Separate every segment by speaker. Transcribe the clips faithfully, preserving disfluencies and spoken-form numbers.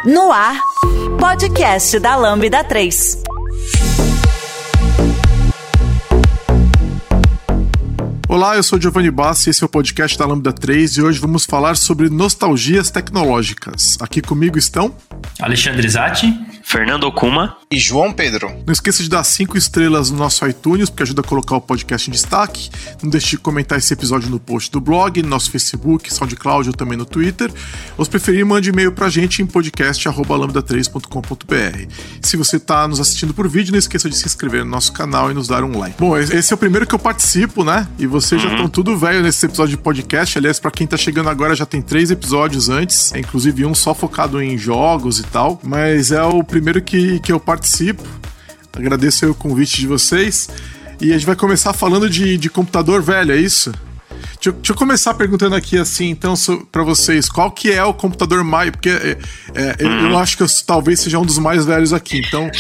Speaker 1: No ar, podcast da Lambda três.
Speaker 2: Olá, eu sou Giovanni Bassi, esse é o podcast da Lambda três e hoje vamos falar sobre nostalgias tecnológicas. Aqui comigo estão...
Speaker 3: Alexandre Zatti,
Speaker 4: Fernando Okuma
Speaker 5: e João Pedro.
Speaker 2: Não esqueça de dar cinco estrelas no nosso iTunes, porque ajuda a colocar o podcast em destaque. Não deixe de comentar esse episódio no post do blog, no nosso Facebook, SoundCloud ou também no Twitter. Ou se preferir, mande e-mail pra gente em podcast arroba lambda três ponto com ponto b r. Se você está nos assistindo por vídeo, não esqueça de se inscrever no nosso canal e nos dar um like. Bom, esse é o primeiro que eu participo, né? E vocês uhum. já estão tudo velho nesse episódio de podcast. Aliás, pra quem tá chegando agora, já tem três episódios antes, inclusive um só focado em jogos e tal. Mas é o primeiro que, que eu participo. Agradeço aí o convite de vocês. E a gente vai começar falando de, de computador velho, é isso? Deixa eu, deixa eu começar perguntando aqui assim, então, so, pra vocês, qual que é o computador mais... Porque é, é, eu, eu acho que eu talvez seja um dos mais velhos aqui, então...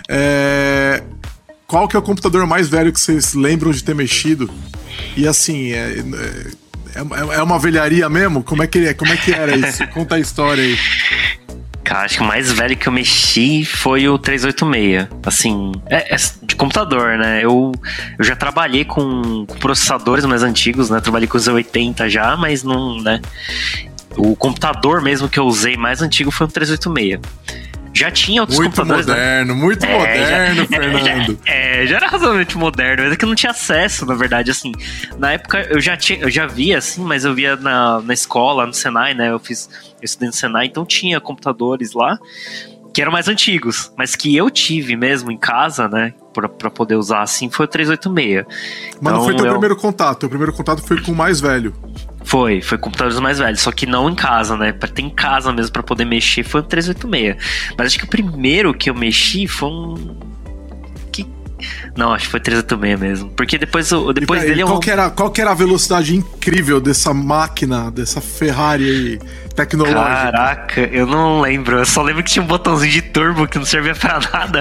Speaker 2: É, qual que é o computador mais velho que vocês lembram de ter mexido? E assim, é, é, é uma velharia mesmo? Como é que, é, como é que era isso? Conta a história aí.
Speaker 4: Cara, acho que o mais velho que eu mexi foi o trezentos e oitenta e seis. Assim, é, é de computador, né? Eu, eu já trabalhei com, com processadores mais antigos, né? Trabalhei com os oitenta já, mas não, né? O computador mesmo que eu usei mais antigo foi o trezentos e oitenta e seis. Já tinha outros
Speaker 2: muito
Speaker 4: computadores...
Speaker 2: Moderno, né? Muito é, moderno, já, Fernando.
Speaker 4: É, já, é, já era razoavelmente moderno, mas é que eu não tinha acesso, na verdade, assim. Na época eu já, tinha, eu já via, assim, mas eu via na, na escola, no Senai, né? Eu fiz, eu estudei no Senai, então tinha computadores lá que eram mais antigos, mas que eu tive mesmo em casa, né? Pra, pra poder usar assim, foi o trezentos e oitenta e seis.
Speaker 2: Mas então, não foi teu
Speaker 4: eu...
Speaker 2: primeiro contato, teu primeiro contato foi com o mais velho.
Speaker 4: Foi, foi computadores mais velhos, só que não em casa, né? Pra ter em casa mesmo pra poder mexer foi um trezentos e oitenta e seis. Mas acho que o primeiro que eu mexi foi um... Que... Não, acho que foi trezentos e oitenta e seis mesmo. Porque depois, depois
Speaker 2: e,
Speaker 4: dele...
Speaker 2: Qual,
Speaker 4: eu...
Speaker 2: que era, qual que era a velocidade incrível dessa máquina, dessa Ferrari aí, tecnológica?
Speaker 4: Caraca, eu não lembro. Eu só lembro que tinha um botãozinho de turbo que não servia pra nada.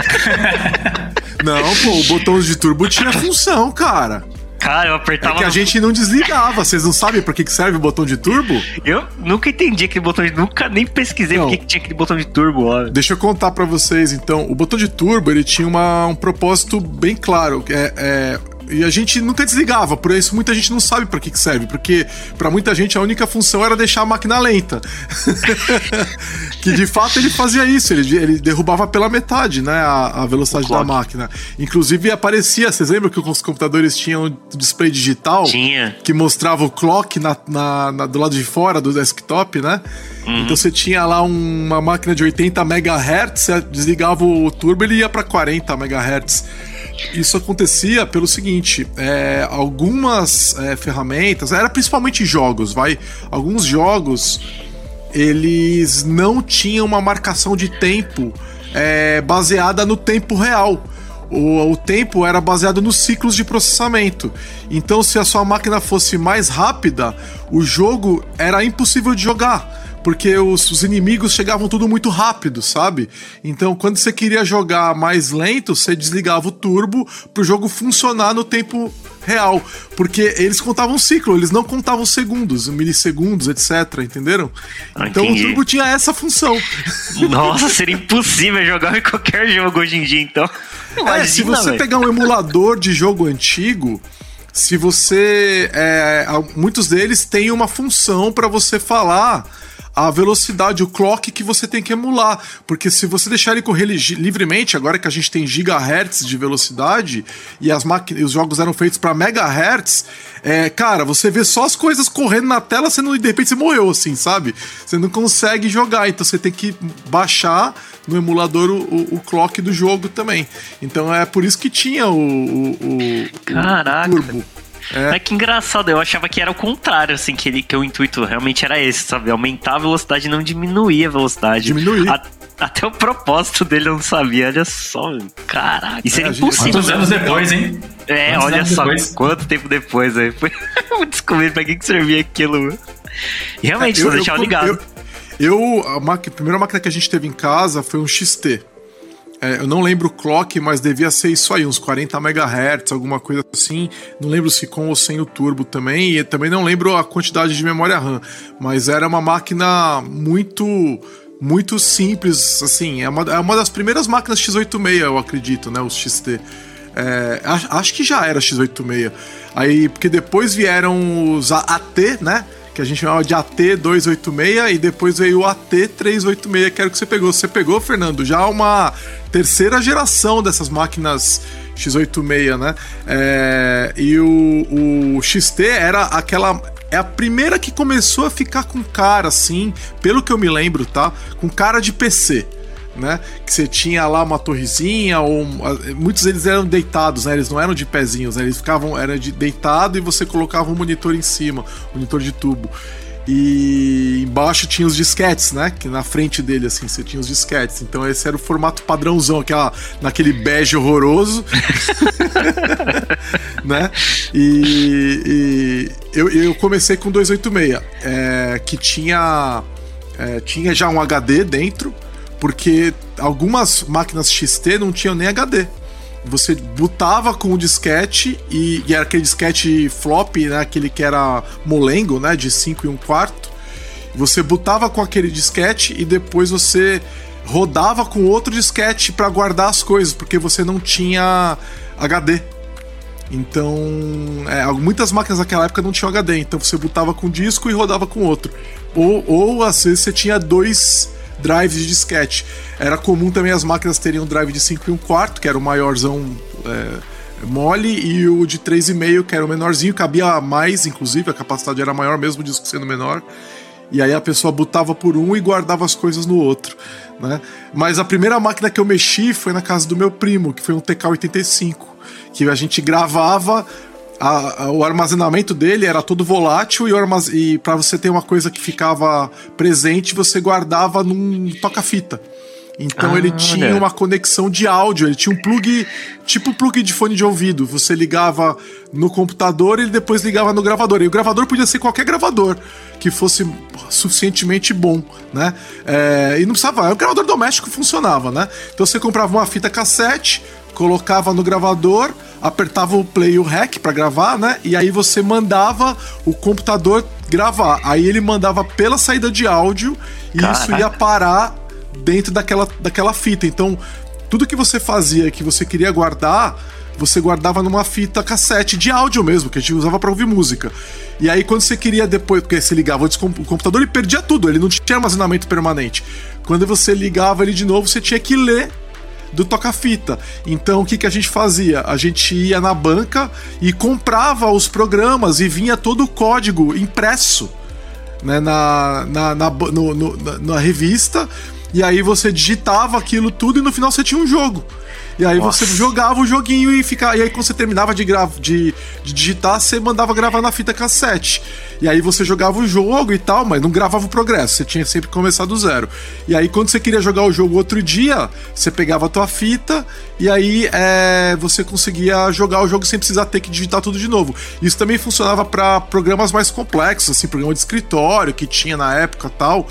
Speaker 2: Não, pô, o botão de turbo tinha função, cara.
Speaker 4: Cara, eu apertava...
Speaker 2: É que a
Speaker 4: no...
Speaker 2: gente não desligava. Vocês não sabem pra que que serve o botão de turbo?
Speaker 4: Eu nunca entendi aquele botão de... Nunca nem pesquisei por que tinha aquele botão de turbo lá.
Speaker 2: Deixa eu contar pra vocês, então. O botão de turbo, ele tinha uma, um propósito bem claro. É... é... E a gente nunca desligava, por isso muita gente não sabe pra que que serve, porque pra muita gente a única função era deixar a máquina lenta. Que de fato ele fazia isso, ele, ele derrubava pela metade, né, a, a velocidade da máquina. Inclusive aparecia, vocês lembram que os computadores tinham um display digital?
Speaker 4: Tinha.
Speaker 2: Que mostrava o clock na, na, na, do lado de fora do desktop, né? Uhum. Então você tinha lá uma máquina de oitenta megahertz, você desligava o turbo e ele ia pra quarenta megahertz. Isso acontecia pelo seguinte, é, algumas é, ferramentas, era principalmente jogos, vai, alguns jogos, eles não tinham uma marcação de tempo é, baseada no tempo real. O, o tempo era baseado nos ciclos de processamento. Então, se a sua máquina fosse mais rápida, o jogo era impossível de jogar. Porque os, os inimigos chegavam tudo muito rápido, sabe? Então, quando você queria jogar mais lento, você desligava o turbo pro jogo funcionar no tempo real. Porque eles contavam ciclo, eles não contavam segundos, milissegundos, etcétera. Entenderam?
Speaker 4: Ah,
Speaker 2: então
Speaker 4: entendi.
Speaker 2: O turbo tinha essa função.
Speaker 4: Nossa, seria impossível jogar em qualquer jogo hoje em dia, então. Imagina,
Speaker 2: é, se você
Speaker 4: véio.
Speaker 2: pegar um emulador de jogo antigo... Se você... É, muitos deles têm uma função para você falar a velocidade, o clock que você tem que emular. Porque se você deixar ele correr li- livremente, agora que a gente tem gigahertz de velocidade e as máquinas, os jogos eram feitos para megahertz, é, cara, você vê só as coisas correndo na tela, você não, de repente você morreu, assim, sabe? Você não consegue jogar, então você tem que baixar no emulador o, o, o clock do jogo também. Então é por isso que tinha o, o, o,
Speaker 4: Caraca.
Speaker 2: o turbo. É.
Speaker 4: Mas que engraçado, eu achava que era o contrário, assim, que, ele, que o intuito realmente era esse, sabe? Aumentar a velocidade e não diminuir a velocidade.
Speaker 2: Diminuir.
Speaker 4: A, até o propósito dele eu não sabia, olha só, caraca. Isso era
Speaker 2: é,
Speaker 4: impossível.
Speaker 3: Quantos anos depois, hein?
Speaker 4: É,
Speaker 3: Quantos
Speaker 4: olha só,
Speaker 3: depois?
Speaker 4: quanto tempo depois aí. Foi descobrir pra que, que servia aquilo. E realmente,
Speaker 2: é,
Speaker 4: só
Speaker 2: eu,
Speaker 4: deixava
Speaker 2: eu,
Speaker 4: ligado.
Speaker 2: Eu, eu a, máquina, a primeira máquina que a gente teve em casa foi um X T. É, eu não lembro o clock, mas devia ser isso aí, uns quarenta megahertz, alguma coisa assim. Não lembro se com ou sem o turbo também. E também não lembro a quantidade de memória RAM. Mas era uma máquina muito muito simples, assim, é uma, é uma das primeiras máquinas x oitenta e seis, eu acredito, né, os X T. É, acho, acho que já era x oitenta e seis. Aí, porque depois vieram os A T, né, que a gente chamava de A T duzentos e oitenta e seis, e depois veio o A T trezentos e oitenta e seis, que era o que você pegou. Você pegou, Fernando, já uma terceira geração dessas máquinas x oitenta e seis, né, é, e o, o X T era aquela... É a primeira que começou a ficar com cara, assim, pelo que eu me lembro, tá? Com cara de P C, né? Que você tinha lá uma torrezinha, ou muitos deles eram deitados, né? Eles não eram de pezinhos, né? Eles ficavam, era de deitado e você colocava um monitor em cima, um monitor de tubo. E embaixo tinha os disquetes, né? Que na frente dele, assim, você tinha os disquetes. Então esse era o formato padrãozão, aquela, naquele bege horroroso. Né? E, e eu, eu comecei com duzentos e oitenta e seis, é, que tinha, é, tinha já um H D dentro, porque algumas máquinas X T não tinham nem H D. Você botava com o disquete, e, e era aquele disquete flop, né, aquele que era molengo, né, de cinco e um quarto. Você botava com aquele disquete e depois você rodava com outro disquete para guardar as coisas, porque você não tinha H D. Então, é, muitas máquinas naquela época não tinham H D, então você botava com um disco e rodava com outro. Ou, ou às vezes você tinha dois drives de disquete. Era comum também as máquinas terem um drive de cinco e um quarto, que era o maiorzão é, mole, e o de três e meio, que era o menorzinho, cabia mais, inclusive, a capacidade era maior mesmo, o disco sendo menor. E aí a pessoa botava por um e guardava as coisas no outro, né? Mas a primeira máquina que eu mexi foi na casa do meu primo, que foi um T K oitenta e cinco, que a gente gravava. A, a, o armazenamento dele era todo volátil, e, e para você ter uma coisa que ficava presente, você guardava num toca-fita. Então ah, ele tinha olha. uma conexão de áudio, ele tinha um plug, tipo plug de fone de ouvido. Você ligava no computador e ele depois ligava no gravador. E o gravador podia ser qualquer gravador que fosse suficientemente bom, né? É, e não precisava, era um gravador doméstico que funcionava, né? Então você comprava uma fita cassete, colocava no gravador, apertava o play e o rec pra gravar, né? E aí você mandava o computador gravar. Aí ele mandava pela saída de áudio e Caraca. isso ia parar dentro daquela, daquela fita. Então, tudo que você fazia, que você queria guardar, você guardava numa fita cassete de áudio mesmo, que a gente usava pra ouvir música. E aí quando você queria depois, porque você ligava o computador, ele perdia tudo, ele não tinha armazenamento permanente. Quando você ligava ele de novo, você tinha que ler do toca-fita. Então o que, que a gente fazia? A gente ia na banca e comprava os programas e vinha todo o código impresso, né, na, na, na, no, no, na, na revista, e aí você digitava aquilo tudo e no final você tinha um jogo. E aí Nossa. você jogava o joguinho e ficava. E aí quando você terminava de, gra... de, de digitar, você mandava gravar na fita cassete. E aí você jogava o jogo e tal, mas não gravava o progresso. Você tinha sempre que começar do zero. E aí quando você queria jogar o jogo outro dia, você pegava a tua fita e aí é, você conseguia jogar o jogo sem precisar ter que digitar tudo de novo. Isso também funcionava para programas mais complexos, assim, programa de escritório que tinha na época e tal.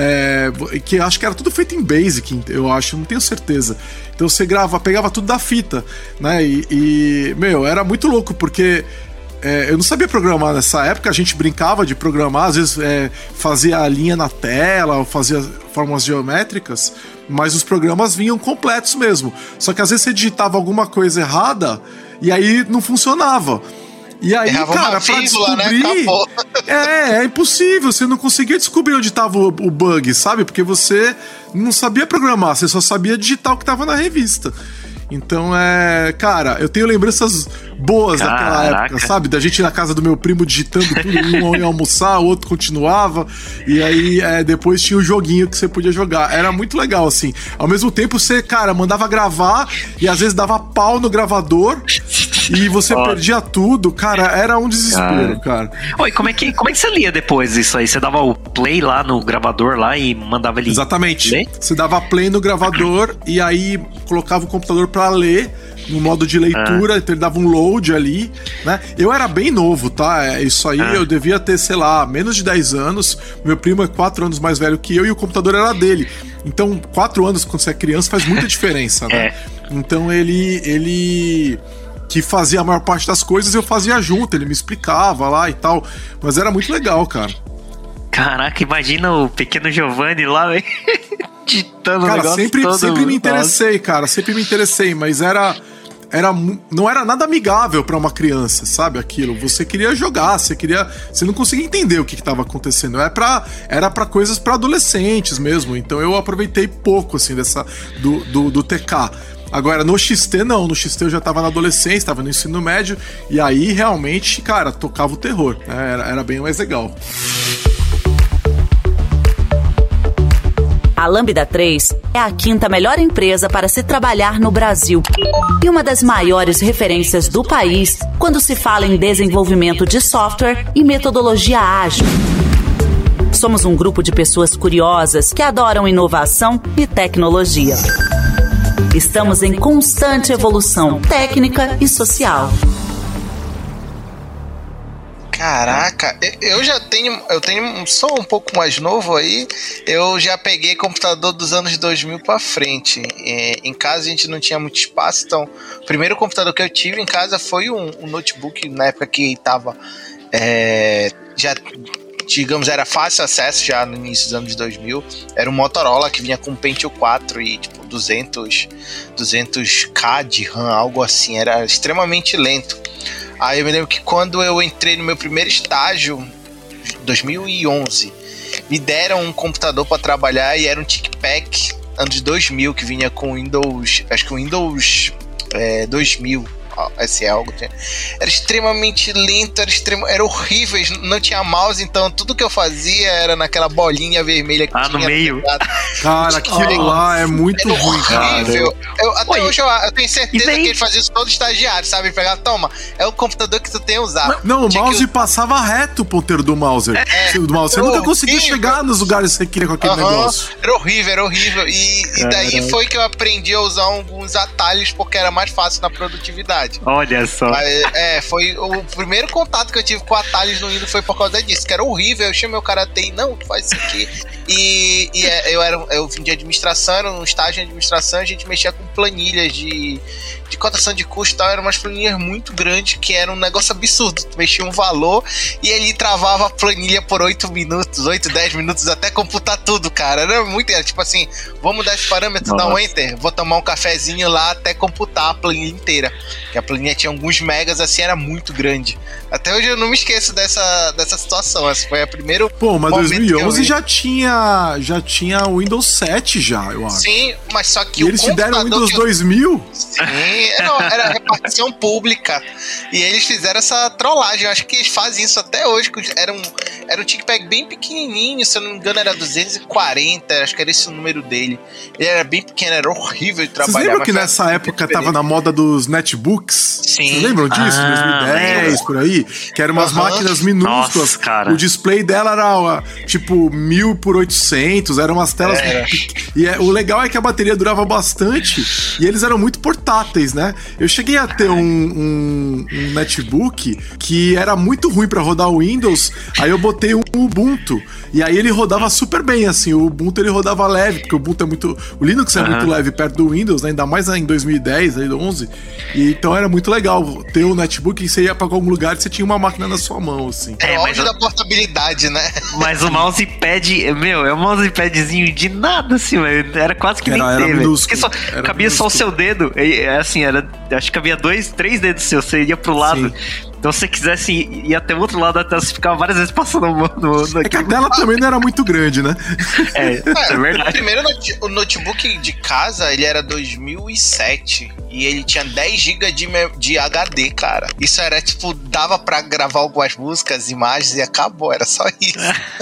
Speaker 2: É, que acho que era tudo feito em Basic, eu acho, não tenho certeza. Então você grava, pegava tudo da fita, né? E, e meu, era muito louco, porque é, eu não sabia programar nessa época, a gente brincava de programar, às vezes é, fazia a linha na tela, ou fazia fórmulas geométricas, mas os programas vinham completos mesmo. Só que às vezes você digitava alguma coisa errada e aí não funcionava. E aí, Errava cara, pra vírgula, descobrir... Né? É, é impossível, você não conseguia descobrir onde tava o, o bug, sabe? Porque você não sabia programar, você só sabia digitar o que tava na revista. Então, é... Cara, eu tenho lembranças boas Caraca. daquela época, sabe? Da gente ir na casa do meu primo digitando tudo, um ia almoçar, o outro continuava, e aí é, depois tinha o joguinho que você podia jogar. Era muito legal, assim. Ao mesmo tempo, você, cara, mandava gravar e às vezes dava pau no gravador e você oh. perdia tudo. Cara, era um desespero, cara.
Speaker 4: Oi, como é que, como é que você lia depois disso aí? Você dava o play lá no gravador lá e mandava ele...
Speaker 2: Exatamente.
Speaker 4: Ler?
Speaker 2: Você dava play no gravador e aí colocava o computador pra ler no modo de leitura, ah. então ele dava um load ali, né? Eu era bem novo, tá? Isso aí ah. eu devia ter, sei lá, menos de dez anos. Meu primo é quatro anos mais velho que eu e o computador era dele. Então, quatro anos quando você é criança faz muita diferença, né? É. Então ele... ele... que fazia a maior parte das coisas, eu fazia junto, ele me explicava lá e tal, mas era muito legal, cara.
Speaker 4: Caraca, imagina o pequeno Giovanni lá, velho. Digitando o
Speaker 2: Cara,
Speaker 4: negócio
Speaker 2: sempre,
Speaker 4: todo.
Speaker 2: sempre me interessei, cara. Sempre me interessei, mas era... Era, não era nada amigável pra uma criança, sabe? Aquilo. Você queria jogar, você queria. Você não conseguia entender o que estava acontecendo. Era pra, era pra coisas pra adolescentes mesmo. Então eu aproveitei pouco, assim, dessa, do, do, do T K. Agora, no X T, não. No X T eu já tava na adolescência, tava no ensino médio. E aí, realmente, cara, tocava o terror. Né? Era, era bem mais legal.
Speaker 1: A Lambda três é a quinta melhor empresa para se trabalhar no Brasil e uma das maiores referências do país quando se fala em desenvolvimento de software e metodologia ágil. Somos um grupo de pessoas curiosas que adoram inovação e tecnologia. Estamos em constante evolução técnica e social.
Speaker 5: Caraca, eu já tenho, eu tenho, sou um pouco mais novo aí, eu já peguei computador dos anos dois mil pra frente. É, em casa a gente não tinha muito espaço, então o primeiro computador que eu tive em casa foi um, um notebook, na época que tava, é, já, digamos, era fácil acesso já no início dos anos dois mil, era um Motorola que vinha com Pentium quatro e tipo duzentos K de RAM, algo assim, era extremamente lento. Aí eu me lembro que quando eu entrei no meu primeiro estágio, dois mil e onze, me deram um computador para trabalhar e era um TicPac anos dois mil, que vinha com Windows, acho que o Windows é, dois mil, esse é algo. Era extremamente lento, era, extremo, era horrível, não tinha mouse, então tudo que eu fazia era naquela bolinha vermelha que
Speaker 4: ah,
Speaker 5: tinha
Speaker 4: no meio.
Speaker 2: Cara, aquilo lá é muito
Speaker 5: era
Speaker 2: ruim,
Speaker 5: horrível.
Speaker 2: cara.
Speaker 5: Eu, até
Speaker 4: Oi,
Speaker 5: hoje eu, eu tenho certeza
Speaker 4: daí...
Speaker 5: que ele fazia isso todo estagiário, sabe? Pegar, toma, é o computador que tu tem a usar.
Speaker 2: Não, o mouse
Speaker 5: que...
Speaker 2: passava reto o ponteiro do mouse. É, do mouse. Você nunca conseguia
Speaker 5: horrível.
Speaker 2: chegar nos lugares que você queria com aquele
Speaker 5: uhum.
Speaker 2: negócio.
Speaker 5: Era horrível, era horrível. E, e daí foi que eu aprendi a usar alguns atalhos porque era mais fácil na produtividade.
Speaker 4: Olha só.
Speaker 5: Mas, é, foi o primeiro contato que eu tive com atalhos no Windows foi por causa disso, que era horrível. Eu chamei o cara T I, não, tu faz isso aqui. E, e eu, era, eu vim de administração, era um estágio em administração, a gente mexia com planilhas de, de cotação de custo e tal, eram umas planilhas muito grandes, que era um negócio absurdo. Tu mexia um valor e ele travava a planilha por oito minutos, oito, dez minutos, até computar tudo, cara. Era muito, era tipo assim, vamos mudar esse parâmetro, dá um enter, vou tomar um cafezinho lá até computar a planilha inteira. Que a planilha tinha alguns megas, assim, era muito grande. Até hoje eu não me esqueço dessa, dessa situação. Essa foi a primeira.
Speaker 2: Pô, mas dois mil e onze já tinha, já tinha o Windows sete já, eu acho.
Speaker 5: Sim, mas só que
Speaker 2: e
Speaker 5: o
Speaker 2: eles te deram o Windows
Speaker 5: eu...
Speaker 2: dois mil?
Speaker 5: Sim, não, era repartição pública. E eles fizeram essa trollagem. Eu acho que eles fazem isso até hoje. Era um, era um TicPac bem pequenininho, se eu não me engano era duzentos e quarenta, acho que era esse o número dele. Ele era bem pequeno, era horrível de trabalhar.
Speaker 2: Vocês lembram que nessa época tava na moda dos netbooks?
Speaker 5: Sim.
Speaker 2: Vocês lembram disso?
Speaker 4: Ah,
Speaker 2: dois mil e dez, por aí? Que eram umas
Speaker 5: uhum.
Speaker 2: máquinas minúsculas.
Speaker 4: Nossa, cara.
Speaker 2: O display dela era tipo mil por oitocentos, eram umas telas.
Speaker 5: É.
Speaker 2: E é, o legal é que a bateria durava bastante e eles eram muito portáteis, né? Eu cheguei a ter um, um, um netbook que era muito ruim pra rodar o Windows, aí eu botei um Ubuntu e aí ele rodava super bem, assim. O Ubuntu ele rodava leve, porque o Ubuntu é muito. O Linux é uhum. muito leve perto do Windows, né? Ainda mais em dois mil e dez, aí, onze. E então era muito legal ter um netbook e você ia pra algum lugar e você tinha uma máquina na sua mão, assim.
Speaker 5: É,
Speaker 4: É,
Speaker 5: o
Speaker 4: mas
Speaker 5: auge da portabilidade, né?
Speaker 4: Mas o mousepad, meu, é um mousepadzinho de nada, assim, velho. Era quase que
Speaker 2: Era-
Speaker 4: nem
Speaker 2: era
Speaker 4: ter, velho.
Speaker 2: minúsculo.
Speaker 4: Porque só,
Speaker 2: Era
Speaker 4: cabia só o
Speaker 2: minúsculo.
Speaker 4: seu dedo. E, é assim, era, acho que cabia dois, três dedos seus. Você ia pro lado.
Speaker 2: Sim.
Speaker 4: Então, se você quisesse ir, ir até o outro lado da tela, você ficava várias vezes passando a mão no, no,
Speaker 2: É que a tela também não era muito grande, né?
Speaker 4: É, isso é
Speaker 5: O
Speaker 4: verdade.
Speaker 5: primeiro note- o notebook de casa, ele era dois mil e sete e ele tinha dez gigas de, me- de H D, cara. Isso era tipo, dava pra gravar algumas músicas, imagens e acabou, era só isso.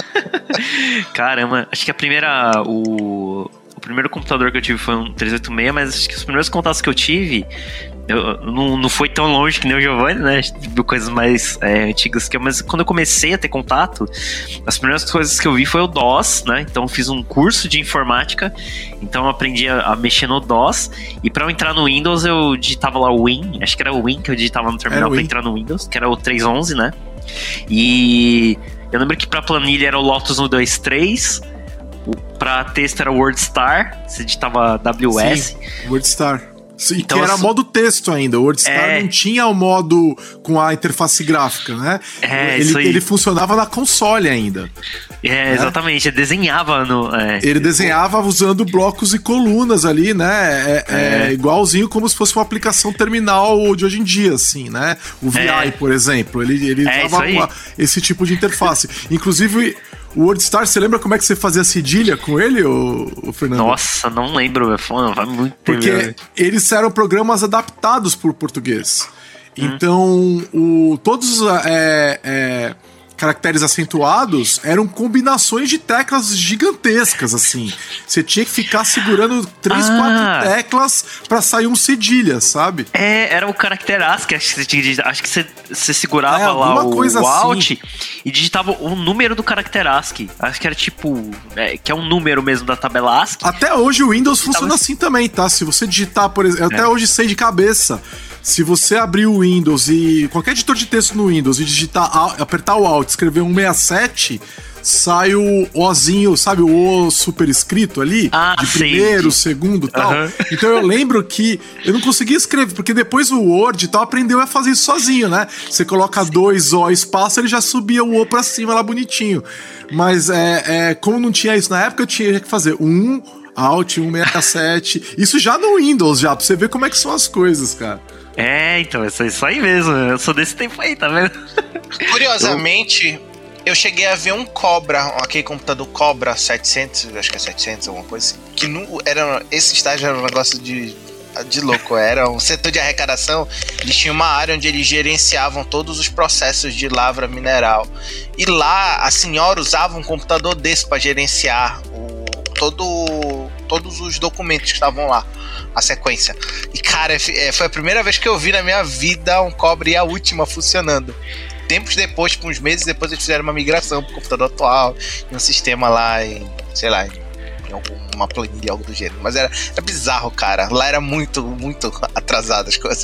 Speaker 4: Caramba, acho que a primeira. O, o primeiro computador que eu tive foi um trezentos e oitenta e seis, mas acho que os primeiros contatos que eu tive. Eu, não, não foi tão longe que nem o Giovanni, né? A gente viu coisas mais é, antigas que eu, mas quando eu comecei a ter contato, as primeiras coisas que eu vi foi o DOS, né? Então eu fiz um curso de informática, então eu aprendi a, a mexer no DOS, e pra eu entrar no Windows eu digitava lá o Win, acho que era o Win que eu digitava no terminal pra
Speaker 2: Win.
Speaker 4: entrar no Windows, que era o trezentos e onze, né? E eu lembro que pra planilha era o Lotus no dois três, o- pra texto era o WordStar, você digitava W S.
Speaker 2: Sim, WordStar. E então, que era modo texto ainda. O WordStar é... não tinha o modo com a interface gráfica, né?
Speaker 4: É,
Speaker 2: ele,
Speaker 4: isso aí.
Speaker 2: Ele funcionava na console ainda.
Speaker 4: É,
Speaker 2: né?
Speaker 4: Exatamente. Ele desenhava no... É.
Speaker 2: Ele desenhava usando blocos e colunas ali, né? É, é. é igualzinho como se fosse uma aplicação terminal de hoje em dia, assim, né? O V I, é. por exemplo. Ele, ele
Speaker 4: é,
Speaker 2: usava uma, esse tipo de interface. Inclusive... O WordStar, você lembra como é que você fazia cedilha com ele, ô, ô Fernando?
Speaker 4: Nossa, não lembro, meu fone, vai muito tempo.
Speaker 2: Porque
Speaker 4: mesmo.
Speaker 2: Eles eram programas adaptados para o português. Hum. Então, o, todos os é, é, caracteres acentuados eram combinações de teclas gigantescas, assim. Você tinha que ficar segurando três, ah. quatro teclas para sair um cedilha, sabe?
Speaker 4: É, era o caractere ASCII, acho que você tinha que digitar. Acho que você, você segurava é, lá o,
Speaker 2: coisa
Speaker 4: o Alt
Speaker 2: assim.
Speaker 4: E digitava o número do caractere ASCII. Acho que era tipo... É, que é um número mesmo da tabela ASCII.
Speaker 2: Até hoje o Windows funciona assim também, tá? Se você digitar, por exemplo... Eu até é. hoje sei de cabeça... Se você abrir o Windows e... Qualquer editor de texto no Windows e digitar... Apertar o Alt, escrever um sessenta e sete... Sai o Ozinho, sabe? O O superescrito ali.
Speaker 4: Ah,
Speaker 2: de primeiro,
Speaker 4: sim.
Speaker 2: segundo e tal.
Speaker 4: Uhum.
Speaker 2: Então eu lembro que eu não conseguia escrever, porque depois o Word e tal aprendeu a fazer isso sozinho, né? Você coloca dois O espaço, ele já subia o O pra cima lá bonitinho. Mas é, é, como não tinha isso na época, eu tinha que fazer um Alt, um sessenta e sete. Isso já no Windows, já, pra você ver como é que são as coisas, cara.
Speaker 4: É, então, é isso aí mesmo. Eu sou desse tempo aí, tá vendo?
Speaker 5: Curiosamente... Eu... Eu cheguei a ver um Cobra, aquele computador Cobra setecentos, acho que é setecentos, alguma coisa assim. Que não, era, esse estágio era um negócio de, de louco. Era um setor de arrecadação. Eles tinham uma área onde eles gerenciavam todos os processos de lavra mineral. E lá a senhora usava um computador desse para gerenciar o, todo, todos os documentos que estavam lá, a sequência. E cara, foi a primeira vez que eu vi na minha vida um Cobra e a última funcionando. Tempos depois, tipo, uns meses depois, eles fizeram uma migração pro computador atual, em um sistema lá, em, sei lá, em alguma planilha, algo do gênero. Mas era, era bizarro, cara. Lá era muito, muito atrasado as coisas.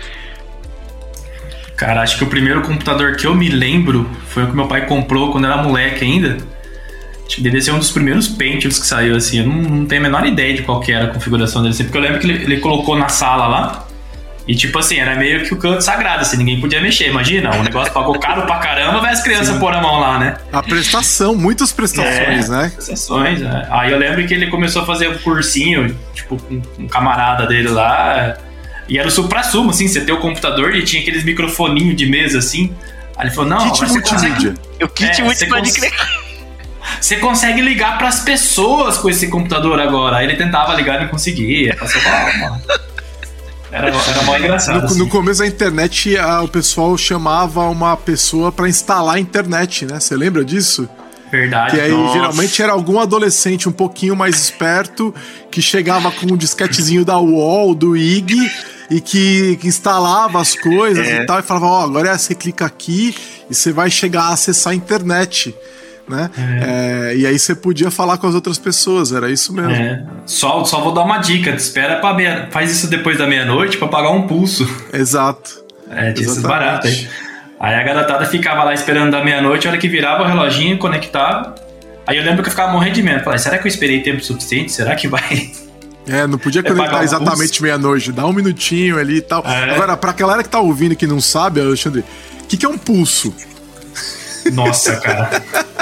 Speaker 3: Cara, acho que o primeiro computador que eu me lembro foi o que meu pai comprou quando era moleque ainda. Acho que devia ser um dos primeiros Pentiums que saiu, assim. Eu não, não tenho a menor ideia de qual que era a configuração dele, assim, porque eu lembro que ele, ele colocou na sala lá. E tipo assim, era meio que o canto sagrado, assim, ninguém podia mexer, imagina, o negócio pagou caro pra caramba, vai as crianças pôr a mão lá, né?
Speaker 2: A prestação, muitas prestações,
Speaker 3: é,
Speaker 2: né?
Speaker 3: Prestações, é. Aí eu lembro que ele começou a fazer um cursinho, tipo, com um camarada dele lá, e era o supra-sumo, assim, você tem o computador e tinha aqueles microfoninhos de mesa, assim, aí ele falou, não,
Speaker 2: kit multimídia.
Speaker 4: O kit
Speaker 3: é,
Speaker 4: multimídia.
Speaker 3: Você consegue ligar pras pessoas com esse computador agora, aí ele tentava ligar e não conseguia, passou mal, Era, era mó engraçado.
Speaker 2: No,
Speaker 3: assim.
Speaker 2: no começo da internet, a, o pessoal chamava uma pessoa pra instalar a internet, né? Você lembra disso?
Speaker 3: Verdade.
Speaker 2: Que aí
Speaker 3: nossa.
Speaker 2: geralmente era algum adolescente um pouquinho mais esperto que chegava com um disquetezinho da U O L, do I G, e que, que instalava as coisas é. e tal, e falava, ó, oh, agora você clica aqui e você vai chegar a acessar a internet. Né? É. É, e aí você podia falar com as outras pessoas, era isso mesmo.
Speaker 3: É. Só, só vou dar uma dica: espera pra meia, faz isso depois da meia-noite pra pagar um pulso.
Speaker 2: Exato.
Speaker 3: É, tinha esses baratos aí. Aí a garotada ficava lá esperando da meia-noite, a hora que virava o reloginho, conectava. Aí eu lembro que eu ficava morrendo de medo. Falei, será que eu esperei tempo suficiente? Será que vai.
Speaker 2: É, não podia conectar exatamente meia-noite, dá um minutinho ali e tal. É. Agora, pra aquela que tá ouvindo e que não sabe, Alexandre, o que, que é um pulso?
Speaker 3: Nossa, cara.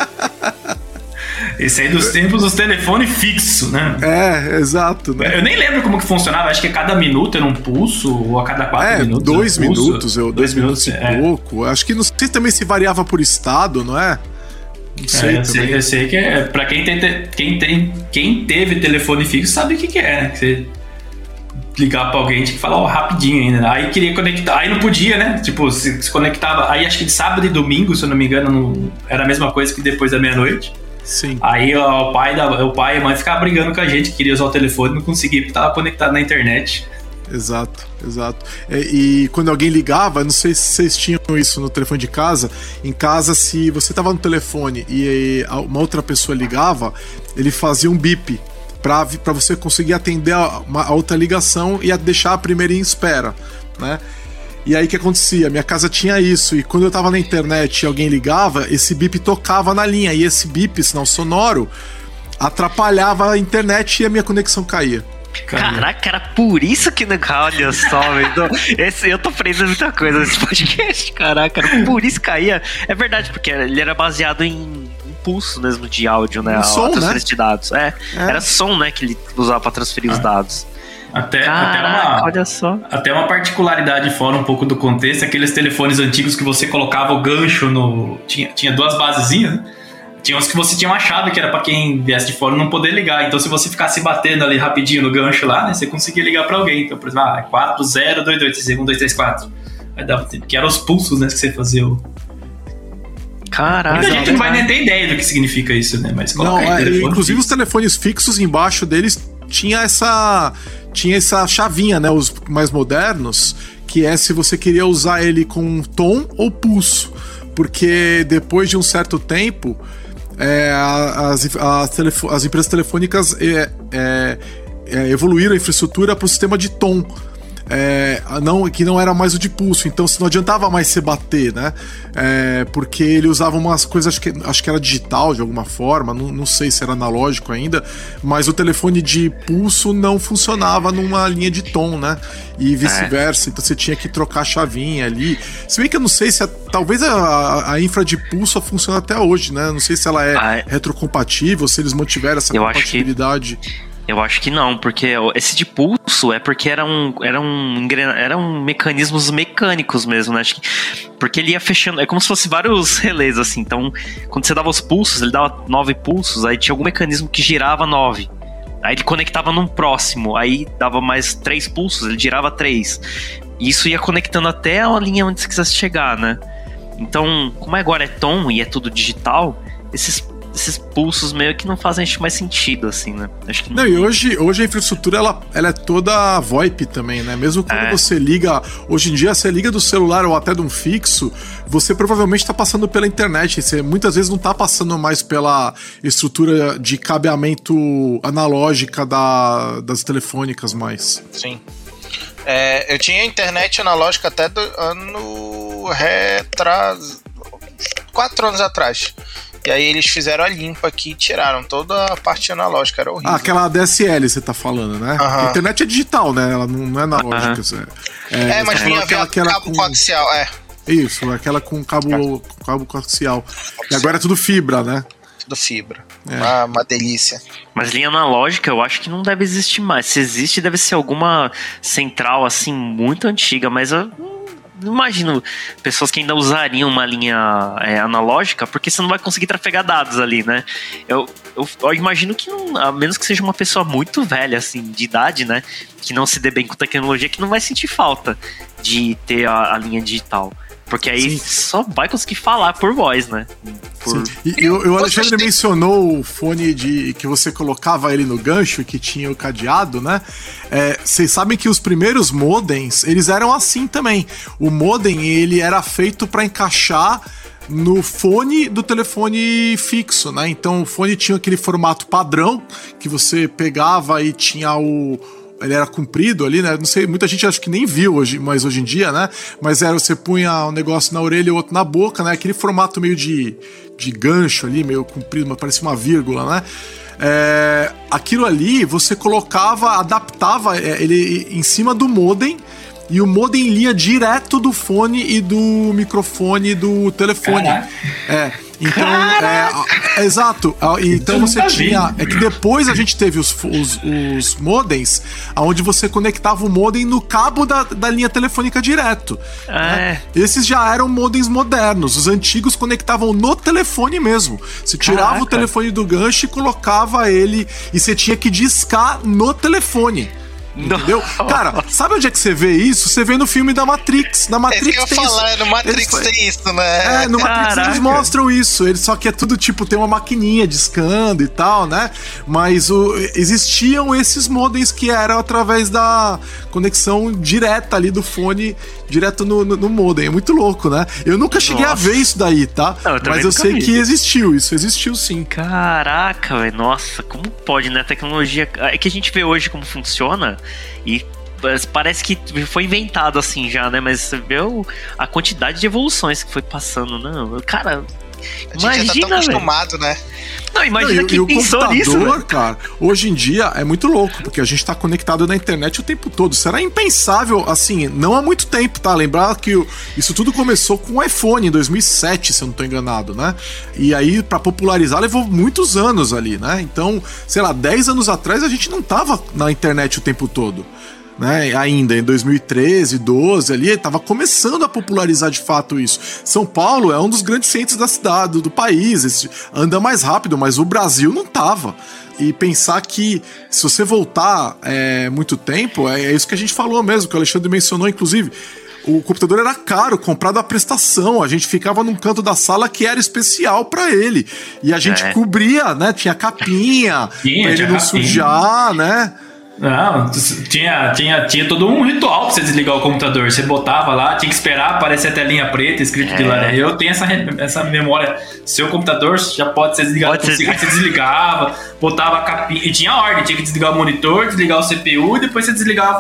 Speaker 3: Esse aí dos tempos dos telefones fixos, né?
Speaker 2: É, exato. Né?
Speaker 3: Eu nem lembro como que funcionava. Acho que a cada minuto era um pulso, ou a cada quatro
Speaker 2: é,
Speaker 3: minutos.
Speaker 2: Dois
Speaker 3: era um
Speaker 2: minutos, eu, dois, dois minutos,
Speaker 3: minutos
Speaker 2: e é. pouco. Acho que não sei também se variava por estado, não é? Não sei.
Speaker 3: É, eu, sei eu sei que é. Pra quem tem, quem tem. Quem teve telefone fixo sabe o que, que é, né? Que você ligar pra alguém, tinha que falar ó, rapidinho ainda. Né? Aí queria conectar, aí não podia, né? Tipo, se, se conectava. Aí acho que de sábado e domingo, se eu não me engano, não, era a mesma coisa que depois da meia-noite.
Speaker 2: Sim.
Speaker 3: Aí ó, o, pai da, o pai e a mãe ficavam brigando com a gente, que queria usar o telefone, não conseguia, porque tava conectado na internet.
Speaker 2: Exato, exato. E, e quando alguém ligava, não sei se vocês tinham isso no telefone de casa, em casa, se você tava no telefone e uma outra pessoa ligava, ele fazia um bip pra, pra você conseguir atender a, uma, a outra ligação e a deixar a primeira em espera, né? E aí o que acontecia? Minha casa tinha isso, e quando eu tava na internet e alguém ligava, esse bip tocava na linha, e esse bip, sinal sonoro, atrapalhava a internet e a minha conexão caía.
Speaker 4: Caraca, era por isso que não. Olha só, velho. Esse, eu tô aprendendo muita coisa nesse podcast. Caraca, era por isso que caía. É verdade, porque ele era baseado em pulso mesmo de áudio, né?
Speaker 2: Um som,
Speaker 4: a transferência
Speaker 2: né?
Speaker 4: de dados. É, é, era som, né, que ele usava pra transferir ah. os dados.
Speaker 3: Até,
Speaker 4: Caraca,
Speaker 3: até, uma,
Speaker 4: olha só.
Speaker 3: Até uma particularidade fora um pouco do contexto, aqueles telefones antigos que você colocava o gancho no... Tinha, tinha duas basezinhas, né? Tinha uns que você tinha uma chave que era pra quem viesse de fora não poder ligar. Então, se você ficasse batendo ali rapidinho no gancho lá, né, você conseguia ligar pra alguém. Então, por exemplo, ah, quatro zero dois dois, um dois três quatro. Aí dava, que eram os pulsos, né, que você fazia o...
Speaker 4: Caraca.
Speaker 3: Muita gente não vai nem ter ideia do que significa isso, né? Mas
Speaker 2: não,
Speaker 3: aí,
Speaker 2: é,
Speaker 3: telefone
Speaker 2: inclusive
Speaker 3: fixo.
Speaker 2: Os telefones fixos embaixo deles tinha essa, tinha essa chavinha, né? Os mais modernos, que é se você queria usar ele com tom ou pulso. Porque depois de um certo tempo... É, as, as, telefo- as empresas telefônicas é, é, é, evoluíram a infraestrutura para o sistema de tom, é, não, que não era mais o de pulso, então não adiantava mais você bater, né? É, porque ele usava umas coisas, acho que, acho que era digital de alguma forma, não, não sei se era analógico ainda, mas o telefone de pulso não funcionava numa linha de tom, né? E vice-versa, é. Então você tinha que trocar a chavinha ali. Se bem que eu não sei se a, talvez a, a infra de pulso funciona até hoje, né? Não sei se ela é ah, retrocompatível, se eles mantiveram essa compatibilidade.
Speaker 4: Acho que... Eu acho que não, porque esse de pulso é porque eram, eram, eram mecanismos mecânicos mesmo, né? Acho que, porque ele ia fechando, é como se fosse vários relés, assim. Então, quando você dava os pulsos, ele dava nove pulsos, aí tinha algum mecanismo que girava nove. Aí ele conectava num próximo, aí dava mais três pulsos, ele girava três. E isso ia conectando até a linha onde você quisesse chegar, né? Então, como agora é tom e é tudo digital, esses esses pulsos meio que não fazem mais sentido, assim, né? Acho que não...
Speaker 2: não, e hoje, hoje a infraestrutura, ela, ela é toda VoIP também, né? Mesmo quando é. você liga... Hoje em dia, você liga do celular ou até de um fixo, você provavelmente está passando pela internet. Você muitas vezes não está passando mais pela estrutura de cabeamento analógica da, das telefônicas mais.
Speaker 5: Sim. É, eu tinha internet analógica até do ano retras... Quatro anos atrás. E aí eles fizeram a limpa aqui e tiraram toda a parte analógica, era horrível.
Speaker 2: Ah, aquela D S L você tá falando, né?
Speaker 5: Uhum.
Speaker 2: A internet é digital, né? Ela não, não é analógica.
Speaker 5: Uhum. É, é, mas vinha aquela, aquela cabo com... coaxial, é.
Speaker 2: Isso, aquela com cabo, cabo coaxial. E agora é tudo fibra, né?
Speaker 5: Tudo fibra. É. Uma, uma delícia.
Speaker 4: Mas linha analógica eu acho que não deve existir mais. Se existe, deve ser alguma central, assim, muito antiga, mas eu... não imagino pessoas que ainda usariam uma linha é, analógica, porque você não vai conseguir trafegar dados ali, né? Eu, eu, eu imagino que, não, a menos que seja uma pessoa muito velha, assim, de idade, né? Que não se dê bem com tecnologia, que não vai sentir falta de ter a, a linha digital. Porque aí Sim. só vai conseguir falar por voz, né? Por...
Speaker 2: E, e o, o Alexandre mencionou o fone de, que você colocava ele no gancho e que tinha o cadeado, né? É, vocês sabem que os primeiros modems, eles eram assim também. O modem, ele era feito para encaixar no fone do telefone fixo, né? Então o fone tinha aquele formato padrão que você pegava e tinha o... ele era comprido ali, né? Não sei, muita gente acho que nem viu hoje, mas hoje em dia, né? Mas era, você punha um negócio na orelha e outro na boca, né? Aquele formato meio de, de gancho ali, meio comprido, mas parecia uma vírgula, né? É, aquilo ali, você colocava, adaptava ele em cima do modem, e o modem lia direto do fone e do microfone do telefone. Caraca. É. Então, é, é, exato. Então você tinha. É que depois a gente teve os, os, os modems, onde você conectava o modem no cabo da, da linha telefônica direto. É. Né? Esses já eram modems modernos. Os antigos conectavam no telefone mesmo. Você tirava Caraca. o telefone do gancho e colocava ele. E você tinha que discar no telefone. Entendeu? Não. Cara, sabe onde é que você vê isso? Você vê no filme da Matrix. Na Matrix
Speaker 5: é que eu
Speaker 2: tem
Speaker 5: falar,
Speaker 2: isso.
Speaker 5: No Matrix eles, tem isso, né?
Speaker 2: É, no
Speaker 5: Caraca.
Speaker 2: Matrix eles mostram isso. Eles, só que é tudo tipo, tem uma maquininha discando e tal, né? Mas o, existiam esses modems que eram através da conexão direta ali do fone, direto no, no, no modem. É muito louco, né? Eu nunca cheguei nossa. a ver isso daí, tá? Não, eu Mas eu sei vi. que existiu. Isso existiu sim.
Speaker 4: Caraca, velho. Nossa, como pode, né? A tecnologia. É que a gente vê hoje como funciona. E parece que foi inventado assim já, né? Mas você vê o, a quantidade de evoluções que foi passando, né? Cara,
Speaker 5: A gente
Speaker 4: Imagina,
Speaker 5: já tá tão acostumado, né?
Speaker 4: Não, imagina
Speaker 2: Não, e,
Speaker 4: quem
Speaker 2: e o
Speaker 4: pensou
Speaker 2: computador,
Speaker 4: nisso, velho.
Speaker 2: cara, hoje em dia é muito louco, porque a gente tá conectado na internet o tempo todo. Isso era impensável, assim, não há muito tempo, tá? Lembrar que o, isso tudo começou com o iPhone em dois mil e sete, se eu não tô enganado, né? E aí, pra popularizar, levou muitos anos ali, né? Então, sei lá, dez anos atrás a gente não tava na internet o tempo todo. Né, ainda em dois mil e treze, doze ali, estava começando a popularizar de fato isso. São Paulo é um dos grandes centros da cidade, do país, esse, anda mais rápido, mas o Brasil não tava. E pensar que se você voltar é, muito tempo, é, é isso que a gente falou mesmo, que o Alexandre mencionou, inclusive. O computador era caro, comprado à prestação. A gente ficava num canto da sala que era especial pra ele. E a gente
Speaker 4: É.
Speaker 2: cobria, né? Tinha capinha,
Speaker 3: Tinha,
Speaker 2: pra ele
Speaker 3: tinha
Speaker 2: não
Speaker 3: capinha.
Speaker 2: sujar, né?
Speaker 3: Não, tinha, tinha, tinha todo um ritual pra você desligar o computador. Você botava lá, tinha que esperar aparecer a telinha preta escrito
Speaker 4: É.
Speaker 3: de laranja. Eu tenho essa, re- essa memória. Seu computador já pode ser desligado
Speaker 4: Pode
Speaker 3: com
Speaker 4: ser.
Speaker 3: cigarro, você desligava, botava a capinha. E tinha ordem, tinha que desligar o monitor, desligar o C P U e depois você desligava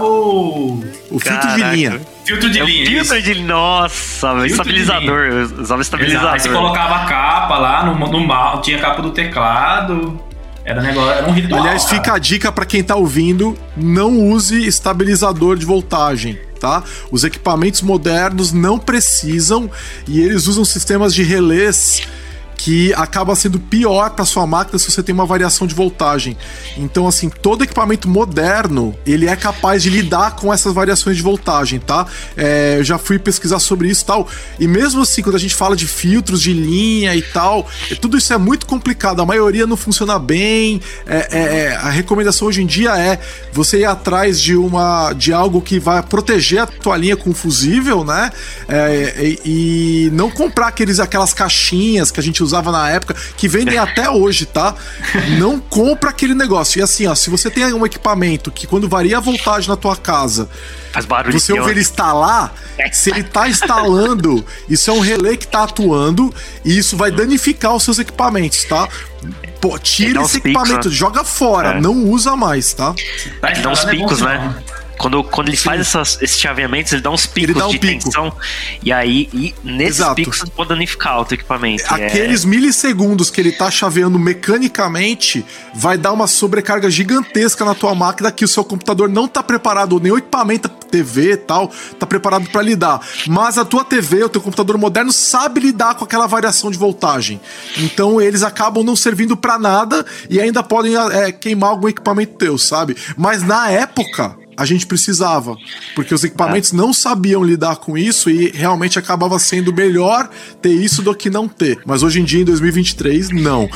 Speaker 3: o
Speaker 2: O filtro de
Speaker 4: Caraca.
Speaker 2: linha.
Speaker 3: filtro de
Speaker 4: É um
Speaker 3: linha.
Speaker 4: filtro de... Nossa, velho,
Speaker 3: Filtro de
Speaker 4: estabilizador. Eu usava
Speaker 3: Exato.
Speaker 4: estabilizador.
Speaker 3: Aí você colocava a capa lá no, no mouse, tinha a capa do teclado. Era, negócio, era um ritual.
Speaker 2: Aliás,
Speaker 3: cara.
Speaker 2: fica a dica pra quem tá ouvindo, não use estabilizador de voltagem, tá? Os equipamentos modernos não precisam e eles usam sistemas de relés que acaba sendo pior para sua máquina se você tem uma variação de voltagem. Então, assim, todo equipamento moderno, ele é capaz de lidar com essas variações de voltagem, tá? É, eu já fui pesquisar sobre isso e tal, e mesmo assim, quando a gente fala de filtros de linha e tal, tudo isso é muito complicado, a maioria não funciona bem, é, é, é, a recomendação hoje em dia é você ir atrás de, uma, de algo que vai proteger a tua linha com fusível, né? É, e, e não comprar aqueles, aquelas caixinhas que a gente usava na época, que vendem até hoje, tá? Não compra aquele negócio. E assim, ó, se você tem um equipamento que quando varia a voltagem na tua casa,
Speaker 4: Faz barulho.
Speaker 2: você ouve ele instalar, se ele tá instalando, isso é um relé que tá atuando e isso vai danificar os seus equipamentos, tá? Pô,
Speaker 4: Ele
Speaker 2: tira
Speaker 4: dá
Speaker 2: esse
Speaker 4: uns picos,
Speaker 2: equipamento,
Speaker 4: né?
Speaker 2: joga fora,
Speaker 4: É.
Speaker 2: não usa mais, tá?
Speaker 3: Tá
Speaker 4: Ele dá uns
Speaker 3: instalando, é bom
Speaker 4: picos,
Speaker 3: sinal.
Speaker 4: né? Quando, quando ele
Speaker 2: Sim.
Speaker 4: faz essas, esses chaveamentos, ele dá uns picos
Speaker 2: dá um
Speaker 4: de
Speaker 2: pico.
Speaker 4: tensão. E aí, e nesses
Speaker 2: Exato.
Speaker 4: picos, você pode danificar o teu equipamento.
Speaker 2: Aqueles
Speaker 4: É...
Speaker 2: milissegundos que ele tá chaveando mecanicamente vai dar uma sobrecarga gigantesca na tua máquina que o seu computador não tá preparado, nem o equipamento T V e tal, tá preparado pra lidar. Mas a tua T V, o teu computador moderno sabe lidar com aquela variação de voltagem. Então eles acabam não servindo pra nada e ainda podem é, queimar algum equipamento teu, sabe? Mas na época a gente precisava, porque os equipamentos não sabiam lidar com isso e realmente acabava sendo melhor ter isso do que não ter. Mas hoje em dia, em dois mil e vinte e três, não.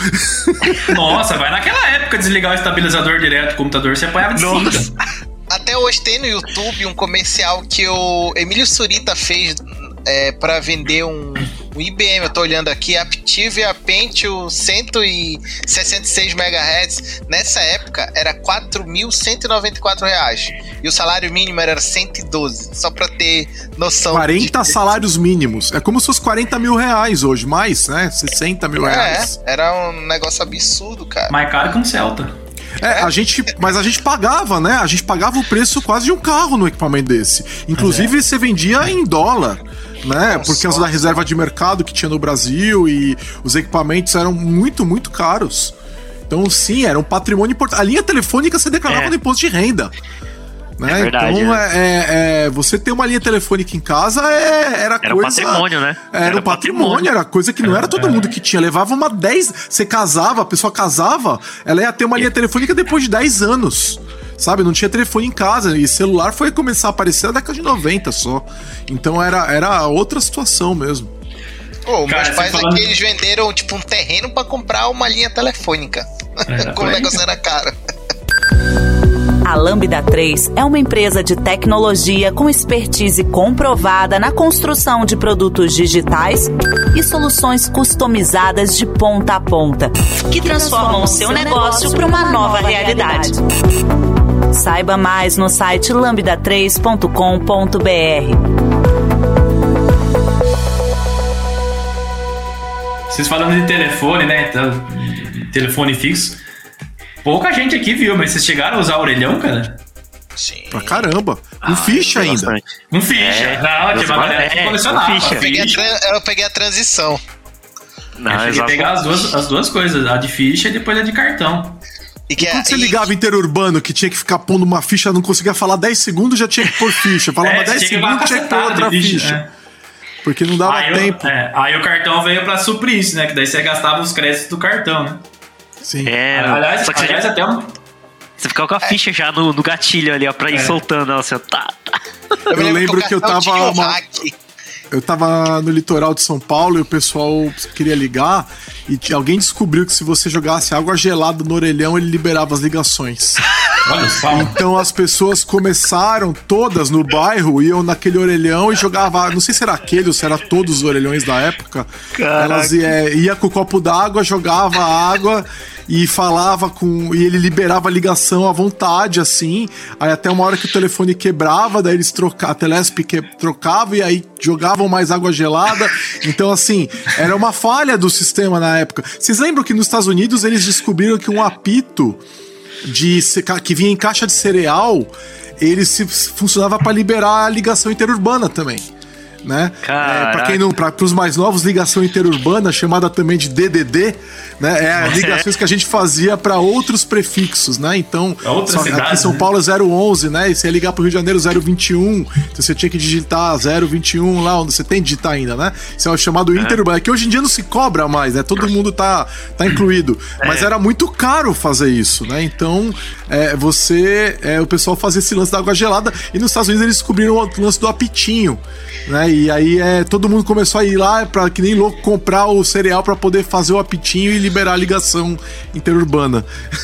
Speaker 3: Nossa, vai naquela época desligar o estabilizador direto do computador, você apanhava de
Speaker 4: Nossa.
Speaker 3: cinta.
Speaker 5: Até hoje tem no YouTube um comercial que o Emílio Surita fez é, para vender um, um I B M. Eu tô olhando aqui, Aptivia Pentium cento e sessenta e seis megahertz. Nessa época era quatro mil cento e noventa e quatro reais. E o salário mínimo era cento e doze. Só pra ter noção.
Speaker 2: quarenta
Speaker 5: de...
Speaker 2: salários mínimos. É como se fosse quarenta mil reais hoje, mais, né? sessenta mil
Speaker 5: É,
Speaker 2: reais.
Speaker 5: era um negócio absurdo, cara.
Speaker 3: Mais caro que um Celta.
Speaker 2: É, a gente, mas a gente pagava, né? A gente pagava o preço quase de um carro no equipamento desse. Inclusive, você vendia em dólar, né? Por causa da reserva de mercado que tinha no Brasil e os equipamentos eram muito, muito caros. Então, sim, era um patrimônio importante. A linha telefônica você declarava
Speaker 4: É.
Speaker 2: no imposto de renda. Né?
Speaker 4: É verdade,
Speaker 2: então,
Speaker 4: né?
Speaker 2: é, é, você ter uma linha telefônica em casa é, era,
Speaker 4: Era um
Speaker 2: coisa...
Speaker 4: patrimônio, né?
Speaker 2: Era,
Speaker 4: Era
Speaker 2: um patrimônio,
Speaker 4: patrimônio.
Speaker 2: era coisa que não era todo mundo que tinha. Levava uma dez... Você casava, a pessoa casava, ela ia ter uma linha telefônica depois de dez anos. Sabe? Não tinha telefone em casa. E celular foi começar a aparecer na década de noventa só. Então era, era outra situação mesmo.
Speaker 5: Pô,
Speaker 3: Cara,
Speaker 5: meus
Speaker 3: você
Speaker 5: pais
Speaker 3: falando-
Speaker 5: aqui, eles venderam tipo um terreno pra comprar uma linha telefônica.
Speaker 3: Era
Speaker 5: Como o
Speaker 3: por aí.
Speaker 5: negócio era caro.
Speaker 1: A Lambda três é uma empresa de tecnologia com expertise comprovada na construção de produtos digitais e soluções customizadas de ponta a ponta, que transformam o seu negócio para uma nova realidade. Saiba mais no site lambda três ponto com ponto b r.
Speaker 3: Vocês falando de telefone, né? Então, telefone fixo. Pouca gente aqui viu, mas vocês chegaram a usar orelhão, cara?
Speaker 5: Sim.
Speaker 2: Pra caramba. Com
Speaker 4: Ah,
Speaker 2: ficha
Speaker 4: eu gosto
Speaker 2: ainda.
Speaker 4: bastante.
Speaker 3: Com ficha.
Speaker 4: É,
Speaker 3: não, tinha uma
Speaker 4: eu
Speaker 3: galera que
Speaker 4: é,
Speaker 3: colecionava.
Speaker 4: com ficha.
Speaker 5: Eu peguei, a
Speaker 3: Ficha.
Speaker 5: tran- eu peguei a transição.
Speaker 4: Não,
Speaker 3: eu cheguei a pegar as duas, as duas coisas, a de ficha e depois a de cartão.
Speaker 2: E, que e quando é, você e... ligava interurbano, que tinha que ficar pondo uma ficha, não conseguia falar dez segundos, já tinha que pôr ficha. Falava é, dez segundos, tinha que pôr outra ficha. ficha. É. Porque não dava aí tempo.
Speaker 3: Eu, é, aí o cartão veio pra suprir isso, né? Que daí você gastava os créditos do cartão, né?
Speaker 2: Sim.
Speaker 4: É,
Speaker 3: aliás,
Speaker 4: só que
Speaker 3: aliás
Speaker 4: você,
Speaker 3: até um...
Speaker 4: você ficava com a ficha é. já no, no gatilho ali, ó, pra ir é. soltando. Ó, assim, tá, tá.
Speaker 2: Eu, eu lembro que, que eu tava... Uma... Eu tava no litoral de São Paulo e o pessoal queria ligar e alguém descobriu que se você jogasse água gelada no orelhão, ele liberava as ligações.
Speaker 3: Olha só.
Speaker 2: Então as pessoas começaram, todas no bairro, iam naquele orelhão e jogavam, não sei se era aquele ou se era todos os orelhões da época. Caraca. Elas é, ia com o copo d'água, jogava água e falava com... E ele liberava a ligação à vontade, assim. Aí até uma hora que o telefone quebrava, daí eles trocavam, a Telesp que, trocava e aí jogavam mais água gelada. Então, assim, era uma falha do sistema na época. Vocês lembram que nos Estados Unidos eles descobriram que um apito de, que vinha em caixa de cereal, ele se, funcionava para liberar a ligação interurbana também. Né? É, para quem não, para os mais novos, ligação interurbana, chamada também de D D D, né? É as ligações que a gente fazia para outros prefixos, né? Então, só, aqui em São Paulo é zero onze, né? E você ia ligar para o Rio de Janeiro zero vinte e um, então você tinha que digitar zero vinte e um lá onde você tem que digitar ainda, né? Isso é o chamado é. interurbano, que hoje em dia não se cobra mais, né? Todo mundo tá, tá incluído, mas é. era muito caro fazer isso, né? Então, é, você, é, o pessoal fazia esse lance da água gelada e nos Estados Unidos eles descobriram o lance do apitinho, né? E aí é, todo mundo começou a ir lá pra, que nem louco, comprar o cereal pra poder fazer o apitinho e liberar a ligação interurbana.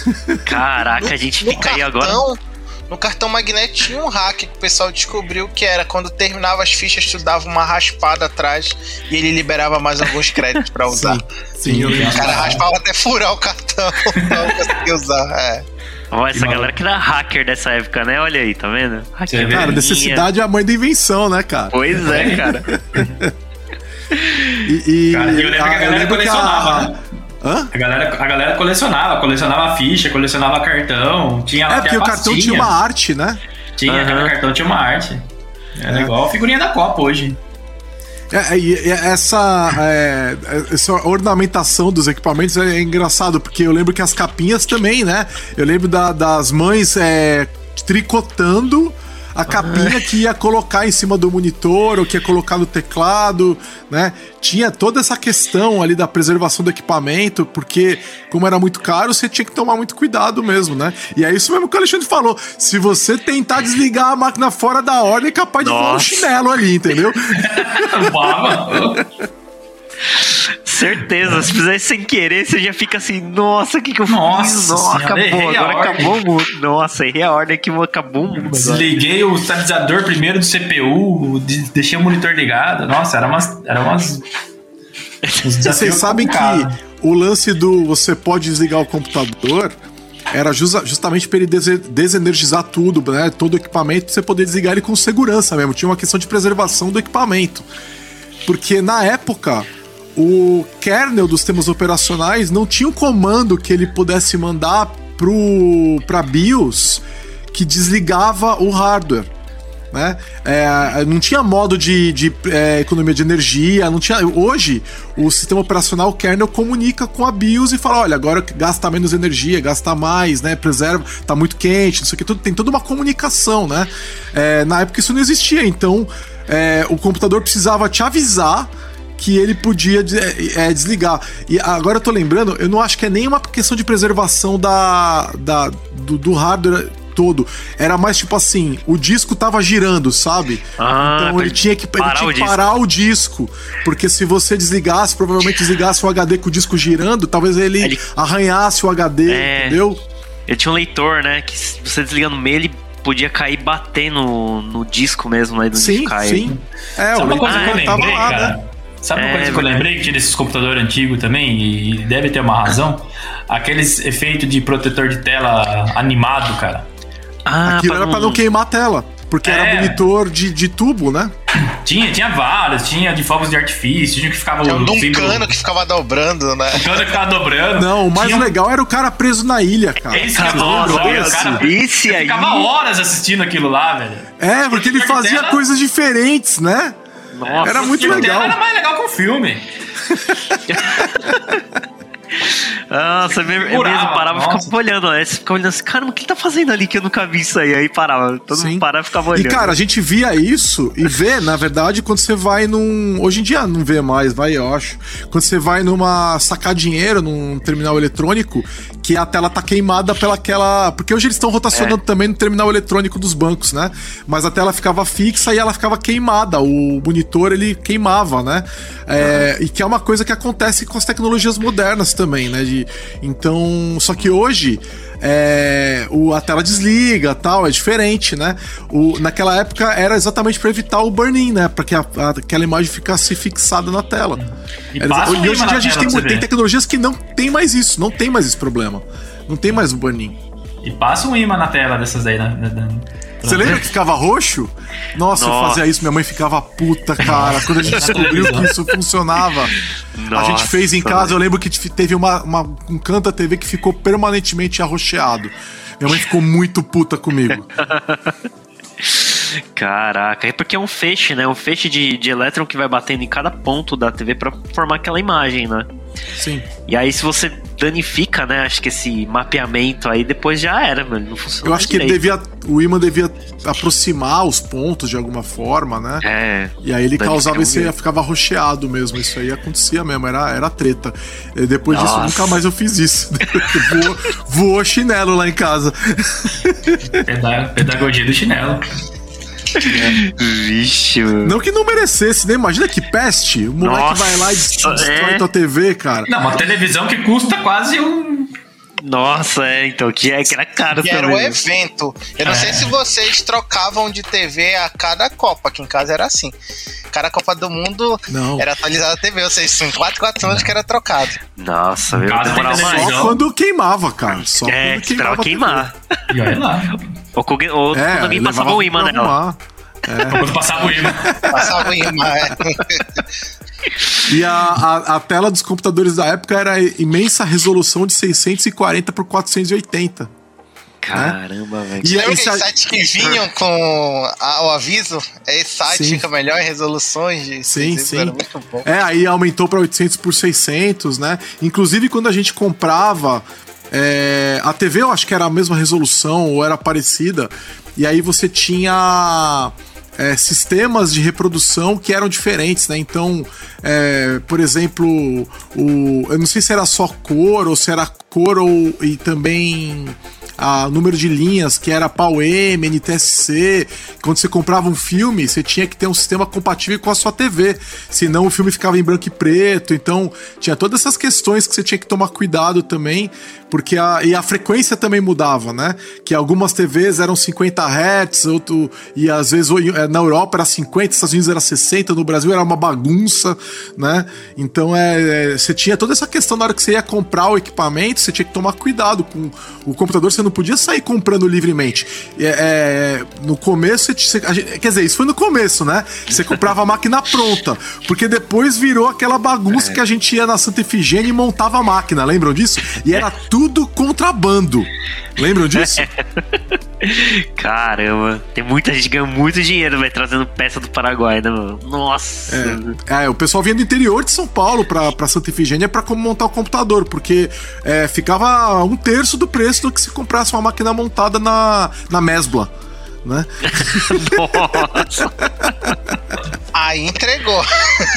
Speaker 4: Caraca, no, a gente fica aí
Speaker 5: cartão,
Speaker 4: agora.
Speaker 5: No cartão magnético tinha um hack que o pessoal descobriu que era quando terminava as fichas, tu dava uma raspada atrás e ele liberava mais alguns créditos pra usar.
Speaker 2: Sim, sim,
Speaker 5: o cara raspava até furar o cartão, não conseguia usar. É.
Speaker 4: Ó, essa galera que era hacker dessa época, né? Olha aí, tá vendo? Hacker,
Speaker 2: cara, necessidade é a mãe da invenção, né, cara?
Speaker 4: Pois é, cara.
Speaker 2: e, e
Speaker 3: cara, eu lembro a, que a galera colecionava, a... né?
Speaker 2: Hã?
Speaker 3: A galera, a galera colecionava, colecionava ficha, colecionava cartão. Tinha
Speaker 2: é, porque o cartão tinha uma arte, né?
Speaker 3: Tinha, uhum. Cada cartão tinha uma arte. Era é. igual a figurinha da Copa hoje.
Speaker 2: É, e, e essa, é, essa ornamentação dos equipamentos é engraçado, porque eu lembro que as capinhas também, né? Eu lembro da, das mães é, tricotando a capinha que ia colocar em cima do monitor ou que ia colocar no teclado, né? Tinha toda essa questão ali da preservação do equipamento, porque como era muito caro, você tinha que tomar muito cuidado mesmo, né? E é isso mesmo que o Alexandre falou. Se você tentar desligar a máquina fora da ordem, é capaz Nossa. de voar um chinelo ali, entendeu?
Speaker 4: Certeza, se fizer sem querer, você já fica assim, nossa, o que que eu
Speaker 3: nossa
Speaker 4: fiz? Nossa, acabou, agora acabou o mundo. Nossa, errei a ordem que acabou o mundo.
Speaker 3: Desliguei o estabilizador primeiro do C P U, deixei o monitor ligado. Nossa, era umas... Era umas...
Speaker 2: Vocês sabem que o lance do você pode desligar o computador era justa, justamente para ele desenergizar tudo, né? Todo o equipamento, pra você poder desligar ele com segurança mesmo. Tinha uma questão de preservação do equipamento. Porque na época... o kernel dos sistemas operacionais não tinha um comando que ele pudesse mandar pro, pra BIOS que desligava o hardware, né? É, não tinha modo de, de é, economia de energia, não tinha. Hoje, o sistema operacional, o kernel, comunica com a BIOS e fala, olha, agora gasta menos energia, gasta mais, né? Preserva, tá muito quente, isso aqui tudo, tem toda uma comunicação, né? É, na época isso não existia, então é, o computador precisava te avisar que ele podia é, desligar. E agora eu tô lembrando, eu não acho que é nem uma questão de preservação da, da, do, do hardware todo. Era mais tipo assim, o disco tava girando, sabe?
Speaker 4: Ah,
Speaker 2: então ele tinha que, ele tinha que o parar o disco. Porque se você desligasse, provavelmente desligasse o H D com o disco girando, talvez ele, ele... arranhasse o H D, é... entendeu?
Speaker 4: Ele tinha um leitor, né? Que se você desligar no meio, ele podia cair e bater no, no disco mesmo, né? Do
Speaker 2: sim, sim. É,
Speaker 3: Sabe
Speaker 2: o
Speaker 3: leitor ah, é, tava lá, cara? Né? Sabe uma
Speaker 4: é,
Speaker 3: coisa que eu lembrei que tinha desses computadores antigos também, e deve ter uma razão? Aqueles efeitos de protetor de tela animado, cara.
Speaker 2: Ah, aquilo pra era não... pra não queimar a tela, porque é. era monitor de, de tubo, né?
Speaker 3: Tinha, tinha vários, tinha de fogos de artifício, tinha que ficava...
Speaker 5: Tinha um fibro... cano que ficava dobrando, né?
Speaker 3: Um cano que ficava dobrando.
Speaker 2: Não, o mais
Speaker 3: tinha...
Speaker 2: legal era o cara preso na ilha, cara.
Speaker 3: É isso que eu lembro, o cara
Speaker 4: esse aí...
Speaker 3: ficava horas assistindo aquilo lá, velho.
Speaker 2: É, porque ele fazia tela... coisas diferentes, né?
Speaker 3: Nossa,
Speaker 2: era muito legal.
Speaker 3: Era mais legal que o filme.
Speaker 4: Nossa, é mesmo,
Speaker 3: Curava,
Speaker 4: parava e
Speaker 3: nossa.
Speaker 4: ficava olhando, né? Você ficava olhando assim, cara, mas o que ele tá fazendo ali que eu nunca vi isso aí? Aí parava, todo
Speaker 2: Sim.
Speaker 4: mundo parava e ficava olhando.
Speaker 2: E, cara, a gente via isso e vê, na verdade, quando você vai num... Hoje em dia não vê mais, vai, eu acho. Quando você vai numa sacar dinheiro, num terminal eletrônico, que a tela tá queimada pela aquela... Porque hoje eles estão rotacionando
Speaker 4: É.
Speaker 2: também no terminal eletrônico dos bancos, né? Mas a tela ficava fixa e ela ficava queimada. O monitor, ele queimava, né? É, e que é uma coisa que acontece com as tecnologias modernas também, né? De, então, só que hoje... É, o, a tela desliga, tal, é diferente, né? O, naquela época era exatamente para evitar o burn-in, né? Para que a, a, aquela imagem ficasse fixada na tela.
Speaker 3: E
Speaker 2: Era,
Speaker 3: passa um
Speaker 2: e hoje
Speaker 3: imã
Speaker 2: em dia
Speaker 3: na
Speaker 2: a gente
Speaker 3: tela
Speaker 2: tem,
Speaker 3: pra você
Speaker 2: tem
Speaker 3: ver.
Speaker 2: tecnologias que não tem mais isso, não tem mais esse problema. Não tem mais o burn-in.
Speaker 3: E passa um imã na tela dessas daí, né?
Speaker 2: Você lembra que ficava roxo? Nossa,
Speaker 4: Nossa.
Speaker 2: eu fazia isso, minha mãe ficava puta, cara. Quando a gente descobriu que isso funcionava. A gente fez em casa, eu lembro que teve uma, uma, um canto da T V que ficou permanentemente arroxeado. Minha mãe ficou muito puta comigo.
Speaker 4: Caraca, é porque é um feixe, né? Um feixe de, de elétron que vai batendo em cada ponto da T V pra formar aquela imagem, né?
Speaker 2: Sim.
Speaker 4: E aí, se você danifica, né? Acho que esse mapeamento aí, depois já era, mano. Não funciona.
Speaker 2: Eu acho que ele
Speaker 4: direito.
Speaker 2: devia. O imã devia aproximar os pontos de alguma forma, né?
Speaker 4: É.
Speaker 2: E aí ele
Speaker 4: Danifica
Speaker 2: causava
Speaker 4: um
Speaker 2: esse.
Speaker 4: jeito.
Speaker 2: Ficava rocheado mesmo. Isso aí acontecia mesmo, era, era treta. E depois disso,
Speaker 4: Nossa.
Speaker 2: nunca mais eu fiz isso. voou, voou chinelo lá em casa.
Speaker 3: Peda- Pedagogia do chinelo.
Speaker 4: Vixe, mano.
Speaker 2: Não que não merecesse, né? Imagina que peste. O moleque
Speaker 4: Nossa,
Speaker 2: vai lá e destrói
Speaker 4: é.
Speaker 2: tua T V, cara.
Speaker 3: Não, uma televisão que custa quase um.
Speaker 4: Nossa, é, então, que, é, que era caro
Speaker 5: Que era
Speaker 4: também.
Speaker 5: um
Speaker 4: né?
Speaker 5: evento. Eu não
Speaker 3: É.
Speaker 5: sei se vocês trocavam de T V a cada Copa. Aqui em casa era assim. Cada Copa do Mundo
Speaker 2: Não.
Speaker 5: era atualizada a T V. Ou seja, são quatro, quatro anos que era trocado.
Speaker 4: Nossa, meu,
Speaker 3: Casa
Speaker 4: demorava
Speaker 3: tem
Speaker 4: mais.
Speaker 2: Só
Speaker 3: televisão.
Speaker 2: quando queimava, cara. Só
Speaker 4: É,
Speaker 2: quando
Speaker 4: esperava
Speaker 2: a T V.
Speaker 4: queimar.
Speaker 3: E olha lá.
Speaker 4: Ou, com alguém- ou
Speaker 2: É,
Speaker 4: quando alguém
Speaker 2: levava
Speaker 4: passava o imã
Speaker 2: pra
Speaker 4: nela.
Speaker 2: arrumar.
Speaker 3: Quando passava o imã.
Speaker 5: Passava o imã. é.
Speaker 2: E a, a, a tela dos computadores da época era imensa resolução de seiscentos e quarenta por quatrocentos e oitenta.
Speaker 4: Caramba, velho.
Speaker 2: E
Speaker 5: Lembra
Speaker 2: esse
Speaker 5: aqueles
Speaker 2: a-
Speaker 5: sites que vinham com a- o aviso? Esse site
Speaker 2: Sim.
Speaker 5: fica melhor em resoluções de
Speaker 2: Sim,
Speaker 5: seiscentos,
Speaker 2: sim.
Speaker 5: era muito bom.
Speaker 2: É, aí aumentou para oitocentos por seiscentos, né? Inclusive, quando a gente comprava é, a T V, eu acho que era a mesma resolução ou era parecida. E aí você tinha é, sistemas de reprodução que eram diferentes, né? Então, é, por exemplo, o, eu não sei se era só cor ou se era cor ou, e também a número de linhas, que era P A U-M, N T S C. Quando você comprava um filme, você tinha que ter um sistema compatível com a sua T V, senão o filme ficava em branco e preto. Então tinha todas essas questões que você tinha que tomar cuidado também, porque a, e a frequência também mudava, né? Que algumas T Vs eram cinquenta hertz, outro, e às vezes na Europa era cinquenta, nos Estados Unidos era sessenta, no Brasil era uma bagunça, né? Então é, é, você tinha toda essa questão na hora que você ia comprar o equipamento, você tinha que tomar cuidado com o computador, você não podia sair comprando livremente. É, é, no começo, você, você, a gente, quer dizer, isso foi no começo, né? Você comprava a máquina pronta, porque depois virou aquela bagunça que a gente ia na Santa Efigênia e montava a máquina, lembram disso? E era tudo contrabando. Lembram disso?
Speaker 4: Caramba, tem muita gente ganhando muito dinheiro, velho, trazendo peça do Paraguai, né, mano? Nossa.
Speaker 2: É, o pessoal vinha do interior de São Paulo pra, pra Santa Efigênia pra como montar o computador, porque é, ficava um terço do preço do que se comprasse uma máquina montada na, na Mesbla, né?
Speaker 4: Nossa.
Speaker 5: Aí entregou.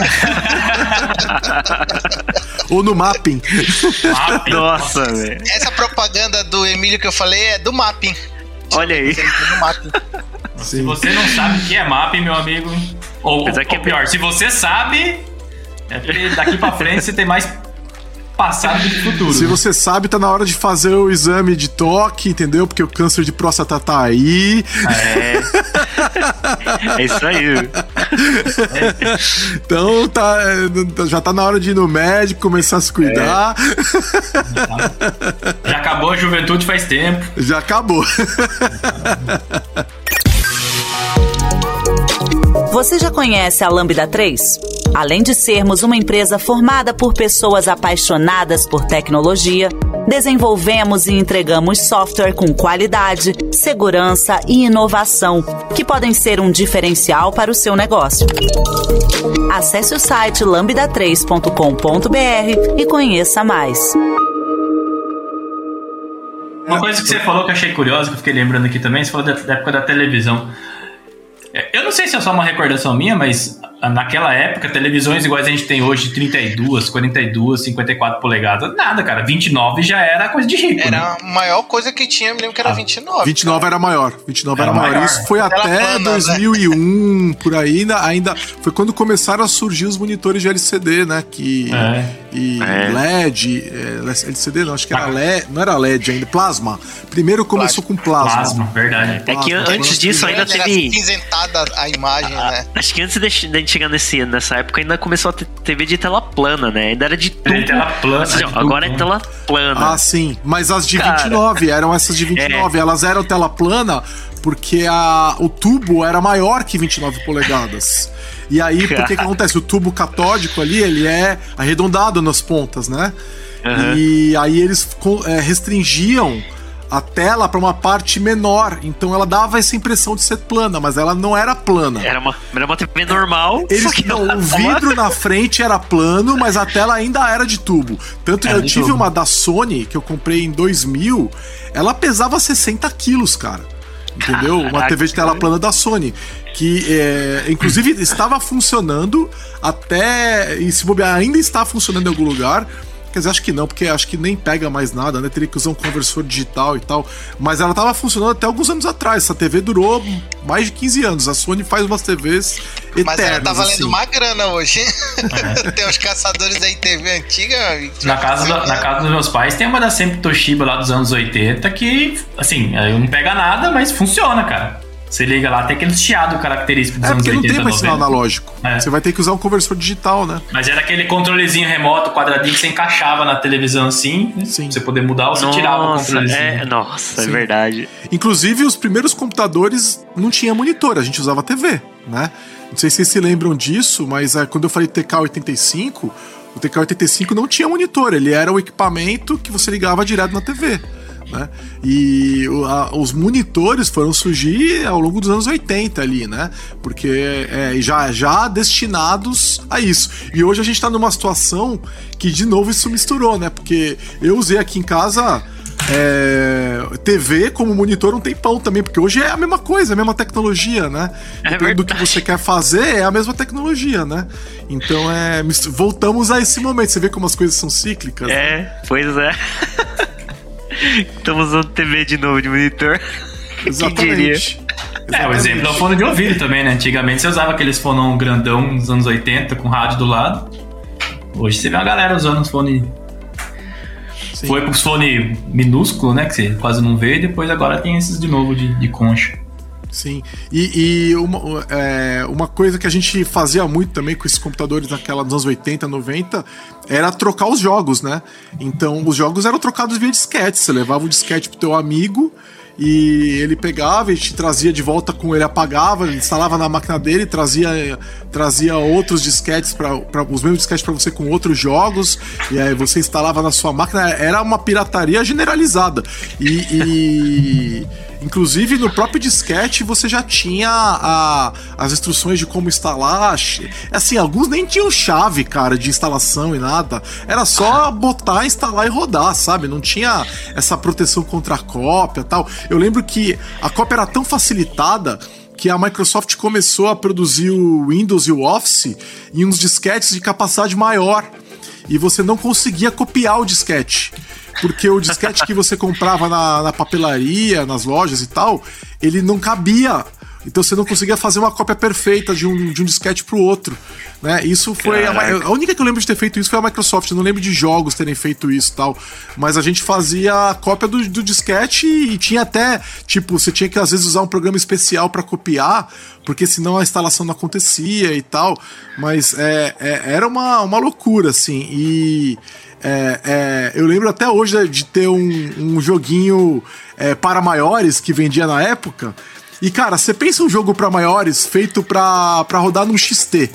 Speaker 2: Ou no Mapping.
Speaker 4: Nossa, velho.
Speaker 5: Essa propaganda do Emílio que eu falei é do Mapping.
Speaker 4: Olha aí.
Speaker 5: Do Mapping.
Speaker 3: Se você não sabe o que é mapping, meu amigo. Ou, ou,
Speaker 4: Apesar que
Speaker 3: ou
Speaker 4: é
Speaker 3: pior,
Speaker 4: bem-
Speaker 3: se você sabe, é porque daqui pra frente você tem mais passado do que futuro.
Speaker 2: Se você sabe, tá na hora de fazer o exame de toque, entendeu? Porque o câncer de próstata tá aí.
Speaker 4: É. É isso aí.
Speaker 2: Então tá, é, já tá na hora de ir no médico, começar a se cuidar.
Speaker 3: Já acabou a juventude faz tempo.
Speaker 2: Já acabou.
Speaker 1: Você já conhece a Lambda três? Além de sermos uma empresa formada por pessoas apaixonadas por tecnologia, desenvolvemos e entregamos software com qualidade, segurança e inovação, que podem ser um diferencial para o seu negócio. Acesse o site lambda três ponto com ponto b r e conheça mais.
Speaker 3: Uma coisa que você falou que eu achei curiosa, que eu fiquei lembrando aqui também, você falou da, da época da televisão. Eu não sei se é só uma recordação minha, mas naquela época, televisões iguais a gente tem hoje, trinta e duas, quarenta e duas, cinquenta e quatro polegadas, nada, cara. vinte e nove já era coisa de rico,
Speaker 5: Era
Speaker 3: né?
Speaker 5: a maior coisa que tinha, eu me lembro que era ah, vinte e nove.
Speaker 2: vinte e nove cara. Era maior. vinte e nove era, era maior. maior. Isso foi
Speaker 5: Aquela
Speaker 2: até
Speaker 5: plana,
Speaker 2: dois mil e um, né? Por aí, ainda, ainda. Foi quando começaram a surgir os monitores de L C D, né? Que, é. E é. L E D. É, L C D, não, acho que era L E D. Não era L E D ainda, plasma. Primeiro começou com plasma.
Speaker 3: Plasma, verdade.
Speaker 4: É que
Speaker 2: plasma,
Speaker 4: antes disso ainda teve.
Speaker 5: Era cinzentada a imagem, ah, né?
Speaker 4: Acho que antes de a gente chegar nesse, nessa época ainda começou a ter T V de tela plana, né? Ainda era de tubo. É,
Speaker 3: tela plana.
Speaker 4: Seja, agora é tela plana.
Speaker 2: Ah, sim. Mas as de Cara, vinte e nove, eram essas de vinte e nove. É. Elas eram tela plana porque a, o tubo era maior que vinte e nove polegadas. E aí, por que que acontece? O tubo catódico ali, ele é arredondado nas pontas, né? Uhum. E aí eles é, restringiam a tela para uma parte menor, então ela dava essa impressão de ser plana, mas ela não era plana.
Speaker 4: Era uma, era uma T V normal.
Speaker 2: Eles, não, o vidro na frente era plano, mas a tela ainda era de tubo. Tanto que eu tive tubo. uma da Sony, que eu comprei em dois mil, ela pesava sessenta quilos, cara. Entendeu? Caraca, uma T V de tela plana da Sony. Que, é, inclusive, estava funcionando até... E se bobear, ainda está funcionando em algum lugar. Quer dizer, acho que não, porque acho que nem pega mais nada, né? Teria que usar um conversor digital e tal. Mas ela tava funcionando até alguns anos atrás. Essa T V durou mais de quinze anos. A Sony faz umas T Vs eternas.
Speaker 5: Mas ela tá valendo
Speaker 2: assim.
Speaker 5: uma grana hoje. É. Tem uns caçadores aí T V antiga.
Speaker 3: Na casa, do, na casa dos meus pais tem uma da sempre Toshiba lá dos anos oitenta que, assim, não pega nada, mas funciona, cara. Você liga lá, tem aquele chiado característico dos
Speaker 2: é,
Speaker 3: anos oitenta,
Speaker 2: não tem mais sinal analógico.
Speaker 3: É.
Speaker 2: Você vai ter que usar um conversor digital, né?
Speaker 3: Mas era aquele controlezinho remoto, quadradinho, que você encaixava na televisão assim. Sim. Pra você poder mudar ou você nossa, tirava o controlezinho.
Speaker 4: É, nossa, Sim. é verdade.
Speaker 2: Inclusive, os primeiros computadores não tinha monitor, a gente usava T V, né? Não sei se vocês se lembram disso, mas é, quando eu falei T K oitenta e cinco, o T K oitenta e cinco não tinha monitor, ele era o equipamento que você ligava direto na T V. Né? E o, a, os monitores foram surgir ao longo dos anos oitenta ali, né? Porque é, já, já destinados a isso. E hoje a gente tá numa situação que de novo isso misturou, né? Porque eu usei aqui em casa é, T V como monitor um tempão também, porque hoje é a mesma coisa, a mesma tecnologia, né? É Dependendo do que você quer fazer, é a mesma tecnologia, né? Então é, voltamos a esse momento. Você vê como as coisas são cíclicas.
Speaker 4: É, né? Pois é. Estamos usando T V de novo de monitor.
Speaker 2: Exatamente.
Speaker 3: É, o exemplo é o fone de ouvido também, né? Antigamente você usava aqueles fonão grandão dos anos oitenta com rádio do lado. Hoje você vê a galera usando os fones. Foi pros fones minúsculos, né? Que você quase não vê, e depois agora tem esses de novo de, de concha.
Speaker 2: Sim, e, e uma, é, uma coisa que a gente fazia muito também com esses computadores naquela dos anos oitenta, noventa, era trocar os jogos, né? Então, os jogos eram trocados via disquete. Você levava o disquete pro teu amigo e ele pegava e te trazia de volta com ele, apagava, ele instalava na máquina dele, trazia, trazia outros disquetes, pra, pra, os mesmos disquetes para você com outros jogos, e aí você instalava na sua máquina. Era uma pirataria generalizada. E... e... Inclusive, no próprio disquete, você já tinha a, as instruções de como instalar. Assim, alguns nem tinham chave, cara, de instalação e nada. Era só botar, instalar e rodar, sabe? Não tinha essa proteção contra a cópia e tal. Eu lembro que a cópia era tão facilitada que a Microsoft começou a produzir o Windows e o Office em uns disquetes de capacidade maior. E você não conseguia copiar o disquete. Porque o disquete que você comprava na, na papelaria, nas lojas e tal, ele não cabia. Então você não conseguia fazer uma cópia perfeita de um, de um disquete pro outro, né? Isso foi... A, a única que eu lembro de ter feito isso foi a Microsoft. Eu não lembro de jogos terem feito isso e tal. Mas a gente fazia a cópia do, do disquete e tinha até... Tipo, você tinha que às vezes usar um programa especial pra copiar, porque senão a instalação não acontecia e tal. Mas é, é, era uma, uma loucura, assim. E... É, é, eu lembro até hoje de ter um, um joguinho é, para maiores que vendia na época. E cara, você pensa um jogo para maiores feito pra, pra rodar num X T,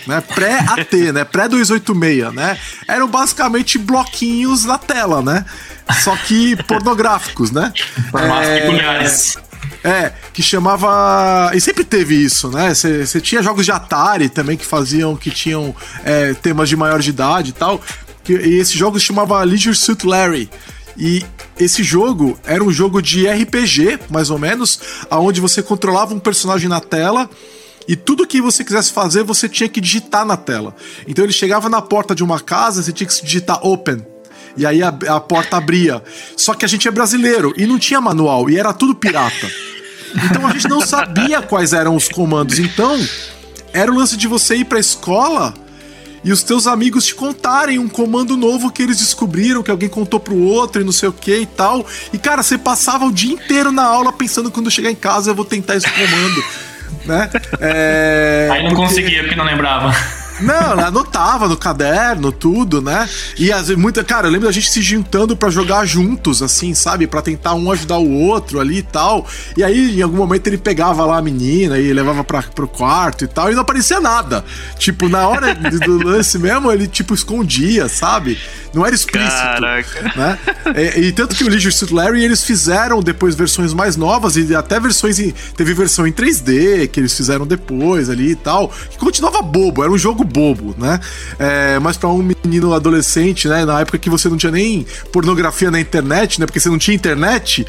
Speaker 2: né? Pré-A T, né? Pré-duzentos e oitenta e seis, né? Eram basicamente bloquinhos na tela, né? Só que pornográficos, né?
Speaker 3: Formatos
Speaker 2: é...
Speaker 3: peculiares.
Speaker 2: É, que chamava... E sempre teve isso, né? Você tinha jogos de Atari também que faziam, que tinham é, temas de maior de idade e tal. Que, e esse jogo se chamava Leisure Suit Larry. E esse jogo era um jogo de R P G, mais ou menos, onde você controlava um personagem na tela e tudo que você quisesse fazer, você tinha que digitar na tela. Então ele chegava na porta de uma casa, você tinha que digitar Open. E aí a, a porta abria. Só que a gente é brasileiro e não tinha manual, e era tudo pirata. Então a gente não sabia quais eram os comandos. Então era o lance de você ir pra escola e os teus amigos te contarem um comando novo que eles descobriram, que alguém contou pro outro e não sei o que e tal. E cara, você passava o dia inteiro na aula pensando, quando eu chegar em casa eu vou tentar esse comando. Né? É...
Speaker 3: Aí não
Speaker 2: porque...
Speaker 3: conseguia, porque não lembrava.
Speaker 2: Não, anotava no caderno, tudo, né? E as, muita, cara, eu lembro da gente se juntando pra jogar juntos, assim, sabe? Pra tentar um ajudar o outro ali e tal. E aí, em algum momento, ele pegava lá a menina e levava pra, pro quarto e tal, e não aparecia nada. Tipo, na hora do lance mesmo, ele, tipo, escondia, sabe? Não era explícito. Caraca. Né? E, e tanto que o Leisure Suit Larry, eles fizeram depois versões mais novas, e até versões em, teve versão em três D que eles fizeram depois ali e tal, que continuava bobo, era um jogo bobo, né? É, mas pra um menino adolescente, né, na época que você não tinha nem pornografia na internet, né, porque você não tinha internet,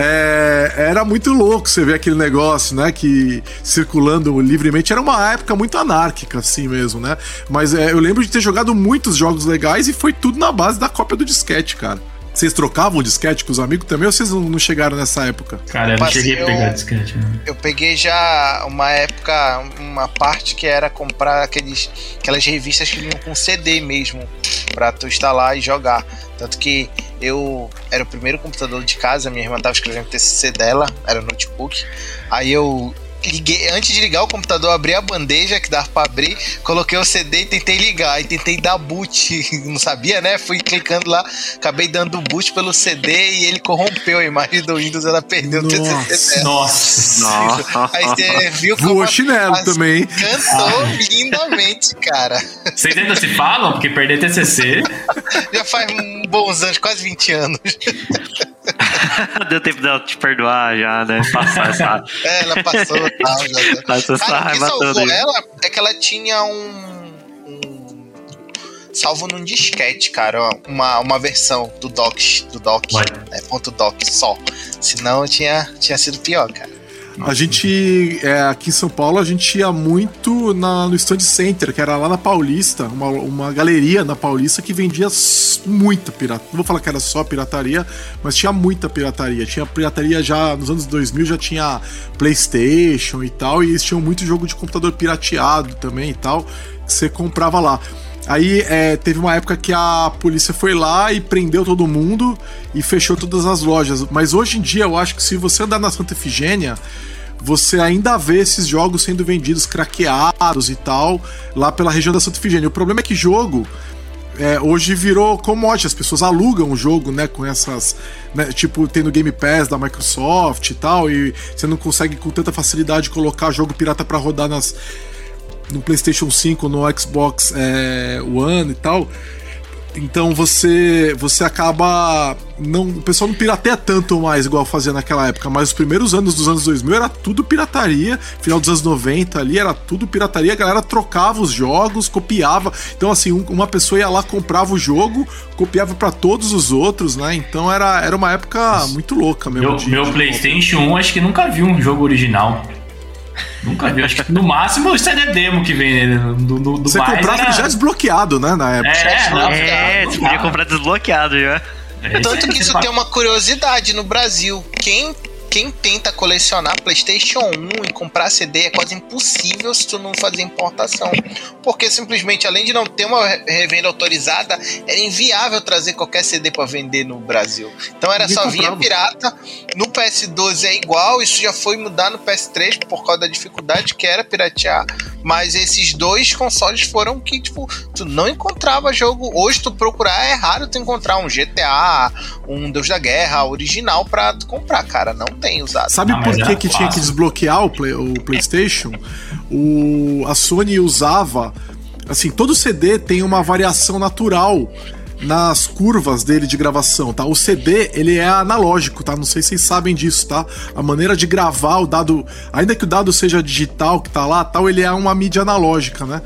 Speaker 2: é, era muito louco você ver aquele negócio, né, que circulando livremente. Era uma época muito anárquica, assim mesmo, né? Mas é, eu lembro de ter jogado muitos jogos legais e foi tudo na base da cópia do disquete, cara. Vocês trocavam o disquete com os amigos também, ou vocês não chegaram nessa época?
Speaker 3: Cara, eu não cheguei a pegar disquete. Né?
Speaker 5: Eu peguei já uma época, uma parte que era comprar aqueles, aquelas revistas que vinham com C D mesmo, pra tu instalar e jogar. Tanto que eu era o primeiro computador de casa, minha irmã tava escrevendo o T C C dela, era um notebook. Aí eu liguei, antes de ligar o computador, abri a bandeja que dava pra abrir, coloquei o C D e tentei ligar, e tentei dar boot, não sabia, né? Fui clicando lá, acabei dando boot pelo C D e ele corrompeu a imagem do Windows, ela perdeu o T C C dela.
Speaker 3: Nossa, nossa.
Speaker 5: Aí você viu como
Speaker 2: voou chinelo também.
Speaker 5: Cantou ah. lindamente, cara.
Speaker 3: Vocês ainda se falam? Porque perder T C C...
Speaker 5: Já faz um bons anos, quase vinte anos.
Speaker 4: Deu tempo dela te perdoar já, né? Passar essa...
Speaker 5: É, ela passou e tal. Já...
Speaker 4: Passou essa raiva toda. O que salvou
Speaker 5: ela é que ela tinha um... um... salvo num disquete, cara. Uma, uma versão do doc, do doc, né, ponto doc só. Senão tinha, tinha sido pior, cara.
Speaker 2: A gente, é, aqui em São Paulo, a gente ia muito na, no Stand Center, que era lá na Paulista, uma, uma galeria na Paulista que vendia muita pirataria. Não vou falar que era só pirataria, mas tinha muita pirataria. Tinha pirataria já nos anos dois mil, já tinha PlayStation e tal, e eles tinham muito jogo de computador pirateado também e tal, que você comprava lá. Aí é, teve uma época que a polícia foi lá e prendeu todo mundo e fechou todas as lojas. Mas hoje em dia eu acho que se você andar na Santa Efigênia, você ainda vê esses jogos sendo vendidos craqueados e tal, lá pela região da Santa Efigênia. O problema é que jogo é, hoje virou commodity, as pessoas alugam o jogo, né, com essas, né, tipo, tem no Game Pass da Microsoft e tal, e você não consegue com tanta facilidade colocar jogo pirata pra rodar nas... no PlayStation cinco, no Xbox é, One e tal. Então você você acaba não, o pessoal não pirateia tanto mais igual fazia naquela época, mas os primeiros anos dos anos dois mil era tudo pirataria, final dos anos noventa ali era tudo pirataria, a galera trocava os jogos, copiava. Então assim, um, uma pessoa ia lá, comprava o jogo, copiava pra todos os outros, né? Então era, era uma época muito louca mesmo.
Speaker 3: Meu,
Speaker 2: de,
Speaker 3: meu
Speaker 2: de
Speaker 3: PlayStation um acho que nunca vi um jogo original. Nunca vi, acho que no máximo o C D demo que vem nele. Do, do, do
Speaker 2: você comprava era... já desbloqueado, né, na época.
Speaker 3: É, não,
Speaker 4: é, você podia comprar desbloqueado já.
Speaker 5: É, tanto que isso tem uma curiosidade no Brasil. Quem, quem tenta colecionar PlayStation um e comprar C D é quase impossível se tu não fazer importação. Porque simplesmente, além de não ter uma revenda autorizada, era inviável trazer qualquer C D pra vender no Brasil. Então era só vinha pirata. No P S doze é igual, isso já foi mudar no P S três por causa da dificuldade que era piratear. Mas esses dois consoles foram que, tipo, tu não encontrava jogo. Hoje tu procurar, é raro tu encontrar um G T A, um Deus da Guerra original pra tu comprar, cara. Não tem usado.
Speaker 2: Sabe
Speaker 3: não,
Speaker 2: por que,
Speaker 3: é
Speaker 2: que tinha que desbloquear o, play, o PlayStation? O, a Sony usava assim, todo C D tem uma variação natural nas curvas dele de gravação, tá? O C D, ele é analógico, tá? Não sei se vocês sabem disso, tá? A maneira de gravar o dado, ainda que o dado seja digital, que tá lá, tal, ele é uma mídia analógica, né?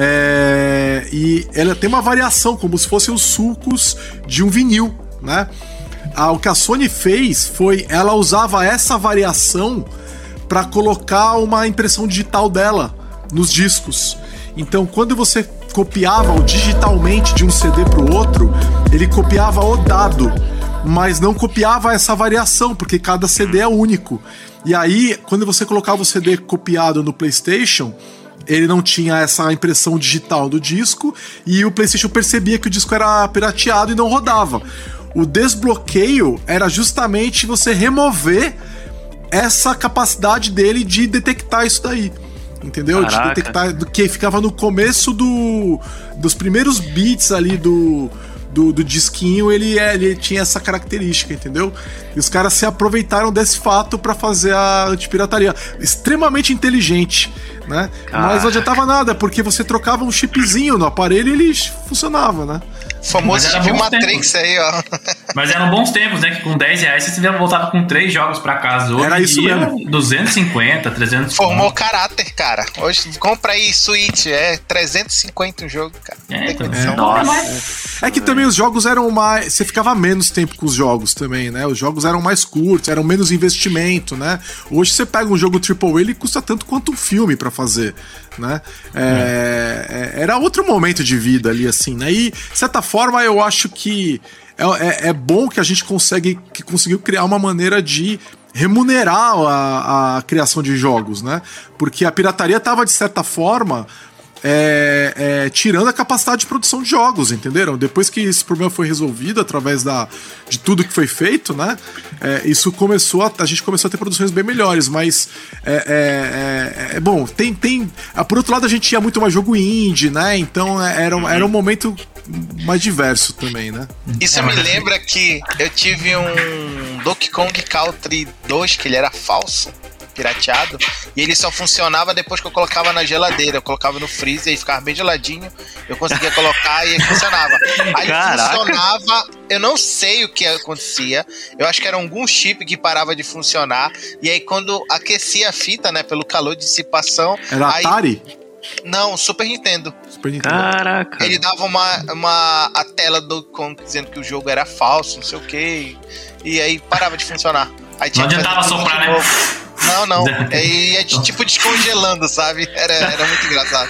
Speaker 2: É... E ela tem uma variação, como se fossem os sulcos de um vinil, né? Ah, o que a Sony fez foi, ela usava essa variação para colocar uma impressão digital dela nos discos. Então, quando você copiava o digitalmente de um C D pro outro, ele copiava o dado, mas não copiava essa variação, porque cada C D é único. E aí, quando você colocava o C D copiado no PlayStation, ele não tinha essa impressão digital do disco, e o PlayStation percebia que o disco era pirateado e não rodava. O desbloqueio era justamente você remover essa capacidade dele de detectar isso daí. Entendeu?
Speaker 4: Caraca.
Speaker 2: De detectar, do que ficava no começo do, dos primeiros bits ali do, do, do disquinho, ele, é, ele tinha essa característica, entendeu? E os caras se aproveitaram desse fato pra fazer a antipirataria. Extremamente inteligente, né?
Speaker 4: Caraca.
Speaker 2: Mas não adiantava nada, porque você trocava um chipzinho no aparelho e ele funcionava, né?
Speaker 5: O famoso chip Matrix
Speaker 3: tempos.
Speaker 5: aí, ó.
Speaker 3: Mas eram bons tempos, né? Que com dez reais você voltava com três jogos pra casa. Hoje
Speaker 2: Era isso
Speaker 3: dia,
Speaker 2: mesmo.
Speaker 3: duzentos e cinquenta, trezentos.
Speaker 5: Formou caráter, cara. Hoje, compra aí Switch, é trezentos e cinquenta um jogo, cara. Não
Speaker 3: É,
Speaker 5: tem
Speaker 3: então,
Speaker 5: condição.
Speaker 4: Nossa.
Speaker 2: É que também os jogos eram mais... Você ficava menos tempo com os jogos também, né? Os jogos eram mais curtos, eram menos investimento, né? Hoje você pega um jogo triplo A, ele custa tanto quanto um filme pra fazer, né? É, é, era outro momento de vida ali, assim, né? E, de certa forma, eu acho que é, é, é bom que a gente consegue, que conseguiu criar uma maneira de remunerar a, a criação de jogos, né? Porque a pirataria estava, de certa forma... É, é, tirando a capacidade de produção de jogos, entenderam? Depois que esse problema foi resolvido através da, de tudo que foi feito, né? É, isso começou a, a gente começou a ter produções bem melhores, mas é, é, é, é bom, tem, tem por outro lado a gente tinha muito mais jogo indie, né? Então era, era um momento mais diverso também, né?
Speaker 5: Isso me lembra que eu tive um Donkey Kong Country dois, que ele era falso, pirateado, e ele só funcionava depois que eu colocava na geladeira. Eu colocava no freezer e ficava bem geladinho, eu conseguia colocar e ele funcionava. Aí ele funcionava, eu não sei o que acontecia, eu acho que era algum chip que parava de funcionar, e aí quando aquecia a fita, né, pelo calor de dissipação...
Speaker 2: Era
Speaker 5: aí...
Speaker 2: Atari?
Speaker 5: Não, Super Nintendo.
Speaker 2: Super Nintendo.
Speaker 4: Caraca.
Speaker 5: Ele dava uma, uma a tela do Kong dizendo que o jogo era falso, não sei o que, e aí parava de funcionar. Aí
Speaker 3: Não adiantava soprar, né?
Speaker 5: Não, não. Aí é de, tipo descongelando, sabe? Era, era muito engraçado.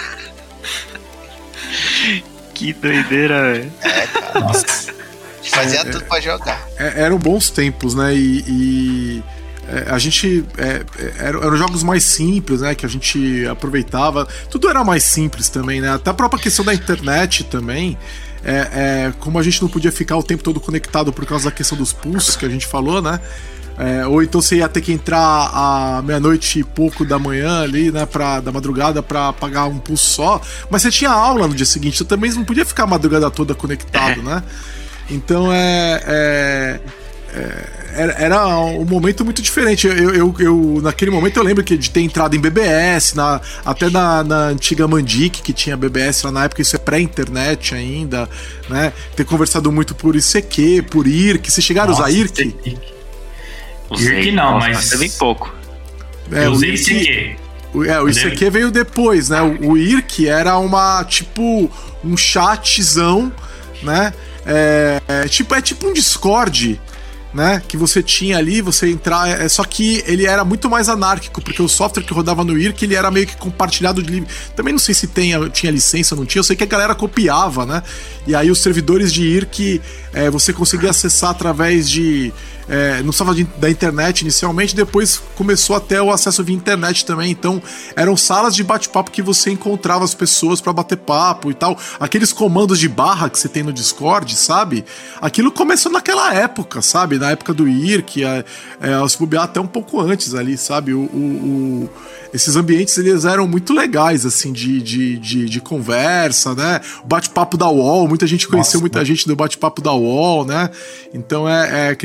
Speaker 4: Que doideira, velho.
Speaker 5: É, cara.
Speaker 3: Nossa.
Speaker 5: Fazia
Speaker 2: É,
Speaker 5: tudo pra jogar.
Speaker 2: É, eram bons tempos, né? E, e é, a gente. É, eram, eram jogos mais simples, né? Que a gente aproveitava. Tudo era mais simples também, né? Até a própria questão da internet também. É, é, como a gente não podia ficar o tempo todo conectado por causa da questão dos pulsos que a gente falou, né? É, ou então você ia ter que entrar à meia-noite e pouco da manhã ali, né, pra, da madrugada pra pagar um pulso só, mas você tinha aula no dia seguinte, você também não podia ficar a madrugada toda conectado, né? Então é, é, é era, era um momento muito diferente. Eu, eu, eu, naquele momento eu lembro que de ter entrado em B B S, na, até na, na antiga Mandic, que tinha B B S lá na época, isso é pré-internet ainda, né? Ter conversado muito por I C Q, por I R C. Vocês chegaram
Speaker 3: Nossa,
Speaker 2: a usar I R C?
Speaker 3: I R C não,
Speaker 4: Nossa,
Speaker 3: mas...
Speaker 4: é bem pouco.
Speaker 2: É,
Speaker 3: eu
Speaker 2: o
Speaker 3: usei
Speaker 2: I
Speaker 3: I
Speaker 2: R C,
Speaker 3: C Q.
Speaker 2: o, é, o I C Q veio depois, né? O, o I R C era uma, tipo, um chatzão, né? É, é, tipo, é tipo um Discord, né, que você tinha ali, você entrar, é, só que ele era muito mais anárquico, porque o software que rodava no I R C, ele era meio que compartilhado de livre. Também não sei se tem, tinha licença, não tinha, eu sei que a galera copiava, né, e aí os servidores de I R C, é, você conseguia acessar através de... É, não precisava de, da internet inicialmente, depois começou até o acesso via internet também, então eram salas de bate-papo que você encontrava as pessoas pra bater papo e tal, aqueles comandos de barra que você tem no Discord, sabe? Aquilo começou naquela época, sabe? Na época do I R C, é, é, se bobear até um pouco antes ali, sabe? O, o, o, esses ambientes, eles eram muito legais, assim, de, de, de, de conversa, né? O bate-papo da U O L, muita gente conheceu, Nossa, muita né? gente do bate-papo da U O L, né? Então é, é aquele momento de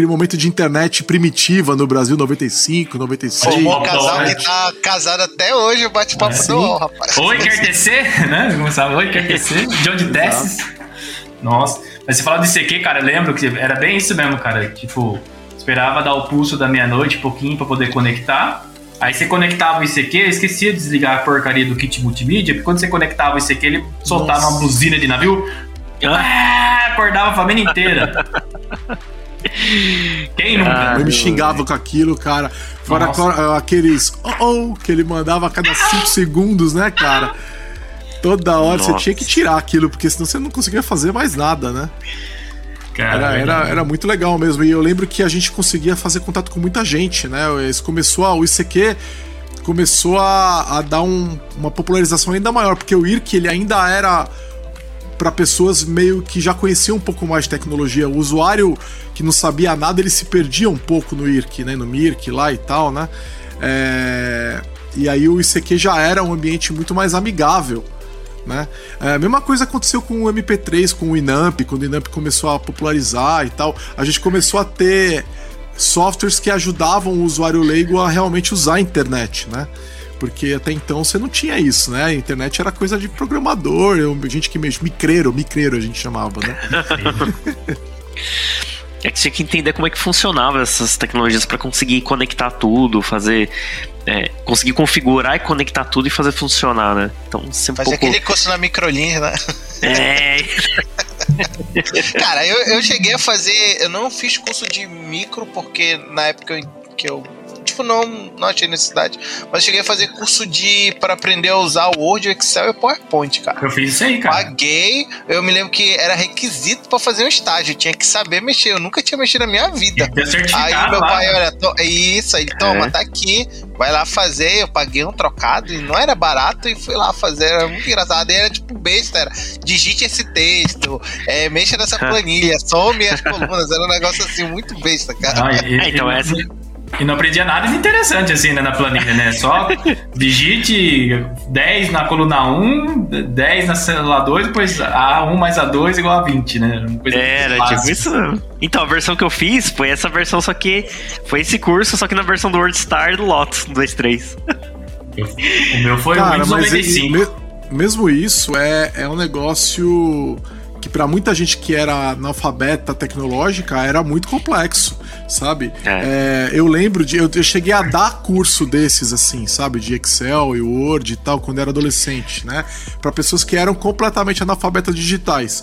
Speaker 2: de internet primitiva no Brasil, noventa e cinco, noventa e seis.
Speaker 5: Formou um casal que tá casado até hoje, o bate-papo é, do U O L, rapaz.
Speaker 3: Oi, quer tecer? Né? Começava, oi, quer tecer? De onde desce? Nossa, mas você falou de I C Q, cara, eu lembro que era bem isso mesmo, cara. Tipo, esperava dar o pulso da meia-noite, pouquinho, pra poder conectar. Aí você conectava o I C Q, eu esquecia de desligar a porcaria do kit multimídia, porque quando você conectava o I C Q, ele soltava Nossa. uma buzina de navio. Ah, acordava a família inteira. Quem nunca?
Speaker 2: Ah, eu me xingava com aquilo, cara. Fora Nossa. aqueles oh, oh que ele mandava a cada cinco segundos, né, cara? Toda hora Nossa. você tinha que tirar aquilo, porque senão você não conseguia fazer mais nada, né? Cara, era, era, era muito legal mesmo. E eu lembro que a gente conseguia fazer contato com muita gente, né? Isso começou a, o I C Q começou a, a dar um, uma popularização ainda maior, porque o I R C ele ainda era para pessoas meio que já conheciam um pouco mais de tecnologia. O usuário que não sabia nada, ele se perdia um pouco no I R C, né? No M I R C lá e tal, né? É... E aí o I C Q já era um ambiente muito mais amigável, né? É, a mesma coisa aconteceu com o M P três, com o Winamp, quando o Winamp começou a popularizar e tal. A gente começou a ter softwares que ajudavam o usuário leigo a realmente usar a internet, né? Porque até então você não tinha isso, né? A internet era coisa de programador, eu, gente que mexe, micreiro, micreiro a gente chamava, né?
Speaker 4: É que tinha que entender como é que funcionava essas tecnologias para conseguir conectar tudo, fazer... É, conseguir configurar e conectar tudo e fazer funcionar, né? Então, sempre
Speaker 5: fazer
Speaker 4: um pouco...
Speaker 5: aquele curso na Microlinha, né?
Speaker 4: É...
Speaker 5: Cara, eu, eu cheguei a fazer... Eu não fiz curso de micro, porque na época que eu... Tipo, não, não achei necessidade. Mas eu cheguei a fazer curso de... Pra aprender a usar o Word, o Excel e o PowerPoint, cara.
Speaker 3: Eu fiz isso aí, cara.
Speaker 5: Paguei. Eu me lembro que era requisito pra fazer um estágio. Eu tinha que saber mexer. Eu nunca tinha mexido na minha vida. Aí meu lá, pai, olha... To... Isso, aí toma, é. tá aqui... Vai lá fazer, eu paguei um trocado e não era barato e fui lá fazer, era muito engraçado. E era tipo besta, era digite esse texto, é, mexa nessa planilha, some as colunas, era um negócio assim muito besta, cara.
Speaker 3: Ah, e,
Speaker 4: é, então essa...
Speaker 3: E não aprendia nada de interessante assim, né, na planilha, né? Só digite dez na coluna um, dez na célula dois, depois A um mais A dois igual a vinte, né?
Speaker 4: Era, tipo isso. Então, a versão que eu fiz foi essa versão, só que foi esse curso, só que na versão do WordStar e do Lotus, do dois ponto três.
Speaker 3: O meu foi o Windows noventa e cinco.
Speaker 2: Me, mesmo isso é, é um negócio... que pra muita gente que era analfabeta tecnológica era muito complexo, sabe? É. É, eu lembro de... Eu, eu cheguei a dar curso desses, assim, sabe? De Excel e Word e tal, quando eu era adolescente, né? Pra pessoas que eram completamente analfabetas digitais.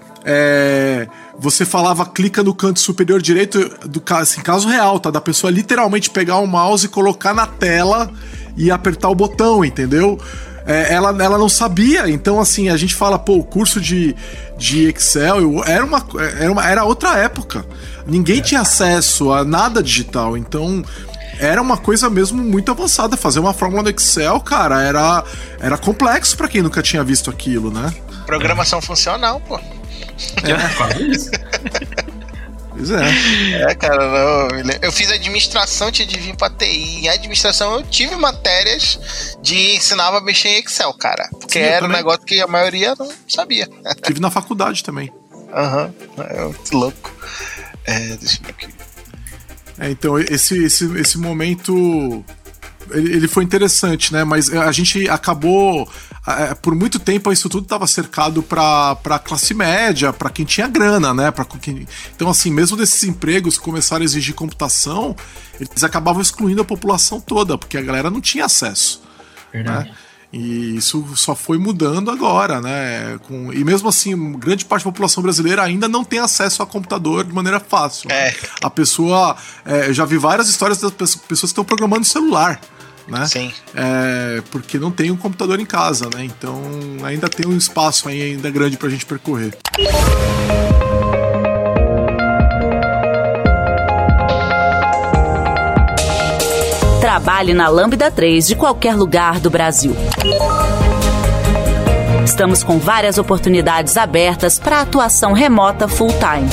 Speaker 2: É, você falava, clica no canto superior direito, do assim, caso real, tá? Da pessoa literalmente pegar o mouse e colocar na tela e apertar o botão, entendeu? É, ela, ela não sabia, então assim, a gente fala, pô, o curso de, de Excel era, uma, era, uma, era outra época. Ninguém tinha acesso a nada digital, então era uma coisa mesmo muito avançada. Fazer uma fórmula no Excel, cara, era, era complexo pra quem nunca tinha visto aquilo, né?
Speaker 5: Programação funcional, pô.
Speaker 2: É, quase isso. Pois é.
Speaker 5: É, cara, não, eu fiz administração antes de vir pra T I. Em administração eu tive matérias de ensinava a mexer em Excel, cara. Porque Sim, era um negócio que a maioria não sabia.
Speaker 2: Tive na faculdade também.
Speaker 5: Aham, uhum, é muito louco. É, deixa eu ver aqui.
Speaker 2: É, então, esse, esse, esse momento... Ele, ele foi interessante, né? Mas a gente acabou... É, por muito tempo isso tudo estava cercado para para classe média, para quem tinha grana, né? Pra quem... Então, assim, mesmo desses empregos que começaram a exigir computação, eles acabavam excluindo a população toda, porque a galera não tinha acesso. Verdade. Né? E isso só foi mudando agora, né? Com... E mesmo assim, grande parte da população brasileira ainda não tem acesso a computador de maneira fácil.
Speaker 5: É.
Speaker 2: Né? A pessoa... É, eu já vi várias histórias das pessoas que estão programando celular. Né?
Speaker 5: Sim.
Speaker 2: É, porque não tem um computador em casa, né? Então ainda tem um espaço aí ainda grande pra gente percorrer.
Speaker 1: Trabalhe na Lambda três de qualquer lugar do Brasil. Estamos com várias oportunidades abertas para atuação remota full-time.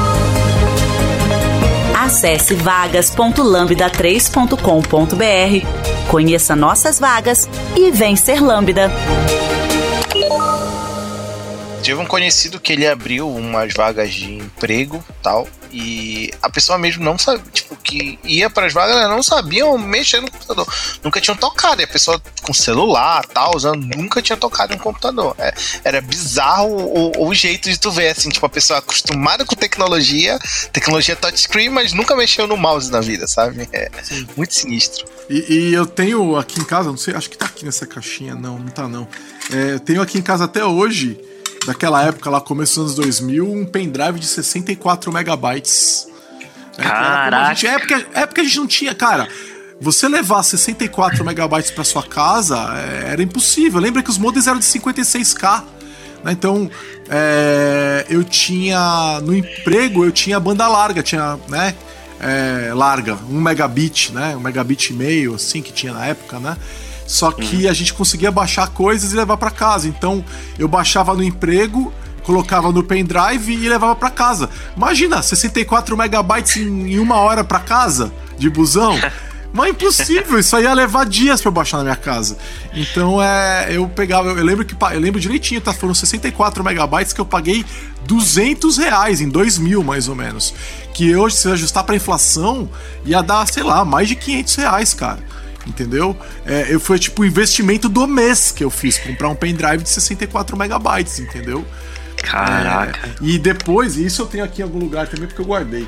Speaker 1: Acesse vagas ponto lambda três ponto com ponto b r, conheça nossas vagas e vem ser Lambda.
Speaker 5: tive um conhecido que ele abriu umas vagas de emprego e tal, e a pessoa mesmo não sabia, tipo, que ia pras vagas, elas não sabiam mexer no computador, nunca tinham tocado, e a pessoa com celular, tal, usando, nunca tinha tocado em um computador. É, era bizarro o, o jeito de tu ver, assim, tipo, a pessoa acostumada com tecnologia, tecnologia touchscreen, mas nunca mexeu no mouse na vida, sabe? É muito sinistro.
Speaker 2: E, e eu tenho aqui em casa, não sei, acho que tá aqui nessa caixinha, não, não tá não. É, eu tenho aqui em casa até hoje, daquela época lá, começo dos anos dois mil, um pendrive de sessenta e quatro megabytes.
Speaker 4: Caraca!
Speaker 2: É, gente, é, porque, é porque a gente não tinha, cara, você levar sessenta e quatro megabytes pra sua casa é, era impossível. Lembra que os modems eram de cinquenta e seis K, né? Então, é, eu tinha, no emprego, eu tinha banda larga, tinha, né, é, larga, um megabit, né, um megabit e meio, assim, que tinha na época, né? Só que a gente conseguia baixar coisas e levar pra casa. Então, eu baixava no emprego, colocava no pendrive e levava pra casa. Imagina, sessenta e quatro megabytes em, em uma hora pra casa, de busão. Mas é impossível, isso aí ia levar dias pra eu baixar na minha casa. Então, é, eu pegava, eu lembro que eu lembro direitinho, tá? Foram sessenta e quatro megabytes que eu paguei duzentos reais, em dois mil mais ou menos. Que hoje, se ajustar pra inflação, ia dar, sei lá, mais de quinhentos reais, cara. Entendeu? É, eu foi tipo o investimento do mês que eu fiz, comprar um pendrive de sessenta e quatro megabytes, entendeu?
Speaker 4: Caraca.
Speaker 2: É, e depois, isso eu tenho aqui em algum lugar também porque eu guardei.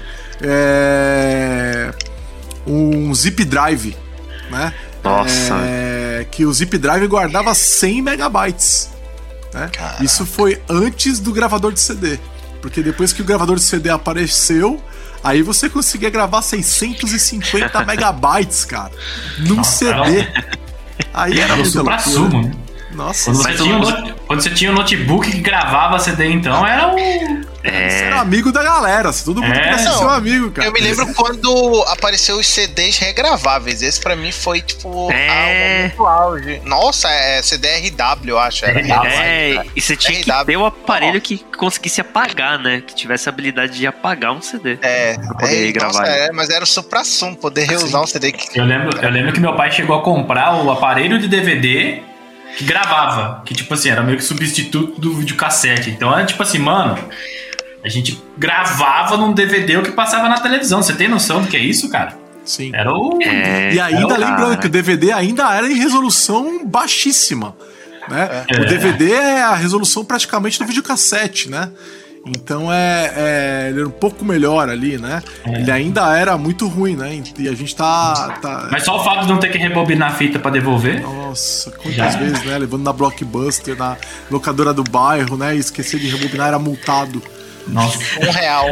Speaker 2: É, um zip drive, né?
Speaker 4: Nossa.
Speaker 2: É, que o zip drive guardava cem megabytes. Né? Isso foi antes do gravador de C D. Porque depois que o gravador de C D apareceu, aí você conseguia gravar seiscentos e cinquenta megabytes, cara, num
Speaker 3: Nossa,
Speaker 2: C D. Aí era muito
Speaker 3: supra-sumo, né?
Speaker 2: Nossa,
Speaker 3: Quando você, tinha um, note- quando você tinha um notebook que gravava C D, então era um.
Speaker 2: É... Você era amigo da galera, todo mundo
Speaker 3: É.
Speaker 2: queria ser seu amigo, cara.
Speaker 5: Eu me lembro quando apareceu os C Ds regraváveis. Esse pra mim foi, tipo,
Speaker 4: É.
Speaker 5: ah, o auge. Nossa, é C D R W, eu acho. Era
Speaker 4: É, e você tinha que
Speaker 5: R W.
Speaker 4: ter o aparelho que conseguisse apagar, né? Que tivesse a habilidade de apagar um C D.
Speaker 5: É,
Speaker 4: Pra poder
Speaker 5: é
Speaker 4: gravar.
Speaker 5: nossa, é, mas era o supra-sumo, poder reusar um C D que...
Speaker 3: Eu lembro, eu lembro que meu pai chegou a comprar o aparelho de D V D que gravava. Que, tipo assim, era meio que substituto do videocassete. Então era tipo assim, mano, a gente gravava num D V D o que passava na televisão. Você tem noção do que é isso, cara?
Speaker 2: Sim.
Speaker 3: Era o.
Speaker 4: É,
Speaker 2: E ainda
Speaker 3: é o-
Speaker 2: lembrando que o D V D ainda era em resolução baixíssima, né? O D V D é a resolução praticamente do videocassete, né? Então é, é ele era um pouco melhor ali, né?
Speaker 3: É.
Speaker 2: Ele ainda era muito ruim, né? E a gente tá, tá...
Speaker 3: Mas só o fato de não ter que rebobinar a fita pra devolver.
Speaker 2: Nossa, quantas
Speaker 3: Já.
Speaker 2: vezes, né? Levando na Blockbuster, na locadora do bairro, né? E esquecer de rebobinar, era multado.
Speaker 3: Nossa,
Speaker 5: Um real.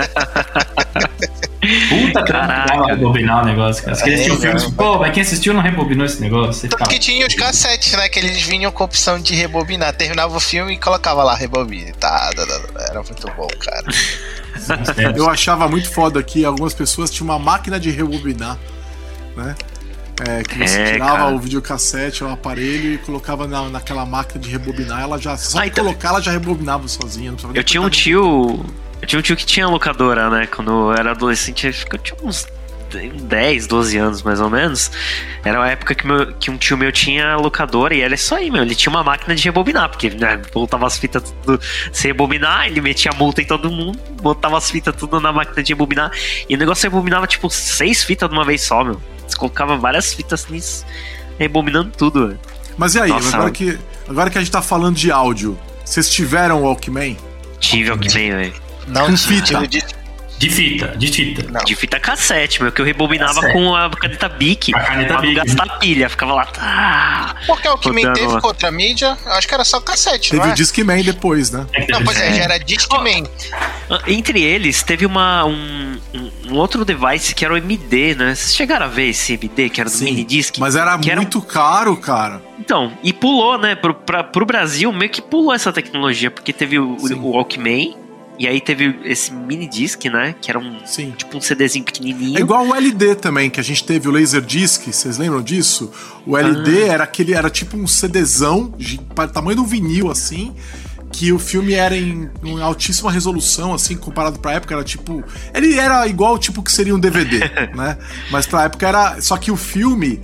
Speaker 3: puta
Speaker 4: Caraca.
Speaker 3: trampo pra rebobinar o negócio, cara. Você queria assistir o filme,
Speaker 5: não.
Speaker 3: pô, mas quem assistiu não rebobinou esse negócio. Você
Speaker 5: Tanto
Speaker 3: ficava...
Speaker 5: que tinha os cassetes, né? Que eles vinham com a opção de rebobinar. Terminava o filme e colocava lá, rebobina. Tá, tá, tá, era muito bom, cara.
Speaker 2: Eu achava muito foda que algumas pessoas tinham uma máquina de rebobinar, né? É, que você
Speaker 4: É,
Speaker 2: tirava
Speaker 4: cara.
Speaker 2: o videocassete, o aparelho e colocava na, naquela máquina de rebobinar, ela já, só
Speaker 4: Ah,
Speaker 2: de
Speaker 4: então-
Speaker 2: colocar, ela já rebobinava sozinha. Não precisava nem
Speaker 4: Eu tinha um
Speaker 2: apertar
Speaker 4: tio. Eu tinha um tio que tinha locadora, né? Quando eu era adolescente, acho que eu tinha uns dez, doze anos mais ou menos. Era uma época que, meu, que um tio meu tinha locadora e era isso aí, meu. Ele tinha uma máquina de rebobinar, porque né, voltava as fitas tudo sem rebobinar, ele metia multa em todo mundo, botava as fitas tudo na máquina de rebobinar. E o negócio rebobinava tipo seis fitas de uma vez só, meu. Você colocava várias fitas nisso, rebobinando tudo, velho.
Speaker 2: Mas e aí,
Speaker 4: Nossa,
Speaker 2: agora
Speaker 4: eu-
Speaker 2: que, agora que a gente tá falando de áudio, vocês tiveram o Walkman?
Speaker 4: Tive Walkman, velho.
Speaker 5: Não
Speaker 2: Com
Speaker 5: tinha.
Speaker 2: fita.
Speaker 5: De,
Speaker 3: De fita, de fita.
Speaker 5: não.
Speaker 4: De fita cassete, meu, que eu rebobinava
Speaker 3: Cassete.
Speaker 4: com a caneta Bic.
Speaker 3: A caneta
Speaker 4: pra não
Speaker 3: Bic.
Speaker 4: gastar pilha. Ficava lá. Tá.
Speaker 5: Porque o que me
Speaker 4: Rodando
Speaker 5: teve
Speaker 4: lá.
Speaker 5: com outra mídia, eu acho que era só cassete,
Speaker 2: Teve
Speaker 5: não
Speaker 2: o
Speaker 5: é?
Speaker 2: Discman depois, né?
Speaker 5: Não, pois é, já era Discman.
Speaker 4: Entre eles, teve uma, um, um- um outro device que era o M D, né? Vocês chegaram a ver esse M D, que era do
Speaker 2: Sim,
Speaker 4: mini disc?
Speaker 2: Mas era
Speaker 4: que
Speaker 2: muito caro, cara.
Speaker 4: Então, e pulou, né? Pro, pra, pro Brasil, meio que pulou essa tecnologia, porque teve o,
Speaker 2: Sim.
Speaker 4: o Walkman, e aí teve esse mini disc, né? Que era um
Speaker 2: Sim.
Speaker 4: tipo um CDzinho pequenininho.
Speaker 2: É igual o L D também, que a gente teve o Laserdisc, vocês lembram disso? O L D
Speaker 4: Ah.
Speaker 2: era aquele, era tipo um CDzão, de pa- tamanho de um vinil, assim, que o filme era em, em altíssima resolução, assim, comparado pra época, era tipo... Ele era igual tipo que seria um D V D, né? Mas pra época era... Só que o filme,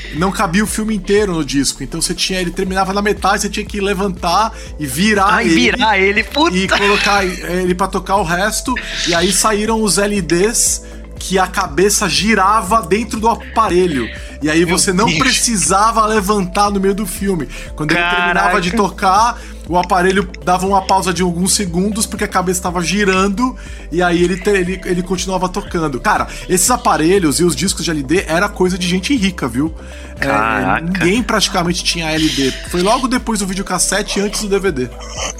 Speaker 2: não cabia o filme inteiro no disco. Então você tinha, ele terminava na metade, você tinha que levantar e virar
Speaker 4: Ai,
Speaker 2: ele.
Speaker 4: virar ele, puta.
Speaker 2: E colocar ele pra tocar o resto. E aí saíram os L E Ds que a cabeça girava dentro do aparelho. E aí Meu você não Deus. precisava levantar no meio do filme. Quando Caraca. ele terminava de tocar, o aparelho dava uma pausa de alguns segundos porque a cabeça estava girando e aí ele, ele, ele continuava tocando. Cara, esses aparelhos e os discos de L E D era coisa de gente rica, viu? É, ninguém praticamente tinha L E D. Foi logo depois do videocassete e antes do D V D.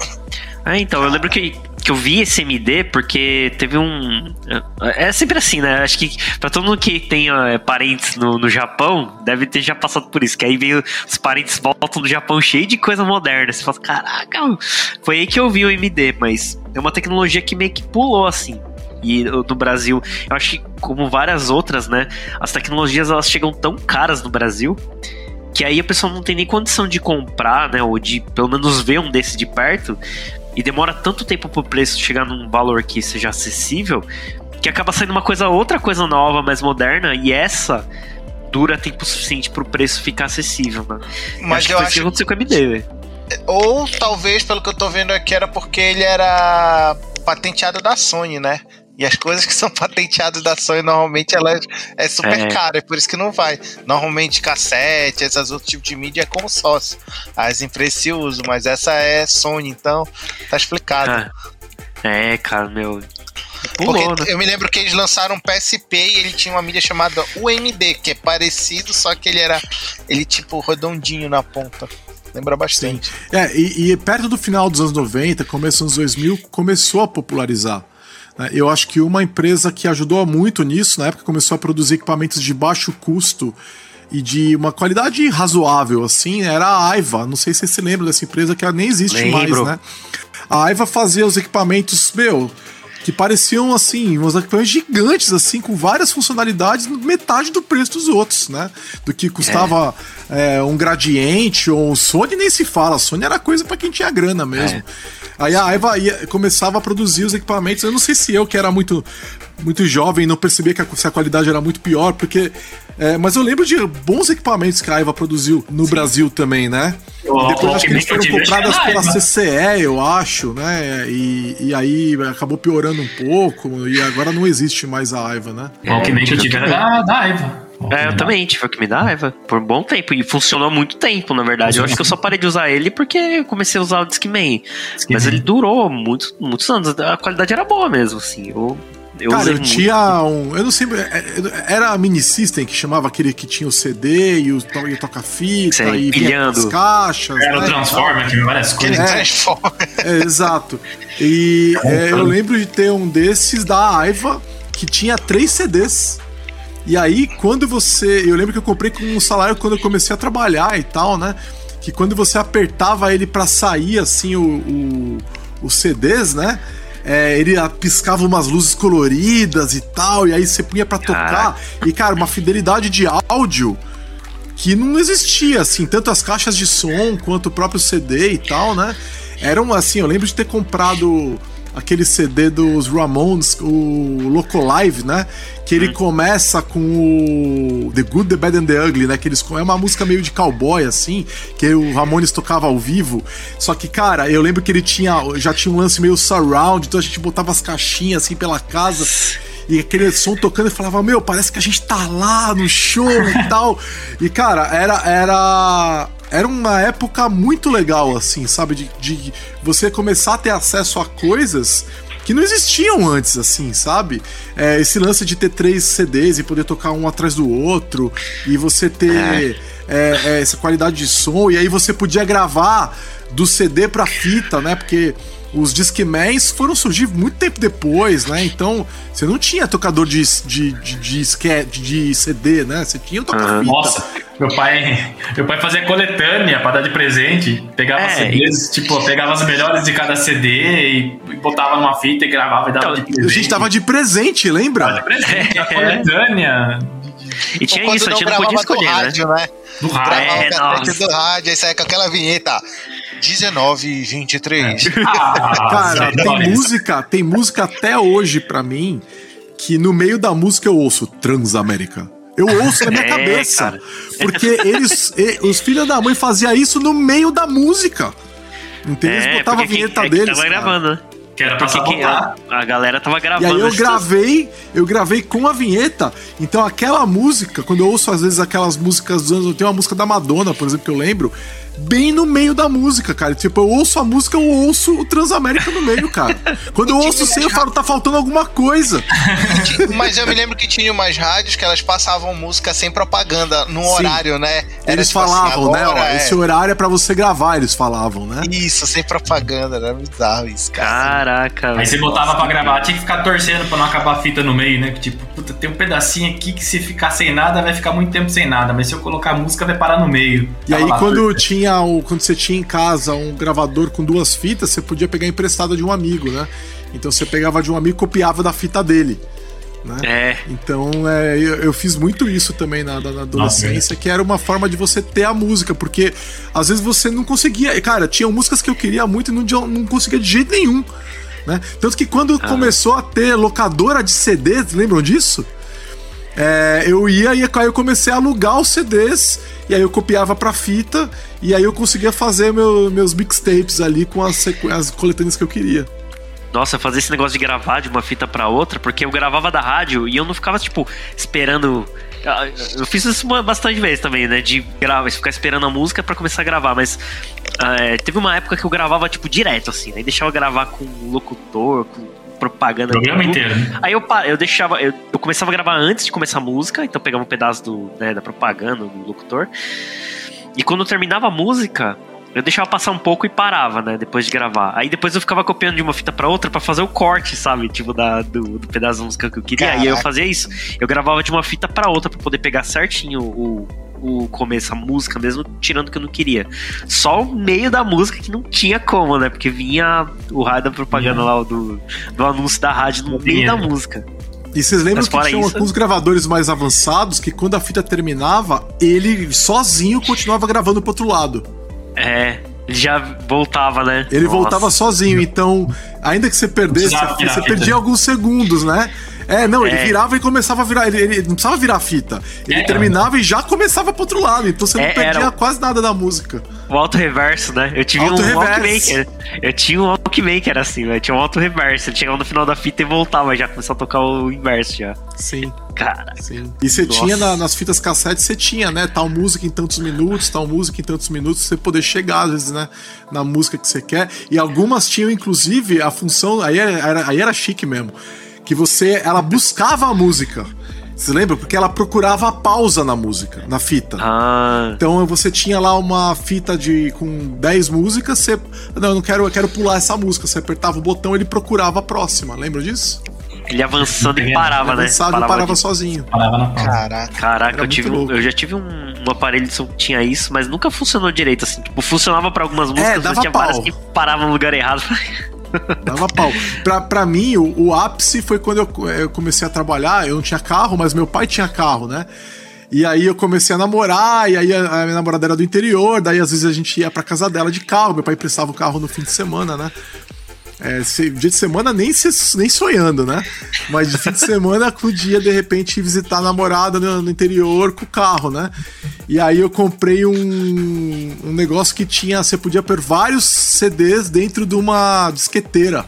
Speaker 4: É, então, eu lembro que, que eu vi esse M D porque teve um... É sempre assim, né? Acho que pra todo mundo que tem é, parentes no, no Japão, deve ter já passado por isso. Que aí veio, os parentes voltam do Japão cheio de coisa moderna. Você fala, caraca, foi aí que eu vi o M D. Mas é uma tecnologia que meio que pulou, assim. E no Brasil, eu acho que como várias outras, né? As tecnologias, elas chegam tão caras no Brasil... que aí a pessoa não tem nem condição de comprar, né? Ou de pelo menos ver um desse de perto. E demora tanto tempo pro preço chegar num valor que seja acessível, que acaba saindo uma coisa, outra coisa nova, mais moderna, e essa dura tempo suficiente pro preço ficar acessível, né?
Speaker 5: Mas
Speaker 4: acho
Speaker 5: eu
Speaker 4: que foi
Speaker 5: acho
Speaker 4: isso que aconteceu com o M D, velho.
Speaker 5: Ou talvez, pelo que eu tô vendo aqui, era porque ele era patenteado da Sony, né? E as coisas que são patenteadas da Sony, normalmente ela é super é. cara, é por isso que não vai. Normalmente cassete, esses outros tipos de mídia é como sócio. As empresas se usam, mas essa é Sony, então tá explicado.
Speaker 4: Ah. É, cara, meu... Pulou,
Speaker 5: Porque
Speaker 4: né?
Speaker 5: eu me lembro que eles lançaram um P S P e ele tinha uma mídia chamada U M D, que é parecido, só que ele era ele tipo redondinho na ponta. Lembra bastante.
Speaker 2: Sim. É, e, e perto do final dos anos noventa, começo dos anos dois mil, começou a popularizar. Eu acho que uma empresa que ajudou muito nisso, na época começou a produzir equipamentos de baixo custo e de uma qualidade razoável, assim, era a Aiva. Não sei se vocês se lembram dessa empresa, que ela nem existe
Speaker 4: Lembro.
Speaker 2: mais, né? A Aiva fazia os equipamentos, meu, que pareciam, assim, uns equipamentos gigantes, assim, com várias funcionalidades, metade do preço dos outros, né? Do que custava é. É, um Gradiente ou um Sony, nem se fala. A Sony era coisa pra quem tinha grana mesmo. É. Aí a Aiva ia, começava a produzir os equipamentos. Eu não sei se eu, que era muito, muito jovem, não percebia que a, se a qualidade era muito pior, porque... É, mas eu lembro de bons equipamentos que a Aiva produziu no Sim. Brasil também, né? Oh, depois oh, acho que eles foram compradas pela C C E, eu acho, né? E, e aí acabou piorando um pouco, e agora não existe mais a Aiva, né?
Speaker 3: O Walkman que eu tive era da, da Aiva.
Speaker 4: É, eu também tive o Walkman da Aiva por um bom tempo, e funcionou há muito tempo, na verdade. Eu acho que eu só parei de usar ele porque eu comecei a usar o Discman. Mas ele durou muitos, muitos anos, a qualidade era boa mesmo, assim. Eu, eu
Speaker 2: Cara, eu
Speaker 4: muito.
Speaker 2: tinha um... Eu não sei... Era a Mini System que chamava aquele que tinha o C D e o, o toca-fita
Speaker 4: Sei,
Speaker 2: e
Speaker 4: pilhando
Speaker 2: as caixas.
Speaker 3: Era
Speaker 2: né,
Speaker 3: o Transformer, que tinha várias coisas.
Speaker 2: É, é, exato. E é, eu lembro de ter um desses da Aiva que tinha três C Ds. E aí, quando você... Eu lembro que eu comprei com um salário quando eu comecei a trabalhar e tal, né? Que quando você apertava ele pra sair, assim, o, o, os C Ds, né? É, ele piscava umas luzes coloridas e tal, e aí você punha pra tocar. Caraca. E, cara, uma fidelidade de áudio que não existia, assim, tanto as caixas de som quanto o próprio C D e tal, né? Eram, assim, eu lembro de ter comprado aquele C D dos Ramones, o Loco Live, né? Que ele hum. começa com o The Good, The Bad and The Ugly, né? Que eles, é uma música meio de cowboy, assim, que o Ramones tocava ao vivo. Só que, cara, eu lembro que ele tinha, já tinha um lance meio surround, então a gente botava as caixinhas, assim, pela casa, e aquele som tocando e falava, meu, parece que a gente tá lá no show e tal. E, cara, era... era... Era uma época muito legal, assim, sabe? De, de você começar a ter acesso a coisas que não existiam antes, assim, sabe? É, esse lance de ter três C Ds e poder tocar um atrás do outro, e você ter é, é, essa qualidade de som, e aí você podia gravar do C D pra fita, né? Porque os Discmans foram surgir muito tempo depois, né? Então, você não tinha tocador de, de, de, de, de C D, né? Você tinha o toca-fita.
Speaker 3: Nossa, meu pai, meu pai fazia coletânea pra dar de presente. Pegava é, C Ds, tipo, pegava as melhores de cada C D e botava numa fita e gravava e dava então, de presente.
Speaker 2: A gente dava de presente, lembra?
Speaker 3: Dava de presente, a coletânea.
Speaker 4: E tinha isso, a gente não podia escolher,
Speaker 5: rádio, né?
Speaker 3: Do rádio,
Speaker 5: né?
Speaker 3: É,
Speaker 5: nossa. Do rádio, aí saia com aquela vinheta dezenove e vinte e três.
Speaker 2: Ah, cara, tem música, tem música até hoje pra mim que no meio da música eu ouço Transamérica. Eu ouço na minha é, cabeça. Cara. Porque eles, os filhos da mãe faziam isso no meio da música. Entendeu? Eles é, botavam a vinheta
Speaker 4: quem,
Speaker 2: deles.
Speaker 4: É tava gravando, né?
Speaker 3: Que era pra
Speaker 4: quem, a, a galera tava gravando.
Speaker 2: E aí eu gravei, eu gravei com a vinheta. Então aquela música, quando eu ouço às vezes aquelas músicas dos anos, tem uma música da Madonna, por exemplo, que eu lembro, bem no meio da música, cara. Tipo, eu ouço a música, eu ouço o Transamérica no meio, cara. Quando eu ouço sem, eu falo, tá faltando alguma coisa.
Speaker 5: Mas eu me lembro que tinha umas rádios que elas passavam música sem propaganda no horário, né? Era
Speaker 2: eles
Speaker 5: tipo
Speaker 2: falavam,
Speaker 5: assim,
Speaker 2: né? Ó,
Speaker 5: é...
Speaker 2: esse horário é pra você gravar, eles falavam, né?
Speaker 5: Isso, sem propaganda, era bizarro isso, cara.
Speaker 4: Caraca.
Speaker 3: Aí você botava nossa, pra gravar, tinha que ficar torcendo pra não acabar a fita no meio, né? Que tipo, puta, tem um pedacinho aqui que se ficar sem nada, vai ficar muito tempo sem nada. Mas se eu colocar a música, vai parar no meio.
Speaker 2: E aí quando tinha o... Quando você tinha em casa um gravador com duas fitas, você podia pegar emprestado de um amigo, né? Então você pegava de um amigo e copiava da fita dele, né?
Speaker 4: É.
Speaker 2: Então é, eu, eu fiz muito isso também na, na adolescência, que era uma forma de você ter a música, porque às vezes você não conseguia... Cara, tinham músicas que eu queria muito e não, não conseguia de jeito nenhum, né? Tanto que quando ah. começou a ter locadora de C Ds, lembram disso? É, eu ia e aí eu comecei a alugar os C Ds e aí eu copiava pra fita e aí eu conseguia fazer meu, meus mixtapes ali com as, as coletâneas que eu queria.
Speaker 4: Nossa, fazer esse negócio de gravar de uma fita pra outra, porque eu gravava da rádio e eu não ficava, tipo, esperando... Eu fiz isso bastante vezes também, né, de gravar, ficar esperando a música pra começar a gravar, mas é, teve uma época que eu gravava, tipo, direto, assim, aí deixava eu gravar com o locutor, com propaganda.
Speaker 3: O programa inteiro. Né?
Speaker 4: Aí eu, eu deixava, eu, eu começava a gravar antes de começar a música, então eu pegava um pedaço do, né, da propaganda, do locutor. E quando eu terminava a música, eu deixava passar um pouco e parava, né, depois de gravar. Aí depois eu ficava copiando de uma fita pra outra pra fazer o corte, sabe, tipo, da, do, do pedaço da música que eu queria. Caraca. E aí eu fazia isso. Eu gravava de uma fita pra outra pra poder pegar certinho o... o começo, a música mesmo, tirando o que eu não queria. Só o meio da música que não tinha como, né? Porque vinha o rádio da propaganda yeah. lá, do, do anúncio da rádio no meio yeah. da música.
Speaker 2: E vocês lembram que tinha alguns gravadores mais avançados que quando a fita terminava, ele sozinho continuava gravando pro outro lado.
Speaker 4: É, ele já voltava, né?
Speaker 2: Ele Nossa. voltava sozinho, então, ainda que você perdesse a fita, você perdia alguns segundos, né? É, não, ele é. virava e começava a virar. Ele, ele não precisava virar fita. Ele é, terminava é. e já começava pro outro lado. Então você não é, perdia era... quase nada da música.
Speaker 4: O auto reverso, né? Eu tive auto um Walkman. Eu tinha um Walkman que era assim, né? Tinha um auto reverso. Ele chegava no final da fita e voltava, já começou a tocar o inverso já.
Speaker 2: Sim.
Speaker 4: Cara.
Speaker 2: Sim. E você Nossa. tinha na, nas fitas cassete, você tinha, né? Tal música em tantos minutos, tal música em tantos minutos, pra você poder chegar, às vezes, né? Na música que você quer. E algumas tinham, inclusive, a função. Aí era, aí era chique mesmo. Que você, ela buscava a música. Você lembra? Porque ela procurava a pausa na música, na fita.
Speaker 4: Ah.
Speaker 2: Então você tinha lá uma fita de com dez músicas, você... Não, eu não quero, eu quero pular essa música. Você apertava o botão, ele procurava a próxima. Lembra disso?
Speaker 4: Ele avançando e parava,
Speaker 2: ele
Speaker 4: né?
Speaker 2: Avançava parava e parava de... sozinho.
Speaker 3: Parava na pausa.
Speaker 4: Caraca, Caraca eu, tive um, eu já tive um, um aparelho que tinha isso, mas nunca funcionou direito, assim. Tipo, funcionava pra algumas músicas,
Speaker 2: é, dava
Speaker 4: mas tinha
Speaker 2: pau.
Speaker 4: várias que paravam no lugar errado.
Speaker 2: Dava pau. Pra, pra mim, o, o ápice foi quando eu, eu comecei a trabalhar. Eu não tinha carro, mas meu pai tinha carro, né? E aí eu comecei a namorar, e aí a, a minha namorada era do interior, daí às vezes a gente ia pra casa dela de carro, meu pai prestava o carro no fim de semana, né? É, se, dia de semana nem, se, nem sonhando, né? Mas de fim de semana podia, de repente, visitar a namorada no, no interior com o carro, né? E aí eu comprei um, um negócio que tinha... Você podia pôr vários C Ds dentro de uma disqueteira.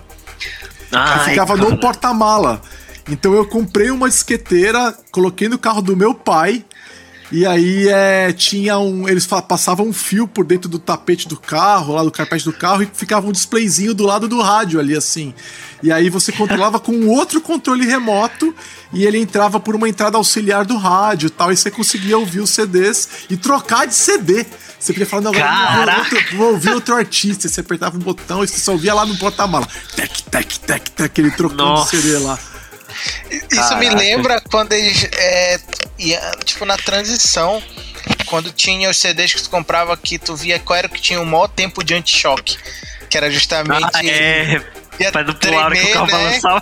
Speaker 2: Ai, que ficava cara. no porta-mala. Então eu comprei uma disqueteira, coloquei no carro do meu pai... E aí é, tinha um. Eles passavam um fio por dentro do tapete do carro, lá do carpete do carro, e ficava um displayzinho do lado do rádio ali, assim. E aí você controlava com outro controle remoto e ele entrava por uma entrada auxiliar do rádio e tal, e você conseguia ouvir os C Ds e trocar de C D. Você podia falar, não, agora vou ouvir, outro, vou ouvir outro artista. E você apertava um botão e você só ouvia lá no porta-mala. Tec, tec, tec, tec, ele trocando de C D lá.
Speaker 5: Isso Caraca. me lembra quando eles é, ia, tipo na transição, quando tinha os C Ds que tu comprava, que tu via qual era o que tinha o maior tempo de anti-choque, que era justamente
Speaker 4: ah, é, pra não pular que o carro
Speaker 5: né?
Speaker 4: balançava.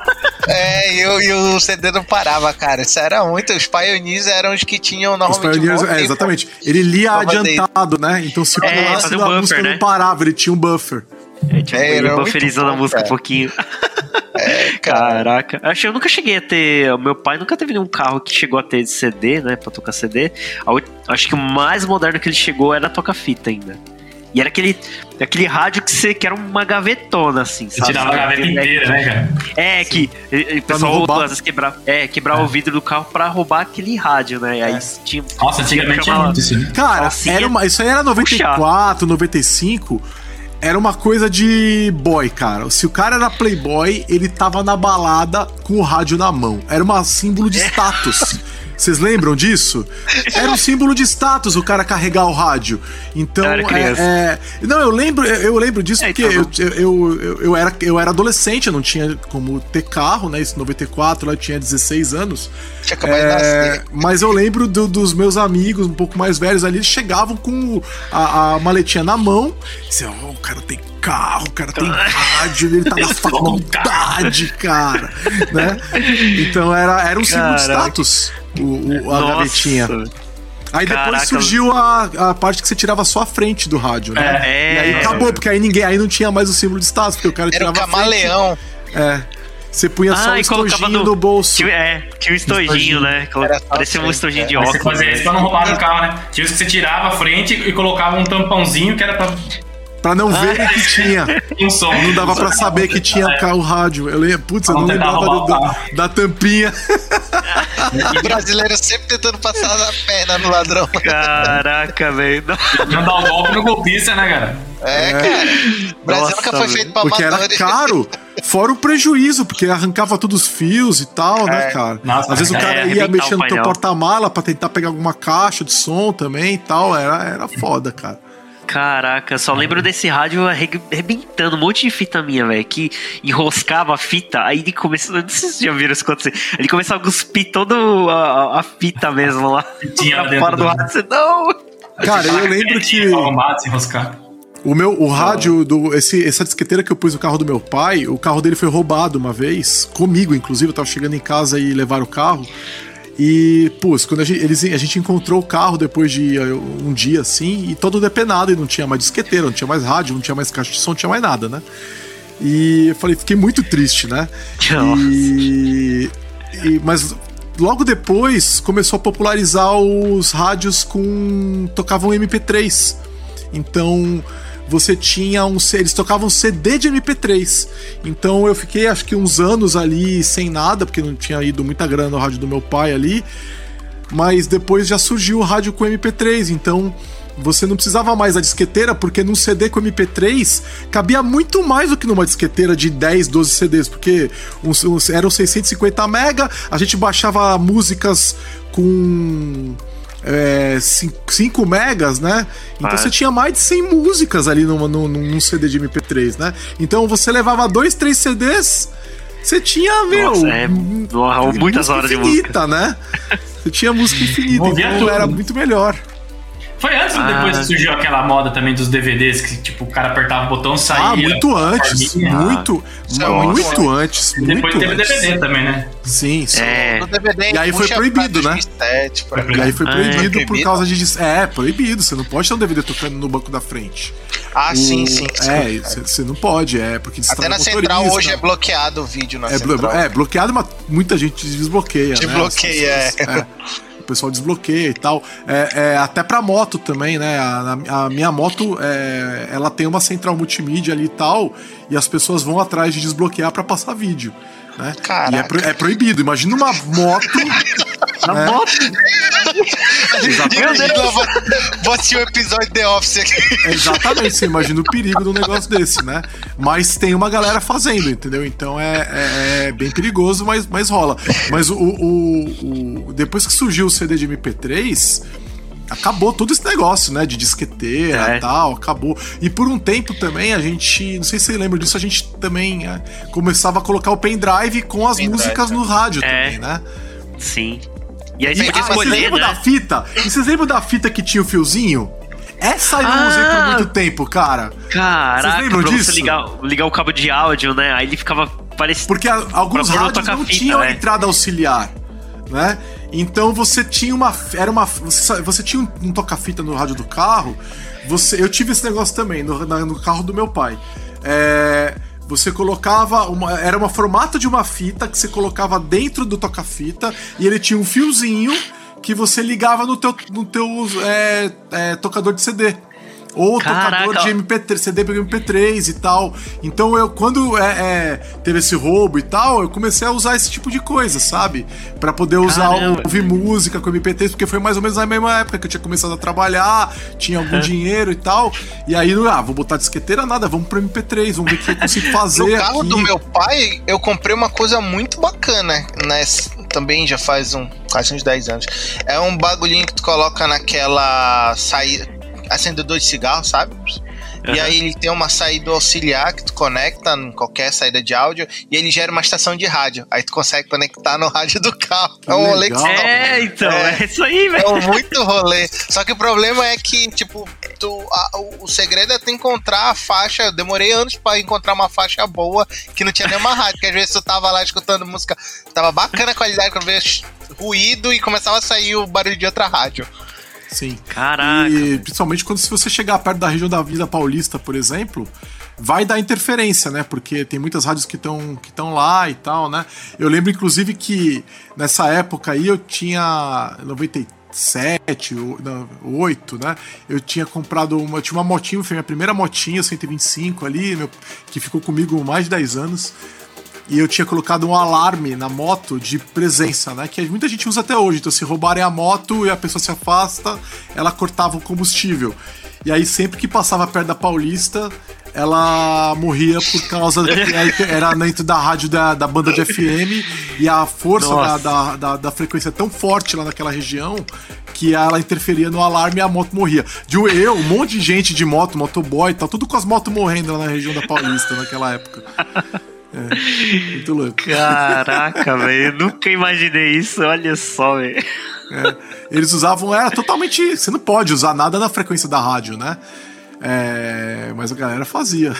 Speaker 5: É, e, e o C D não parava, cara. Isso era muito. Os Pioneers eram os que tinham normalmente.
Speaker 2: Os Pioneers, é, exatamente. Ele lia adiantado, dele. né? Então se o
Speaker 4: é,
Speaker 2: lance
Speaker 4: um
Speaker 2: da
Speaker 4: buffer,
Speaker 2: música
Speaker 4: né?
Speaker 2: não parava, ele tinha um buffer.
Speaker 4: É, tipo, é, ele bufferizando a música cara. um pouquinho.
Speaker 5: É, cara.
Speaker 4: Caraca. Acho que eu nunca cheguei a ter... O meu pai nunca teve nenhum carro que chegou a ter C D, né? Pra tocar C D. Acho que o mais moderno que ele chegou era toca-fita ainda. E era aquele, aquele rádio que, você, que era uma gavetona, assim, sabe?
Speaker 3: Você tirava a gaveta inteira, né, cara?
Speaker 4: É, que o pessoal às vezes quebrava, é, quebrava é. o vidro do carro pra roubar aquele rádio, né? E aí
Speaker 3: é.
Speaker 4: tinha...
Speaker 3: Nossa, antigamente tinha muito isso.
Speaker 2: Cara, era uma, isso aí era noventa e quatro, noventa e cinco... Era uma coisa de boy, cara. Se o cara era playboy, ele tava na balada com o rádio na mão. Era um símbolo de status. Vocês lembram disso? Era um símbolo de status o cara carregar o rádio. Então,
Speaker 4: era criança.
Speaker 2: É, é... Não, eu lembro, eu lembro disso é, porque então eu, eu, eu, eu, era, eu era adolescente, eu não tinha como ter carro, né? Isso em noventa e quatro, lá eu tinha dezesseis anos.
Speaker 5: Tinha acabado de nascer.
Speaker 2: Mas eu lembro do, dos meus amigos um pouco mais velhos ali, eles chegavam com a, a maletinha na mão e diziam, oh, o cara tem carro, o cara tem rádio, ele tá na faculdade, cara, né? Então era, era um símbolo de status, o, o, a Nossa. gavetinha. Aí depois Caraca. surgiu a, a parte que você tirava só a frente do rádio, né?
Speaker 4: É,
Speaker 2: e aí acabou, porque aí ninguém, aí não tinha mais o símbolo de status, porque o cara tirava
Speaker 5: era o camaleão.
Speaker 2: É. Você punha
Speaker 4: ah,
Speaker 2: só um estojinho no... no bolso.
Speaker 4: Tinha, é, tinha um estojinho, né? Parecia um estojinho é. de óculos.
Speaker 3: Você fazia isso pra não roubar no carro, né? Tinha que você tirava a frente e colocava um tampãozinho que era pra...
Speaker 2: Pra não ver ah, que tinha.
Speaker 3: Um som.
Speaker 2: Não dava pra saber que tinha o rádio. Eu lembro, putz, eu não lembrava do, da, da tampinha.
Speaker 5: O brasileiro sempre tentando passar a perna no ladrão.
Speaker 4: Caraca, velho.
Speaker 3: Não dá um golpe no golpista, né, cara?
Speaker 5: É, é. cara. O Brasil Nossa, nunca foi feito pra
Speaker 2: porque
Speaker 5: amadores.
Speaker 2: Era caro. Fora o prejuízo, porque arrancava todos os fios e tal, é. né, cara?
Speaker 3: Nossa,
Speaker 2: Às vezes
Speaker 3: cara,
Speaker 2: o cara
Speaker 4: é,
Speaker 2: ia mexendo no teu porta-mala pra tentar pegar alguma caixa de som também e tal. Era, era foda, cara.
Speaker 4: Caraca, só lembro desse rádio arrebentando um monte de fita minha, velho, que enroscava a fita, aí ele começou, não sei se vocês já viram isso acontecer, ele começava a cuspir toda a, a fita mesmo lá,
Speaker 3: tinha
Speaker 4: fora do rádio, você não...
Speaker 2: Cara, eu lembro que... O meu, o rádio, do, esse, essa disqueteira que eu pus no carro do meu pai, o carro dele foi roubado uma vez, comigo, inclusive, eu tava chegando em casa e levaram o carro. E, pô, quando a gente, eles, a gente encontrou o carro depois de um dia assim, e todo depenado, e não tinha mais disqueteira, não tinha mais rádio, não tinha mais caixa de som, não tinha mais nada, né? E eu falei, fiquei muito triste, né? E, e, mas logo depois começou a popularizar os rádios com... tocavam M P três. Então... você tinha um... eles tocavam C D de M P três. Então eu fiquei acho que uns anos ali sem nada, porque não tinha ido muita grana no rádio do meu pai ali. Mas depois já surgiu o rádio com M P três. Então você não precisava mais da disqueteira, porque num C D com M P três cabia muito mais do que numa disqueteira de dez, doze C Ds. Porque uns, uns, eram seiscentos e cinquenta mega, a gente baixava músicas com... É, cinco megas, né? Então ah. você tinha mais de cem músicas ali numa, num, num C D de M P três, né? Então você levava dois, três C Ds, você tinha, meu...
Speaker 4: Nossa, é, muitas horas
Speaker 2: infinita,
Speaker 4: de música,
Speaker 2: né? Você tinha música infinita, então tudo. Era muito melhor.
Speaker 3: Foi antes ou ah. depois que surgiu aquela moda também dos D V Ds, que tipo, o cara apertava o botão e saía?
Speaker 2: Ah, muito antes,
Speaker 3: família.
Speaker 2: muito,
Speaker 3: ah.
Speaker 2: muito antes.
Speaker 3: E depois
Speaker 2: muito
Speaker 3: teve
Speaker 2: antes.
Speaker 3: D V D também, né?
Speaker 2: Sim, sim.
Speaker 4: É.
Speaker 5: D V D,
Speaker 2: e aí foi proibido, né?
Speaker 5: dois mil e sete,
Speaker 2: e aí foi proibido
Speaker 5: ah,
Speaker 2: por causa de... É, proibido, você não pode ter um D V D tocando no banco da frente.
Speaker 5: Ah, o... sim, sim.
Speaker 2: É, você não pode, é porque
Speaker 5: até na central hoje é bloqueado o vídeo na
Speaker 2: é,
Speaker 5: central.
Speaker 2: É, bloqueado, mas muita gente desbloqueia,
Speaker 5: desbloqueia,
Speaker 2: né? Desbloqueia, é. é. O pessoal desbloqueia e tal. É, é, até pra moto também, né? A, a minha moto, é, ela tem uma central multimídia ali e tal, e as pessoas vão atrás de desbloquear pra passar vídeo, né? E é, pro, é proibido. Imagina uma moto...
Speaker 5: Na né? moto? Exatamente. Vou assistir o episódio The Office aqui.
Speaker 2: Exatamente, você imagina o perigo de um negócio desse, né? Mas tem uma galera fazendo, entendeu? Então é, é, é bem perigoso, mas, mas rola. Mas o, o, o, depois que surgiu o C D de M P três, acabou todo esse negócio, né? De disqueteira e é. tal, acabou. E por um tempo também a gente, não sei se você lembra disso, a gente também é, começava a colocar o pendrive com as pendrive, músicas no rádio é. também, né?
Speaker 4: Sim. E aí você
Speaker 2: e,
Speaker 4: podia
Speaker 2: ah,
Speaker 4: escolher,
Speaker 2: vocês lembram
Speaker 4: né?
Speaker 2: da fita? E vocês lembram da fita que tinha o fiozinho? Essa aí eu ah, usei por muito tempo, cara.
Speaker 4: Caraca,
Speaker 2: vocês lembram
Speaker 4: pra
Speaker 2: disso?
Speaker 4: Você ligar, ligar o cabo de áudio, né? Aí ele ficava parecido.
Speaker 2: Porque a, alguns rádios não fita, tinham né? entrada auxiliar, né? Então você tinha uma... Era uma você, você tinha um, um toca-fita no rádio do carro. Você, eu tive esse negócio também no, na, no carro do meu pai. É... Você colocava uma, era uma formato de uma fita que você colocava dentro do toca-fita e ele tinha um fiozinho que você ligava no teu, no teu é, é, tocador de C D. Ou
Speaker 4: Caraca.
Speaker 2: tocador de M P três, C D para M P três e tal. Então eu, quando é, é, teve esse roubo e tal, eu comecei a usar esse tipo de coisa, sabe? Pra poder usar,
Speaker 4: Caramba.
Speaker 2: ouvir música com M P três, porque foi mais ou menos na mesma época que eu tinha começado a trabalhar, tinha algum dinheiro e tal. E aí, ah, vou botar disqueteira, nada, vamos pro M P três, vamos ver o que eu consigo fazer.
Speaker 5: No carro
Speaker 2: aqui.
Speaker 5: do meu pai, eu comprei uma coisa muito bacana, né? Também já faz um, quase uns dez anos. É um bagulhinho que tu coloca naquela saída, acendedor de cigarro, sabe? Uhum. E aí ele tem uma saída auxiliar que tu conecta em qualquer saída de áudio e ele gera uma estação de rádio. Aí tu consegue conectar no rádio do carro. É um rolê que você
Speaker 4: É, então, é, é isso aí, velho.
Speaker 5: É muito rolê. Só que o problema é que, tipo, tu, a, o, o segredo é tu encontrar a faixa. Eu demorei anos pra encontrar uma faixa boa que não tinha nenhuma rádio. Porque às vezes tu tava lá escutando música, tava bacana a qualidade, quando veio ruído e começava a sair o barulho de outra rádio.
Speaker 2: Sim.
Speaker 4: Caraca.
Speaker 2: E principalmente quando se você chegar perto da região da Avenida Paulista, por exemplo, vai dar interferência, né? Porque tem muitas rádios que estão que estão lá e tal, né? Eu lembro, inclusive, que nessa época aí eu tinha noventa e sete, oito, né? Eu tinha comprado uma, eu tinha uma motinha, foi minha primeira motinha, cento e vinte e cinco ali, meu, que ficou comigo mais de dez anos. E eu tinha colocado um alarme na moto de presença, né? Que muita gente usa até hoje. Então, se roubarem a moto e a pessoa se afasta, ela cortava o combustível. E aí, sempre que passava perto da Paulista, ela morria por causa que era dentro da rádio da, da banda de F M e a força da, da, da, da frequência é tão forte lá naquela região que ela interferia no alarme e a moto morria. De eu, um monte de gente de moto, motoboy e tal, tudo com as motos morrendo lá na região da Paulista naquela época. É, muito louco.
Speaker 4: Caraca, velho, eu nunca imaginei isso, olha só, velho.
Speaker 2: É, eles usavam, era totalmente, você não pode usar nada na frequência da rádio, né? É, mas a galera fazia.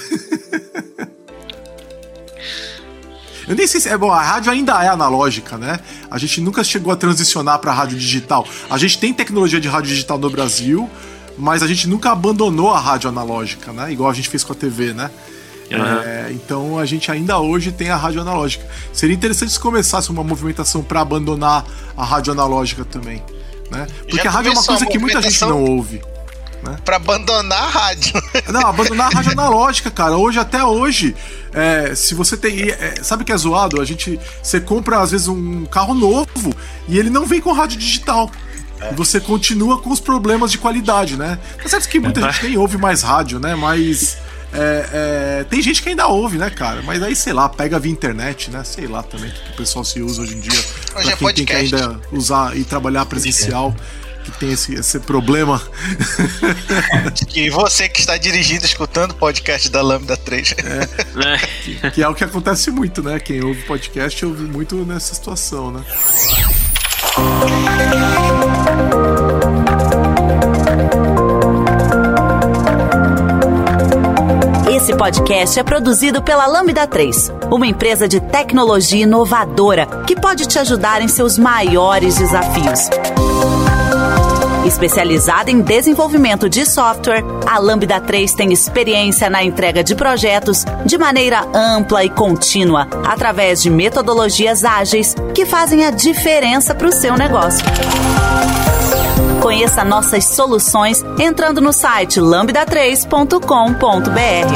Speaker 2: Eu nem sei se é bom, a rádio ainda é analógica, né? A gente nunca chegou a transicionar para rádio digital. A gente tem tecnologia de rádio digital no Brasil, mas a gente nunca abandonou a rádio analógica, né? Igual a gente fez com a T V, né? Uhum. É, então a gente ainda hoje tem a rádio analógica. Seria interessante se começasse uma movimentação para abandonar a rádio analógica também, né? Porque Já a rádio é uma coisa que muita gente não ouve, né?
Speaker 5: Pra abandonar a rádio.
Speaker 2: Não, abandonar a rádio analógica, cara. Hoje, até hoje, é, se você tem... É, sabe o que é zoado? A gente... Você compra, às vezes, um carro novo e ele não vem com rádio digital. É. E você continua com os problemas de qualidade, né? Tá certo que muita é. gente nem ouve mais rádio, né? Mas... É, é, tem gente que ainda ouve, né, cara? Mas aí, sei lá, pega via internet, né? Sei lá também que o pessoal se usa hoje em dia.
Speaker 5: Hoje
Speaker 2: pra
Speaker 5: é
Speaker 2: quem
Speaker 5: podcast.
Speaker 2: tem que ainda usar e trabalhar presencial, que tem esse, esse problema.
Speaker 5: E você que está dirigindo, escutando o podcast da Lambda três.
Speaker 2: É, que, que é o que acontece muito, né? Quem ouve podcast ouve muito nessa situação, né?
Speaker 1: Esse podcast é produzido pela Lambda três, uma empresa de tecnologia inovadora que pode te ajudar em seus maiores desafios. Especializada em desenvolvimento de software, a Lambda três tem experiência na entrega de projetos de maneira ampla e contínua, através de metodologias ágeis que fazem a diferença para o seu negócio. Conheça nossas soluções entrando no site lambda três ponto com ponto b r.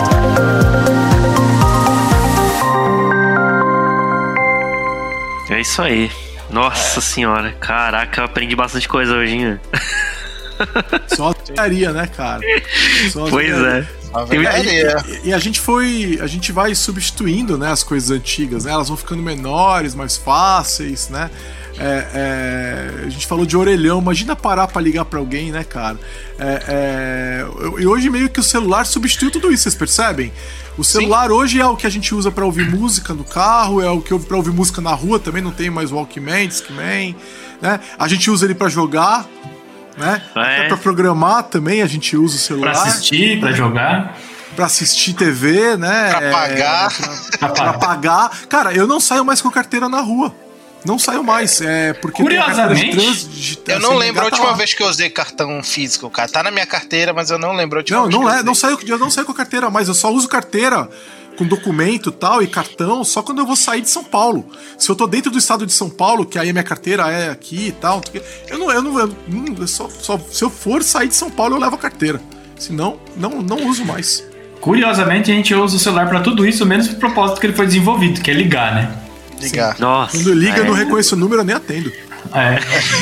Speaker 4: É isso aí. Nossa senhora, caraca, eu aprendi bastante coisa hoje, hein?
Speaker 2: Só teoria, né, cara? Só
Speaker 4: pois é.
Speaker 2: E, e, e a gente foi, a gente vai substituindo, né, as coisas antigas, né? Elas vão ficando menores, mais fáceis, né? É, é, a gente falou de orelhão, imagina parar pra ligar pra alguém, né, cara? É, é, e hoje meio que o celular substituiu tudo isso, vocês percebem? O celular Sim. hoje é o que a gente usa pra ouvir música no carro, é o que ouve pra ouvir música na rua, também não tem mais Walkman, Discman, né? A gente usa ele pra jogar, né? É. Até pra programar também a gente usa o celular.
Speaker 3: Pra assistir, pra jogar.
Speaker 2: Pra assistir T V, né?
Speaker 5: Pra pagar.
Speaker 2: É, pra, pra pagar. Cara, eu não saio mais com carteira na rua. Não saiu mais, é porque
Speaker 3: curiosamente,
Speaker 2: trans,
Speaker 5: eu não lembro a última vez que eu usei cartão físico, cara. Tá na minha carteira, mas eu não lembro a última
Speaker 2: não,
Speaker 5: vez.
Speaker 2: Não,
Speaker 5: que
Speaker 2: não é, não saio, eu não saio com a carteira mais, eu só uso carteira com documento e tal, e cartão, só quando eu vou sair de São Paulo. Se eu tô dentro do estado de São Paulo, que aí a minha carteira é aqui e tal, eu não, eu não, eu não eu só, só, se eu for sair de São Paulo, eu levo a carteira. Senão, não, não uso mais.
Speaker 3: Curiosamente, a gente usa o celular pra tudo isso, menos pro propósito que ele foi desenvolvido, que é ligar, né?
Speaker 5: Ligar.
Speaker 2: Sim.
Speaker 4: Nossa.
Speaker 2: Quando liga,
Speaker 4: é.
Speaker 2: eu não reconheço o número, eu nem atendo.
Speaker 3: É.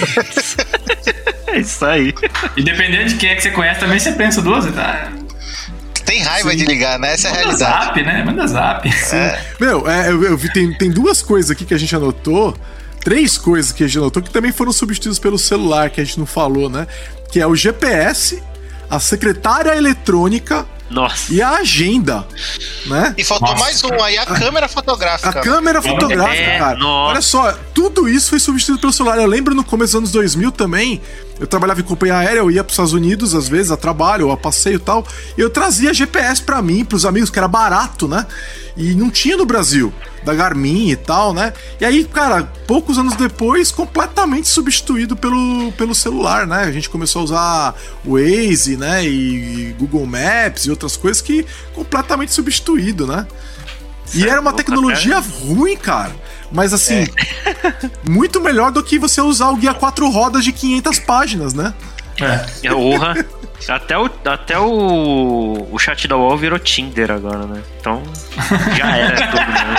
Speaker 4: É isso aí.
Speaker 3: E dependendo de quem é que você conhece, também você pensa duas vezes, tá?
Speaker 5: Tem raiva
Speaker 2: Sim.
Speaker 5: de ligar, né? Essa é a
Speaker 3: Manda
Speaker 5: realidade.
Speaker 3: zap, né? Manda zap.
Speaker 5: É.
Speaker 2: Meu, é, eu, eu vi, tem, tem duas coisas aqui que a gente anotou, três coisas que a gente anotou que também foram substituídas pelo celular, que a gente não falou, né? Que é o G P S, a secretária eletrônica
Speaker 4: Nossa.
Speaker 2: e a agenda, né?
Speaker 5: E faltou
Speaker 3: Nossa,
Speaker 5: mais um aí, a câmera fotográfica.
Speaker 2: A câmera fotográfica,
Speaker 4: É,
Speaker 2: cara.
Speaker 4: nossa.
Speaker 2: Olha só, tudo isso foi substituído pelo celular. Eu lembro no começo dos anos dois mil também, eu trabalhava em companhia aérea, eu ia pros Estados Unidos, às vezes, a trabalho, ou a passeio e tal, e eu trazia G P S pra mim, pros amigos, que era barato, né? E não tinha no Brasil, da Garmin e tal, né? E aí, cara, poucos anos depois, completamente substituído pelo, pelo celular, né? A gente começou a usar o Waze, né? E Google Maps e outras coisas que completamente substituído, né? E era uma tecnologia ruim, cara. Mas assim, muito melhor do que você usar o guia quatro rodas de quinhentas páginas, né?
Speaker 3: É.
Speaker 4: É honra. Até o, até o, o chat da U O L virou Tinder agora, né? Então, já era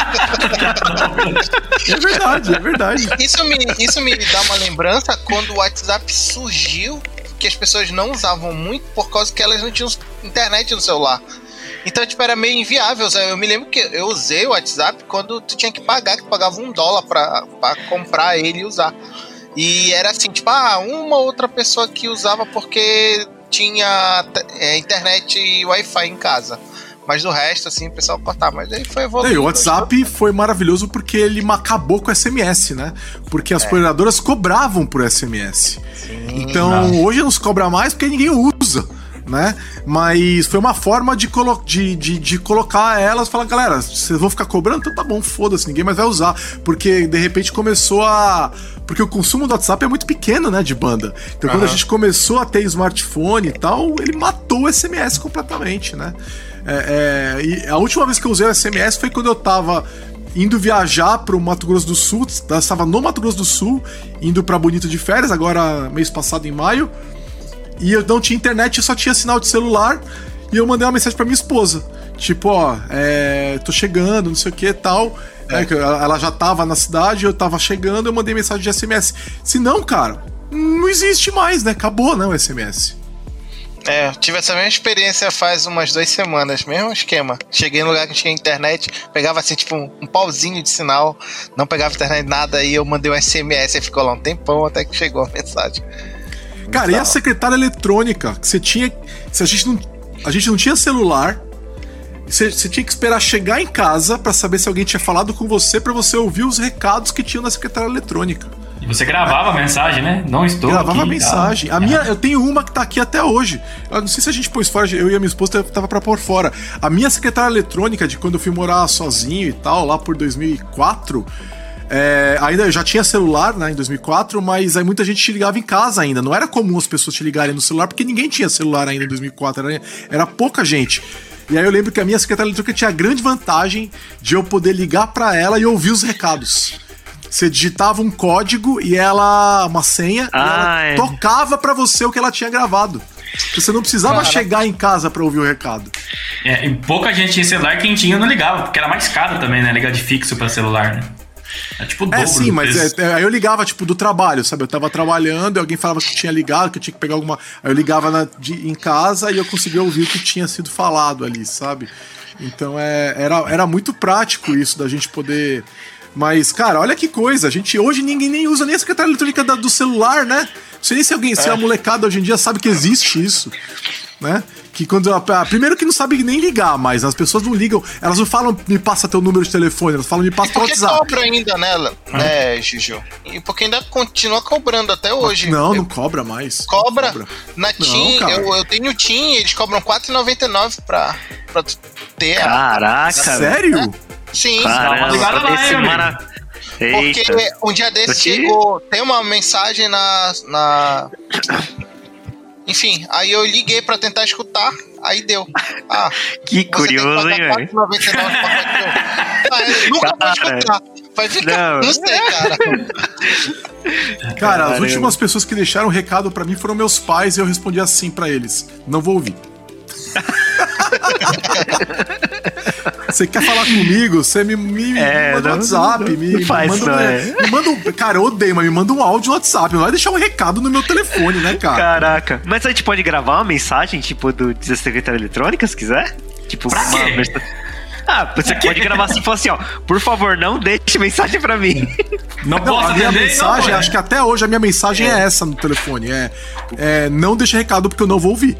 Speaker 4: tudo, né?
Speaker 2: É verdade, é verdade.
Speaker 5: Isso me, isso me dá uma lembrança quando o WhatsApp surgiu, que as pessoas não usavam muito por causa que elas não tinham internet no celular. Então, tipo, era meio inviável. Eu me lembro que eu usei o WhatsApp quando tu tinha que pagar, que tu pagava um dólar pra, pra comprar ele e usar. E era assim, tipo, ah, uma outra pessoa que usava porque tinha é, internet e Wi-Fi em casa. Mas do resto, assim, o pessoal cortava. Mas aí foi evoluindo.
Speaker 2: E o WhatsApp foi maravilhoso porque ele acabou com o S M S, né? Porque as
Speaker 5: É.
Speaker 2: operadoras cobravam por S M S.
Speaker 5: Sim.
Speaker 2: Então,
Speaker 3: Nossa.
Speaker 2: hoje não se cobra mais porque ninguém usa, né? Mas foi uma forma de, colo de, de, de colocar elas e falar, galera, vocês vão ficar cobrando? Então tá bom, foda-se, ninguém mais vai usar. Porque, de repente, começou a... Porque o consumo do WhatsApp é muito pequeno, né, de banda. Então, quando
Speaker 5: Aham.
Speaker 2: a gente começou a ter smartphone e tal, ele matou o S M S completamente, né? É, é, e a última vez que eu usei o S M S foi quando eu tava indo viajar pro Mato Grosso do Sul. Eu estava no Mato Grosso do Sul, indo pra Bonito de férias, agora mês passado em maio. E eu não tinha internet, eu só tinha sinal de celular. E eu mandei uma mensagem pra minha esposa. Tipo, ó, é, tô chegando, não sei o que e tal. É, que ela já tava na cidade, eu tava chegando, eu mandei mensagem de S M S. Se não, cara, não existe mais, né? Acabou, né, o S M S.
Speaker 5: É, eu tive essa mesma experiência faz umas duas semanas, mesmo esquema. Cheguei no lugar que tinha internet, pegava assim, tipo, um, um pauzinho de sinal, não pegava internet nada, aí eu mandei um S M S, aí ficou lá um tempão até que chegou a mensagem.
Speaker 2: Cara, e a secretária eletrônica? Que você tinha. Se a gente não, a gente não tinha celular, você, você tinha que esperar chegar em casa pra saber se alguém tinha falado com você, pra você ouvir os recados que tinham na secretária eletrônica.
Speaker 3: E você gravava a mensagem, né? Não estou
Speaker 2: Gravava
Speaker 3: aqui,
Speaker 2: mensagem.
Speaker 3: tá?
Speaker 2: A minha, eu tenho uma que tá aqui até hoje. Eu não sei se a gente pôs fora, eu e a minha esposa tava pra pôr fora. A minha secretária eletrônica, de quando eu fui morar sozinho e tal, lá por dois mil e quatro. É, ainda eu já tinha celular, né, em dois mil e quatro, mas aí muita gente te ligava em casa ainda. Não era comum as pessoas te ligarem no celular, porque ninguém tinha celular ainda em dois mil e quatro, era, era pouca gente. E aí eu lembro que a minha secretária eletrônica tinha a grande vantagem de eu poder ligar pra ela e ouvir os recados. Você digitava um código e ela, uma senha,
Speaker 4: Ah,
Speaker 2: e ela
Speaker 4: é.
Speaker 2: tocava pra você o que ela tinha gravado. Você não precisava
Speaker 5: Caraca.
Speaker 2: chegar em casa pra ouvir o recado.
Speaker 3: É, e pouca gente tinha celular, quem tinha não ligava, porque era mais caro também, né? Ligar de fixo pra celular, né? É tipo o dobro.
Speaker 2: É, sim,
Speaker 3: do
Speaker 2: mas
Speaker 3: preço.
Speaker 2: é, é, aí eu ligava, tipo, do trabalho, sabe? Eu tava trabalhando e alguém falava que tinha ligado, que eu tinha que pegar alguma... Aí eu ligava na- de- em casa e eu conseguia ouvir o que tinha sido falado ali, sabe? Então é, era, era muito prático isso, da gente poder... Mas, cara, olha que coisa. A gente, hoje ninguém nem usa nem a secretária eletrônica da- do celular, né? Não sei nem se alguém, se a molecada hoje em dia sabe que existe isso, né? Que quando a, a- primeiro que não sabe nem ligar, mas as pessoas não ligam, elas não falam me passa teu número de telefone, elas falam me passa teu
Speaker 5: Porque
Speaker 2: WhatsApp.
Speaker 5: cobra ainda nela, né, Juju? E porque ainda continua cobrando até hoje.
Speaker 2: Não,
Speaker 5: Eu-
Speaker 2: não cobra mais.
Speaker 5: Cobra?
Speaker 2: Não
Speaker 5: Na TIM,
Speaker 2: cara.
Speaker 5: eu, eu tenho TIM, eles cobram quatro reais e noventa e nove pra, pra tu ter. a-
Speaker 4: Caraca, velho.
Speaker 2: Sério?
Speaker 5: Sim,
Speaker 3: Caramba, ligada lá,
Speaker 4: esse
Speaker 3: hein, amigo?
Speaker 4: mara...
Speaker 5: porque
Speaker 4: Eita.
Speaker 5: um dia desse
Speaker 4: Eu te-
Speaker 5: chegou, tem uma mensagem na, na Enfim, aí eu liguei pra tentar escutar, aí deu. Ah,
Speaker 4: que curioso, hein, velho?
Speaker 5: Ah, eu nunca vou escutar. Vai ficar, não, não sei, cara.
Speaker 2: Cara, Caramba. As últimas pessoas que deixaram um recado pra mim foram meus pais e eu respondi assim pra eles: não vou ouvir. Você quer falar comigo? Você me, me é, manda um WhatsApp. Não, me, não faz, me manda, não, é. me manda um, cara, eu odeio, mas me manda um áudio no WhatsApp. Não vai deixar um recado no meu telefone, né, cara?
Speaker 4: Caraca. Mas a gente pode gravar uma mensagem, tipo, do Secretária Eletrônica, se quiser? Tipo,
Speaker 3: pra
Speaker 4: uma
Speaker 3: quê?
Speaker 4: Ah, você pode gravar assim e falar assim, ó, por favor, não deixe mensagem pra mim.
Speaker 2: Não, não posso a minha atender, mensagem, não, acho que até hoje a minha mensagem é, é essa no telefone. É, é não deixe recado porque eu não vou ouvir.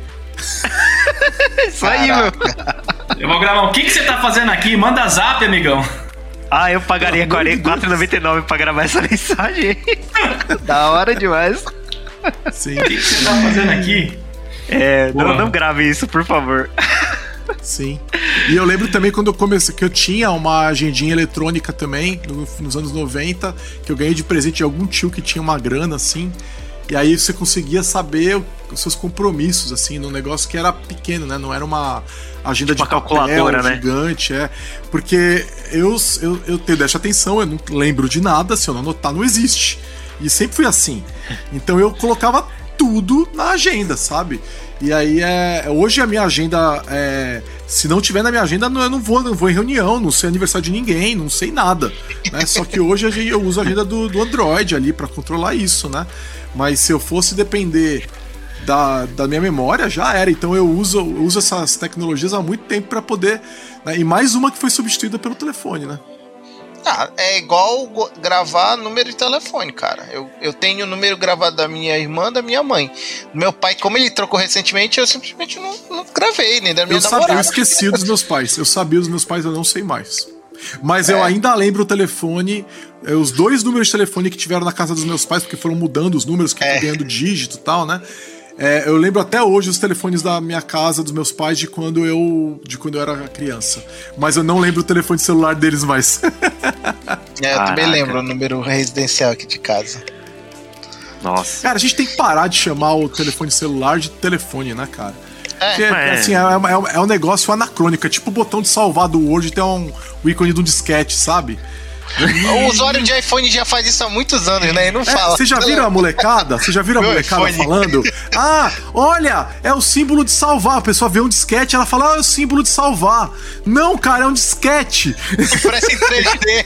Speaker 4: Isso aí, meu.
Speaker 3: Eu vou gravar. O que, que você tá fazendo aqui? Manda zap, amigão.
Speaker 4: Ah, eu pagaria quatro reais e noventa e nove centavos pra gravar essa mensagem. Da hora demais.
Speaker 2: Sim.
Speaker 3: O que, que você tá fazendo aqui?
Speaker 4: É, não, não grave isso, por favor.
Speaker 2: Sim. E eu lembro também quando eu comecei, que eu tinha uma agendinha eletrônica também, no, nos anos noventa, que eu ganhei de presente de algum tio que tinha uma grana, assim. E aí você conseguia saber os seus compromissos, assim, num negócio que era pequeno, né? Não era uma agenda tipo de
Speaker 4: uma
Speaker 2: papel
Speaker 4: calculadora,
Speaker 2: gigante, né? É. Porque eu, eu, eu tenho, deixa atenção, eu não lembro de nada, se eu não anotar, não existe. E sempre fui assim. Então eu colocava tudo na agenda, sabe? E aí, é, hoje a minha agenda, é, se não tiver na minha agenda, eu não vou, não vou em reunião, não sei aniversário de ninguém, não sei nada, né? Só que hoje eu uso a agenda do, do Android ali pra controlar isso, né? Mas se eu fosse depender da, da minha memória, já era. Então eu uso, eu uso essas tecnologias há muito tempo pra poder... Né? E mais uma que foi substituída pelo telefone, né?
Speaker 5: Ah, é igual gravar número de telefone, cara. Eu, eu tenho o número gravado da minha irmã, da minha mãe. Meu pai, como ele trocou recentemente, eu simplesmente não, não gravei, nem da minha
Speaker 2: eu
Speaker 5: namorada.
Speaker 2: Sabia, eu esqueci dos meus pais. Eu sabia dos meus pais, eu não sei mais. Mas é. eu ainda lembro o telefone, os dois números de telefone que tiveram na casa dos meus pais, porque foram mudando os números, que é. ganhando dígito e tal, né? É, eu lembro até hoje os telefones da minha casa, dos meus pais, de quando eu, de quando eu era criança. Mas eu não lembro o telefone celular deles mais.
Speaker 5: É, eu também lembro o número residencial aqui de casa.
Speaker 4: Nossa.
Speaker 2: Cara, a gente tem que parar de chamar o telefone celular de telefone, né, cara?
Speaker 5: É,
Speaker 2: Porque,
Speaker 4: é.
Speaker 2: assim, é, é, é um negócio anacrônico. É tipo o botão de salvar do Word tem um, o ícone de um disquete, sabe?
Speaker 5: O usuário de iPhone já faz isso há muitos anos, né? E não
Speaker 2: é,
Speaker 5: fala.
Speaker 2: Vocês já viram a molecada? Vocês já viram a
Speaker 5: Meu
Speaker 2: molecada
Speaker 5: iPhone.
Speaker 2: falando? Ah, olha, é o símbolo de salvar. A pessoa vê um disquete, ela fala, ah, é o símbolo de salvar. Não, cara, é um disquete.
Speaker 5: Parece em três D.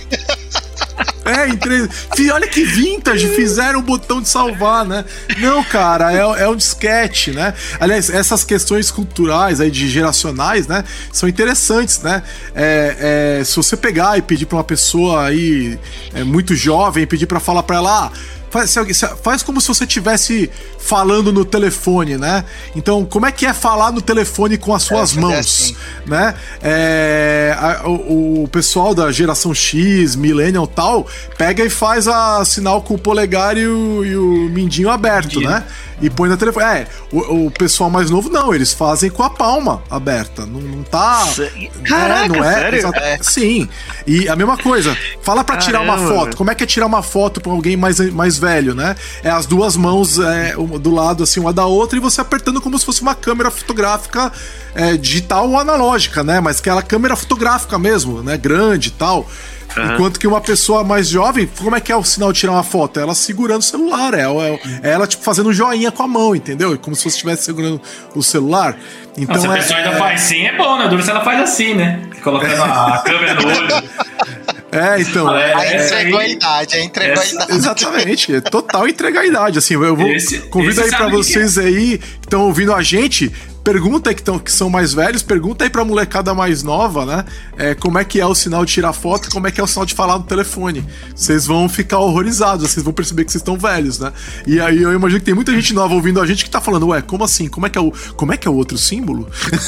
Speaker 2: É, em três D. Olha que vintage, fizeram o botão de salvar, né? Não, cara, é, é um disquete, né? Aliás, essas questões culturais aí, de geracionais, né? São interessantes, né? É, é, se você pegar e pedir pra uma pessoa aí é, muito jovem, pedir pra falar pra ela, ah, Faz, faz como se você estivesse falando no telefone, né? Então, como é que é falar no telefone com as suas é, mãos, é assim. né? É, a, o, o pessoal da geração X, Millennial e tal, pega e faz a sinal com o polegar e o, e o mindinho aberto, Mindinho. né? E põe no telefone. É, o, o pessoal mais novo não, eles fazem com a palma aberta. Não, não tá.
Speaker 4: Caraca,
Speaker 2: é, não é,
Speaker 4: sério?
Speaker 2: Exato, é. Sim. E a mesma coisa, fala pra tirar uma foto. Como é que é tirar uma foto pra alguém mais, mais velho, né? É as duas mãos é, do lado, assim, uma da outra, e você apertando como se fosse uma câmera fotográfica é, digital ou analógica, né? Mas aquela câmera fotográfica mesmo, né? Grande e tal. Uhum. Enquanto que uma pessoa mais jovem, como é que é o sinal de tirar uma foto? É ela segurando o celular, é, é, é ela tipo fazendo um joinha com a mão, entendeu? Como se você estivesse segurando o celular. Então,
Speaker 3: Não, se a
Speaker 2: é,
Speaker 3: pessoa ainda
Speaker 2: é...
Speaker 3: faz sim, é bom, né? Duro se ela faz assim, né? Colocando a câmera no olho.
Speaker 2: É, então.
Speaker 3: É,
Speaker 5: aí
Speaker 3: é,
Speaker 5: entregou
Speaker 3: é,
Speaker 5: a idade, aí entregou
Speaker 3: essa,
Speaker 5: a idade.
Speaker 2: Exatamente, é total entregar a idade. Assim, eu vou
Speaker 3: esse,
Speaker 2: convido
Speaker 3: esse
Speaker 2: aí pra vocês
Speaker 3: que...
Speaker 2: aí que estão ouvindo a gente. Pergunta aí que, tão, que são mais velhos, pergunta aí pra molecada mais nova, né? É, como é que é o sinal de tirar foto e como é que é o sinal de falar no telefone. Vocês vão ficar horrorizados, vocês vão perceber que vocês estão velhos, né? E aí eu imagino que tem muita gente nova ouvindo a gente que tá falando, ué, como assim? Como é que é o, como é, que é o outro símbolo?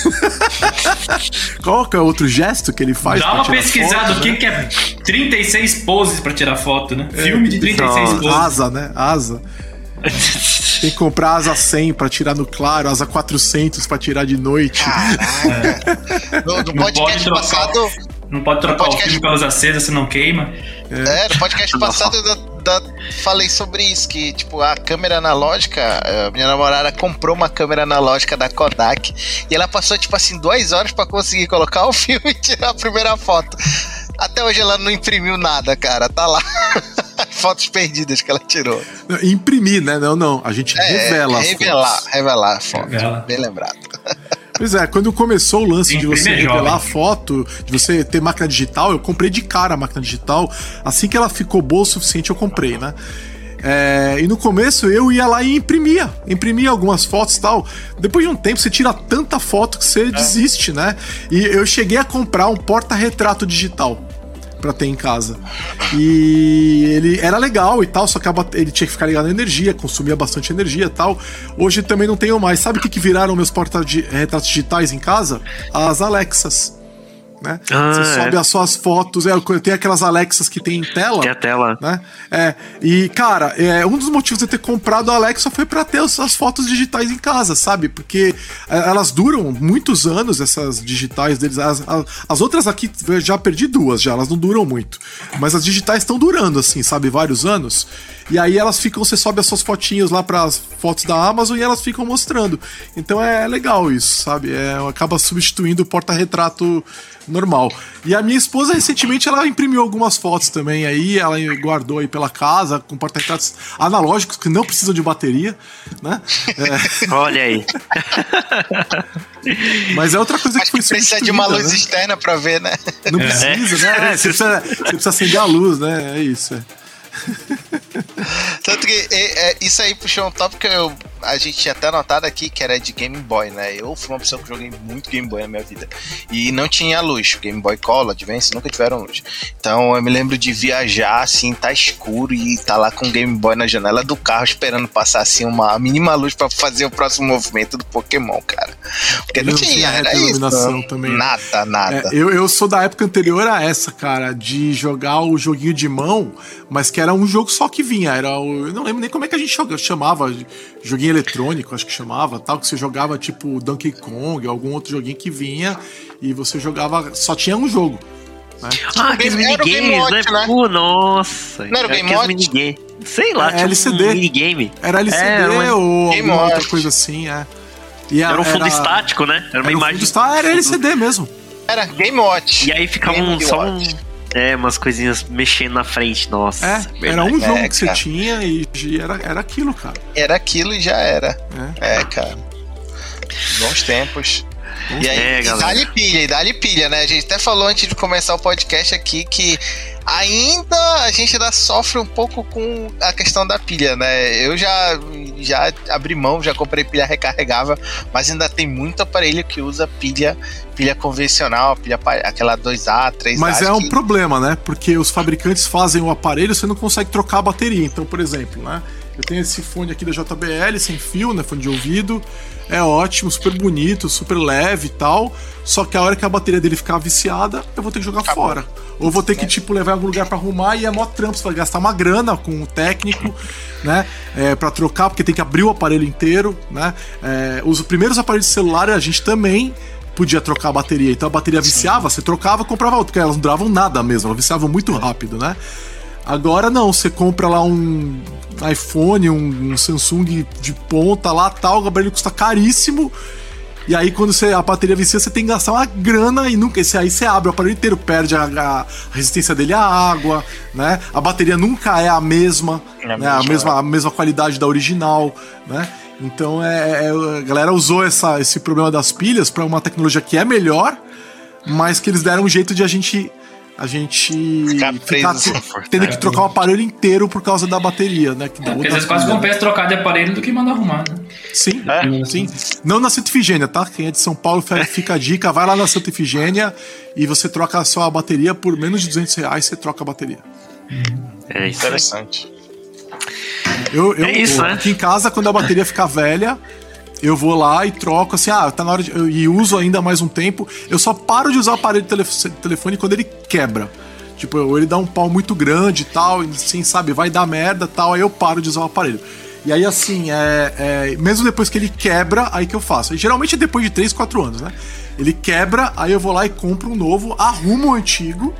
Speaker 2: Qual que é o outro gesto que ele faz?
Speaker 3: Dá uma pesquisada, o que, né? que é trinta e seis poses pra tirar foto, né? É, Filme de trinta e seis
Speaker 2: não,
Speaker 3: poses.
Speaker 2: Asa, né? Asa. Tem que comprar asa cem pra tirar no claro, asa quatrocentos pra tirar de noite.
Speaker 5: Caraca. No, no podcast
Speaker 3: não
Speaker 5: passado...
Speaker 3: Não pode trocar podcast... o filme com a luz acesa, se não queima.
Speaker 5: É, é no podcast passado da, falei sobre isso, que tipo, a câmera analógica, a minha namorada comprou uma câmera analógica da Kodak e ela passou tipo assim duas horas pra conseguir colocar o filme e tirar a primeira foto. Até hoje ela não imprimiu nada, cara, tá lá. Fotos perdidas que ela tirou.
Speaker 2: Não, imprimir, né? Não, não, a gente é, revela as
Speaker 5: revelar,
Speaker 2: fotos.
Speaker 5: Revelar a foto,
Speaker 3: Revela.
Speaker 5: Bem lembrado.
Speaker 2: Pois é, quando começou o lance de você
Speaker 3: Imprime
Speaker 2: revelar a
Speaker 3: jovem.
Speaker 2: foto, de você ter máquina digital, eu comprei de cara a máquina digital. Assim que ela ficou boa o suficiente, eu comprei, né? É, e no começo eu ia lá e imprimia, imprimia algumas fotos e tal. Depois de um tempo você tira tanta foto que você desiste, né? E eu cheguei a comprar um porta-retrato digital pra ter em casa. E ele era legal e tal, só que a bate- ele tinha que ficar ligado na energia, consumia bastante energia e tal. Hoje também não tenho mais. Sabe o que, que viraram meus porta-retratos digitais em casa? As Alexas. Né?
Speaker 4: Ah,
Speaker 2: Você
Speaker 4: é.
Speaker 2: sobe as suas fotos, é, tem aquelas Alexas que tem em tela.
Speaker 4: Tem a tela.
Speaker 2: Né? É, e cara, é, um dos motivos de eu ter comprado a Alexa foi pra ter as, as fotos digitais em casa, sabe? Porque é, elas duram muitos anos, essas digitais deles. As, as, as outras aqui, eu já perdi duas já, elas não duram muito. Mas as digitais estão durando, assim, sabe? Vários anos. E aí elas ficam, você sobe as suas fotinhas lá pras fotos da Amazon e elas ficam mostrando. Então é legal isso, sabe? É, acaba substituindo o porta-retrato normal. E a minha esposa, recentemente, ela imprimiu algumas fotos também aí, ela guardou aí pela casa, com porta-retratos analógicos, que não precisam de bateria, né? É,
Speaker 4: Olha aí.
Speaker 2: mas é outra coisa que
Speaker 5: Acho
Speaker 2: foi
Speaker 5: que precisa de uma luz
Speaker 2: né?
Speaker 5: externa pra ver, né?
Speaker 2: Não precisa, né? Você precisa, você precisa acender a luz, né? É isso, é.
Speaker 5: Tanto que é, é, isso aí puxou um tópico que eu, a gente tinha até anotado aqui, que era de Game Boy, né? Eu fui uma pessoa que joguei muito Game Boy na minha vida. E não tinha luz. Game Boy Color, Advance, nunca tiveram luz. Então eu me lembro de viajar, assim, tá escuro e tá lá com o Game Boy na janela do carro esperando passar, assim, uma mínima luz pra fazer o próximo movimento do Pokémon, cara. Porque
Speaker 2: Ele
Speaker 5: não,
Speaker 2: não
Speaker 5: tinha,
Speaker 2: tinha
Speaker 5: era
Speaker 2: reta
Speaker 5: isso.
Speaker 2: iluminação também.
Speaker 5: Nada, nada.
Speaker 2: É, eu, eu sou da época anterior a essa, cara, de jogar o joguinho de mão, mas que era um jogo só que vinha. Era o, eu não lembro nem como é que a gente joga, chamava, joguinho eletrônico, acho que chamava, tal, que você jogava tipo Donkey Kong, algum outro joguinho que vinha e você jogava, só tinha um jogo. Né?
Speaker 4: Ah, aqueles
Speaker 5: Era o Game
Speaker 4: minigames, né?
Speaker 5: Watch, né?
Speaker 4: Pô, nossa.
Speaker 5: Não era o Game
Speaker 4: aqueles
Speaker 5: Watch?
Speaker 4: minigame. Sei lá,
Speaker 2: É,
Speaker 4: tinha
Speaker 2: L C D.
Speaker 4: um minigame.
Speaker 2: Era L C D
Speaker 4: É, mas-
Speaker 2: ou
Speaker 5: Game
Speaker 2: alguma outra
Speaker 5: Watch.
Speaker 2: coisa assim, é. E a-
Speaker 4: Era um fundo estático, né? Era uma
Speaker 2: Era um
Speaker 4: imagem.
Speaker 2: fundo estático, era L C D mesmo.
Speaker 5: Era Game Watch.
Speaker 4: E aí ficava
Speaker 5: Game
Speaker 4: um, só um.
Speaker 5: Watch.
Speaker 4: É, umas coisinhas mexendo na frente, nossa.
Speaker 2: É,
Speaker 4: verdade.
Speaker 2: era um jogo
Speaker 5: É,
Speaker 2: que você
Speaker 5: cara.
Speaker 2: tinha e e era, era aquilo, cara.
Speaker 5: Era aquilo e já era.
Speaker 2: É.
Speaker 5: É, cara. Bons tempos. E aí,
Speaker 4: É,
Speaker 5: e
Speaker 4: galera.
Speaker 5: dá-lhe pilha, e dá-lhe pilha, né? A gente até falou antes de começar o podcast aqui que ainda a gente ainda sofre um pouco com a questão da pilha, né? Eu já, já abri mão, já comprei pilha recarregável, mas ainda tem muito aparelho que usa pilha, pilha convencional, pilha pa- aquela dois A, três A.
Speaker 2: Mas é um
Speaker 5: que-
Speaker 2: problema, né? Porque os fabricantes fazem o aparelho, você não consegue trocar a bateria. Então, por exemplo, né? Eu tenho esse fone aqui da J B L, sem fio, né? Fone de ouvido. É ótimo, super bonito, super leve e tal. Só que a hora que a bateria dele ficar viciada, eu vou ter que jogar
Speaker 5: Acabou.
Speaker 2: fora. Ou vou ter que, tipo, levar em algum lugar pra arrumar e é mó trampo. Você vai gastar uma grana com o técnico, né? É, pra trocar, porque tem que abrir o aparelho inteiro, né? É, os primeiros aparelhos de celular a gente também podia trocar a bateria. Então a bateria viciava, você trocava e comprava outra, porque elas não duravam nada mesmo, elas viciavam muito rápido, né? Agora não, você compra lá um iPhone, um, um Samsung de ponta lá, tal, o aparelho custa caríssimo. E aí quando você, a bateria vicia, você tem que gastar uma grana e nunca, esse aí você abre o aparelho inteiro, perde a, a resistência dele à água, né? A bateria nunca é a mesma,
Speaker 5: É
Speaker 2: né? A
Speaker 5: mesmo,
Speaker 2: mesma, a mesma qualidade da original, né? Então é, é- a galera usou essa, esse problema das pilhas para uma tecnologia que é melhor, mas que eles deram um jeito de a gente a gente
Speaker 5: Ficar preso.
Speaker 2: te- tendo que trocar o aparelho inteiro por causa da bateria, né? Que dá
Speaker 3: Porque às
Speaker 2: outra
Speaker 3: vezes quase
Speaker 2: pilha.
Speaker 3: compensa trocar de aparelho do que mandar arrumar, né?
Speaker 2: Sim,
Speaker 5: É?
Speaker 2: sim. Não na Santa Ifigênia, tá? Quem é de São Paulo, fica a dica, vai lá na Santa Ifigênia e você troca a sua bateria por menos de duzentos reais, você troca a bateria.
Speaker 4: É isso aí.
Speaker 5: Interessante.
Speaker 2: Eu, eu
Speaker 4: É isso, né?
Speaker 2: aqui em casa, quando a bateria ficar velha, eu vou lá e troco, assim, ah, tá na hora de... eu- e uso ainda mais um tempo. Eu só paro de usar o aparelho de telef- telefone quando ele quebra. Tipo, ou ele dá um pau muito grande e tal, e assim, sabe, vai dar merda e tal, aí eu paro de usar o aparelho. E aí, assim, é, é, mesmo depois que ele quebra, aí que eu faço. E geralmente é depois de três, quatro anos, né? Ele quebra, aí eu vou lá e compro um novo, arrumo o antigo,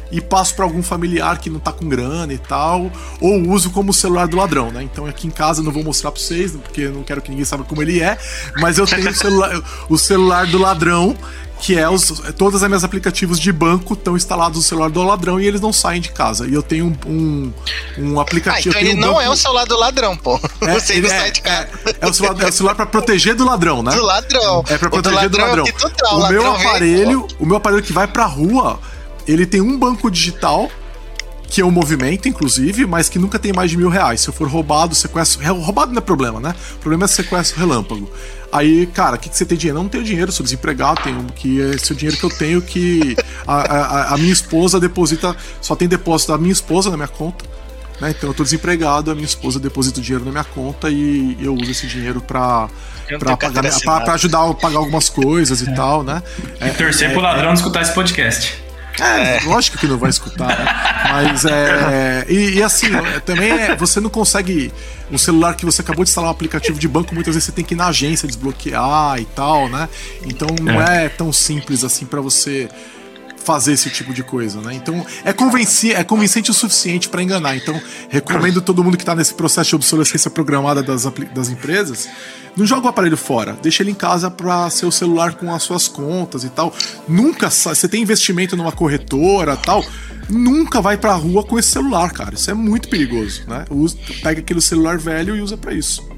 Speaker 2: e passo para algum familiar que não tá com grana e tal, ou uso como o celular do ladrão, né? Então aqui em casa eu não vou mostrar para vocês, porque eu não quero que ninguém saiba como ele é, mas eu tenho o celular, o celular do ladrão, que é os, todos os meus aplicativos de banco estão instalados no celular do ladrão e eles não saem de casa. E eu tenho um, um, um aplicativo...
Speaker 5: Ah, então ele
Speaker 2: um
Speaker 5: não
Speaker 2: banco...
Speaker 5: é o celular do ladrão, pô.
Speaker 2: É,
Speaker 5: Você não
Speaker 2: é,
Speaker 5: sai de casa.
Speaker 2: É, é, o celular, é o celular pra proteger do ladrão, né?
Speaker 5: Do ladrão.
Speaker 2: É pra proteger do ladrão.
Speaker 5: Do ladrão. Tá, o
Speaker 2: o
Speaker 5: ladrão
Speaker 2: meu aparelho,
Speaker 5: vem,
Speaker 2: o meu aparelho que vai pra rua, ele tem um banco digital, que é um movimento, inclusive, mas que nunca tem mais de mil reais. Se eu for roubado, sequestro... Roubado não é problema, né? O problema é sequestro relâmpago. Aí, cara, o que, que você tem dinheiro? Eu não tenho dinheiro, sou desempregado, tenho que esse é o dinheiro que eu tenho que a, a, a minha esposa deposita, só tem depósito da minha esposa na minha conta, né? Então eu tô desempregado, a minha esposa deposita o dinheiro na minha conta e eu uso esse dinheiro pra, pra, pagar, pra, pra ajudar a pagar algumas coisas e é. tal, né?
Speaker 3: E torcer é, pro ladrão é, não escutar esse podcast.
Speaker 2: É, lógico que não vai escutar, né? Mas é. E, e assim, também é, você não consegue. Um celular que você acabou de instalar um aplicativo de banco, muitas vezes você tem que ir na agência desbloquear e tal, né? Então não é, é tão simples assim pra você fazer esse tipo de coisa, né? Então é, convenci é convincente o suficiente pra enganar. Então recomendo todo mundo que tá nesse processo de obsolescência programada das, das empresas, não joga o aparelho fora, deixa ele em casa pra ser o celular com as suas contas e tal. Nunca, você tem investimento numa corretora e tal, nunca vai pra rua com esse celular, cara. Isso é muito perigoso, né? Usa, pega aquele celular velho e usa pra isso.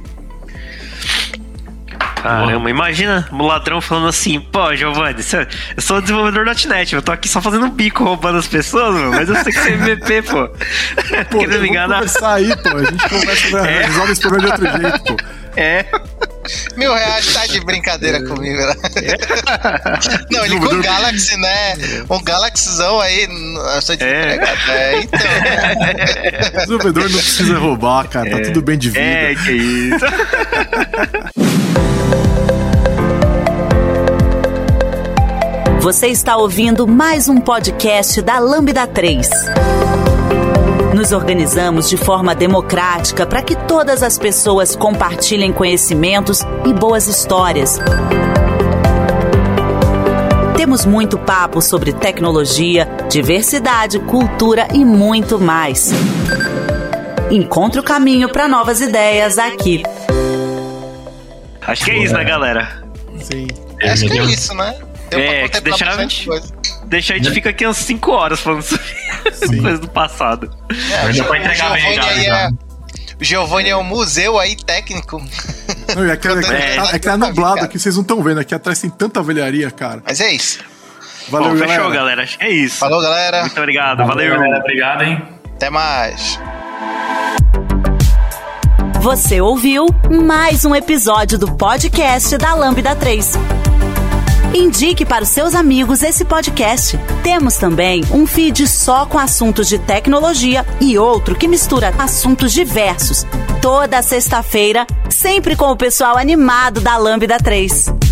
Speaker 4: Caramba, imagina um ladrão falando assim: pô, Giovanni, eu sou desenvolvedor ponto net, eu tô aqui só fazendo bico roubando as pessoas, meu, mas eu sei que você é M V P, pô.
Speaker 2: Pô, vamos conversar aí, pô. A gente conversa, é. resolve esse problema de outro jeito, pô.
Speaker 4: É.
Speaker 5: Mil reais tá de brincadeira é. comigo, né? É. Não, ele com o Galaxy, né? Um Galaxyzão aí, eu sou desempregado. É. É, então.
Speaker 2: O desenvolvedor não precisa roubar, cara, tá é. tudo bem de vida.
Speaker 4: É, que isso.
Speaker 1: Você está ouvindo mais um podcast da Lambda três. Nos organizamos de forma democrática para que todas as pessoas compartilhem conhecimentos e boas histórias. Temos muito papo sobre tecnologia, diversidade, cultura e muito mais. Encontre o caminho para novas ideias aqui.
Speaker 4: Acho que é isso, né, galera?
Speaker 2: Sim.
Speaker 5: É, Acho que é isso, né? Deu
Speaker 4: é, que deixar a gente, deixar a gente fica aqui umas cinco horas falando sobre coisas do passado.
Speaker 5: É, já pode entregar bem, é, o Giovanni é um museu aí técnico.
Speaker 2: Não, é que, é, é, é, é que é nublado aqui, vocês não estão vendo. Aqui atrás tem tanta velharia, cara.
Speaker 5: Mas é isso.
Speaker 4: Valeu, Bom, fechou, galera. galera. Acho que é isso.
Speaker 5: Falou, galera.
Speaker 4: Muito obrigado.
Speaker 3: Valeu,
Speaker 4: Valeu.
Speaker 3: galera. Obrigado, hein?
Speaker 5: Até mais.
Speaker 1: Você ouviu mais um episódio do podcast da Lambda três. Indique para os seus amigos esse podcast. Temos também um feed só com assuntos de tecnologia e outro que mistura assuntos diversos. Toda sexta-feira, sempre com o pessoal animado da Lambda três.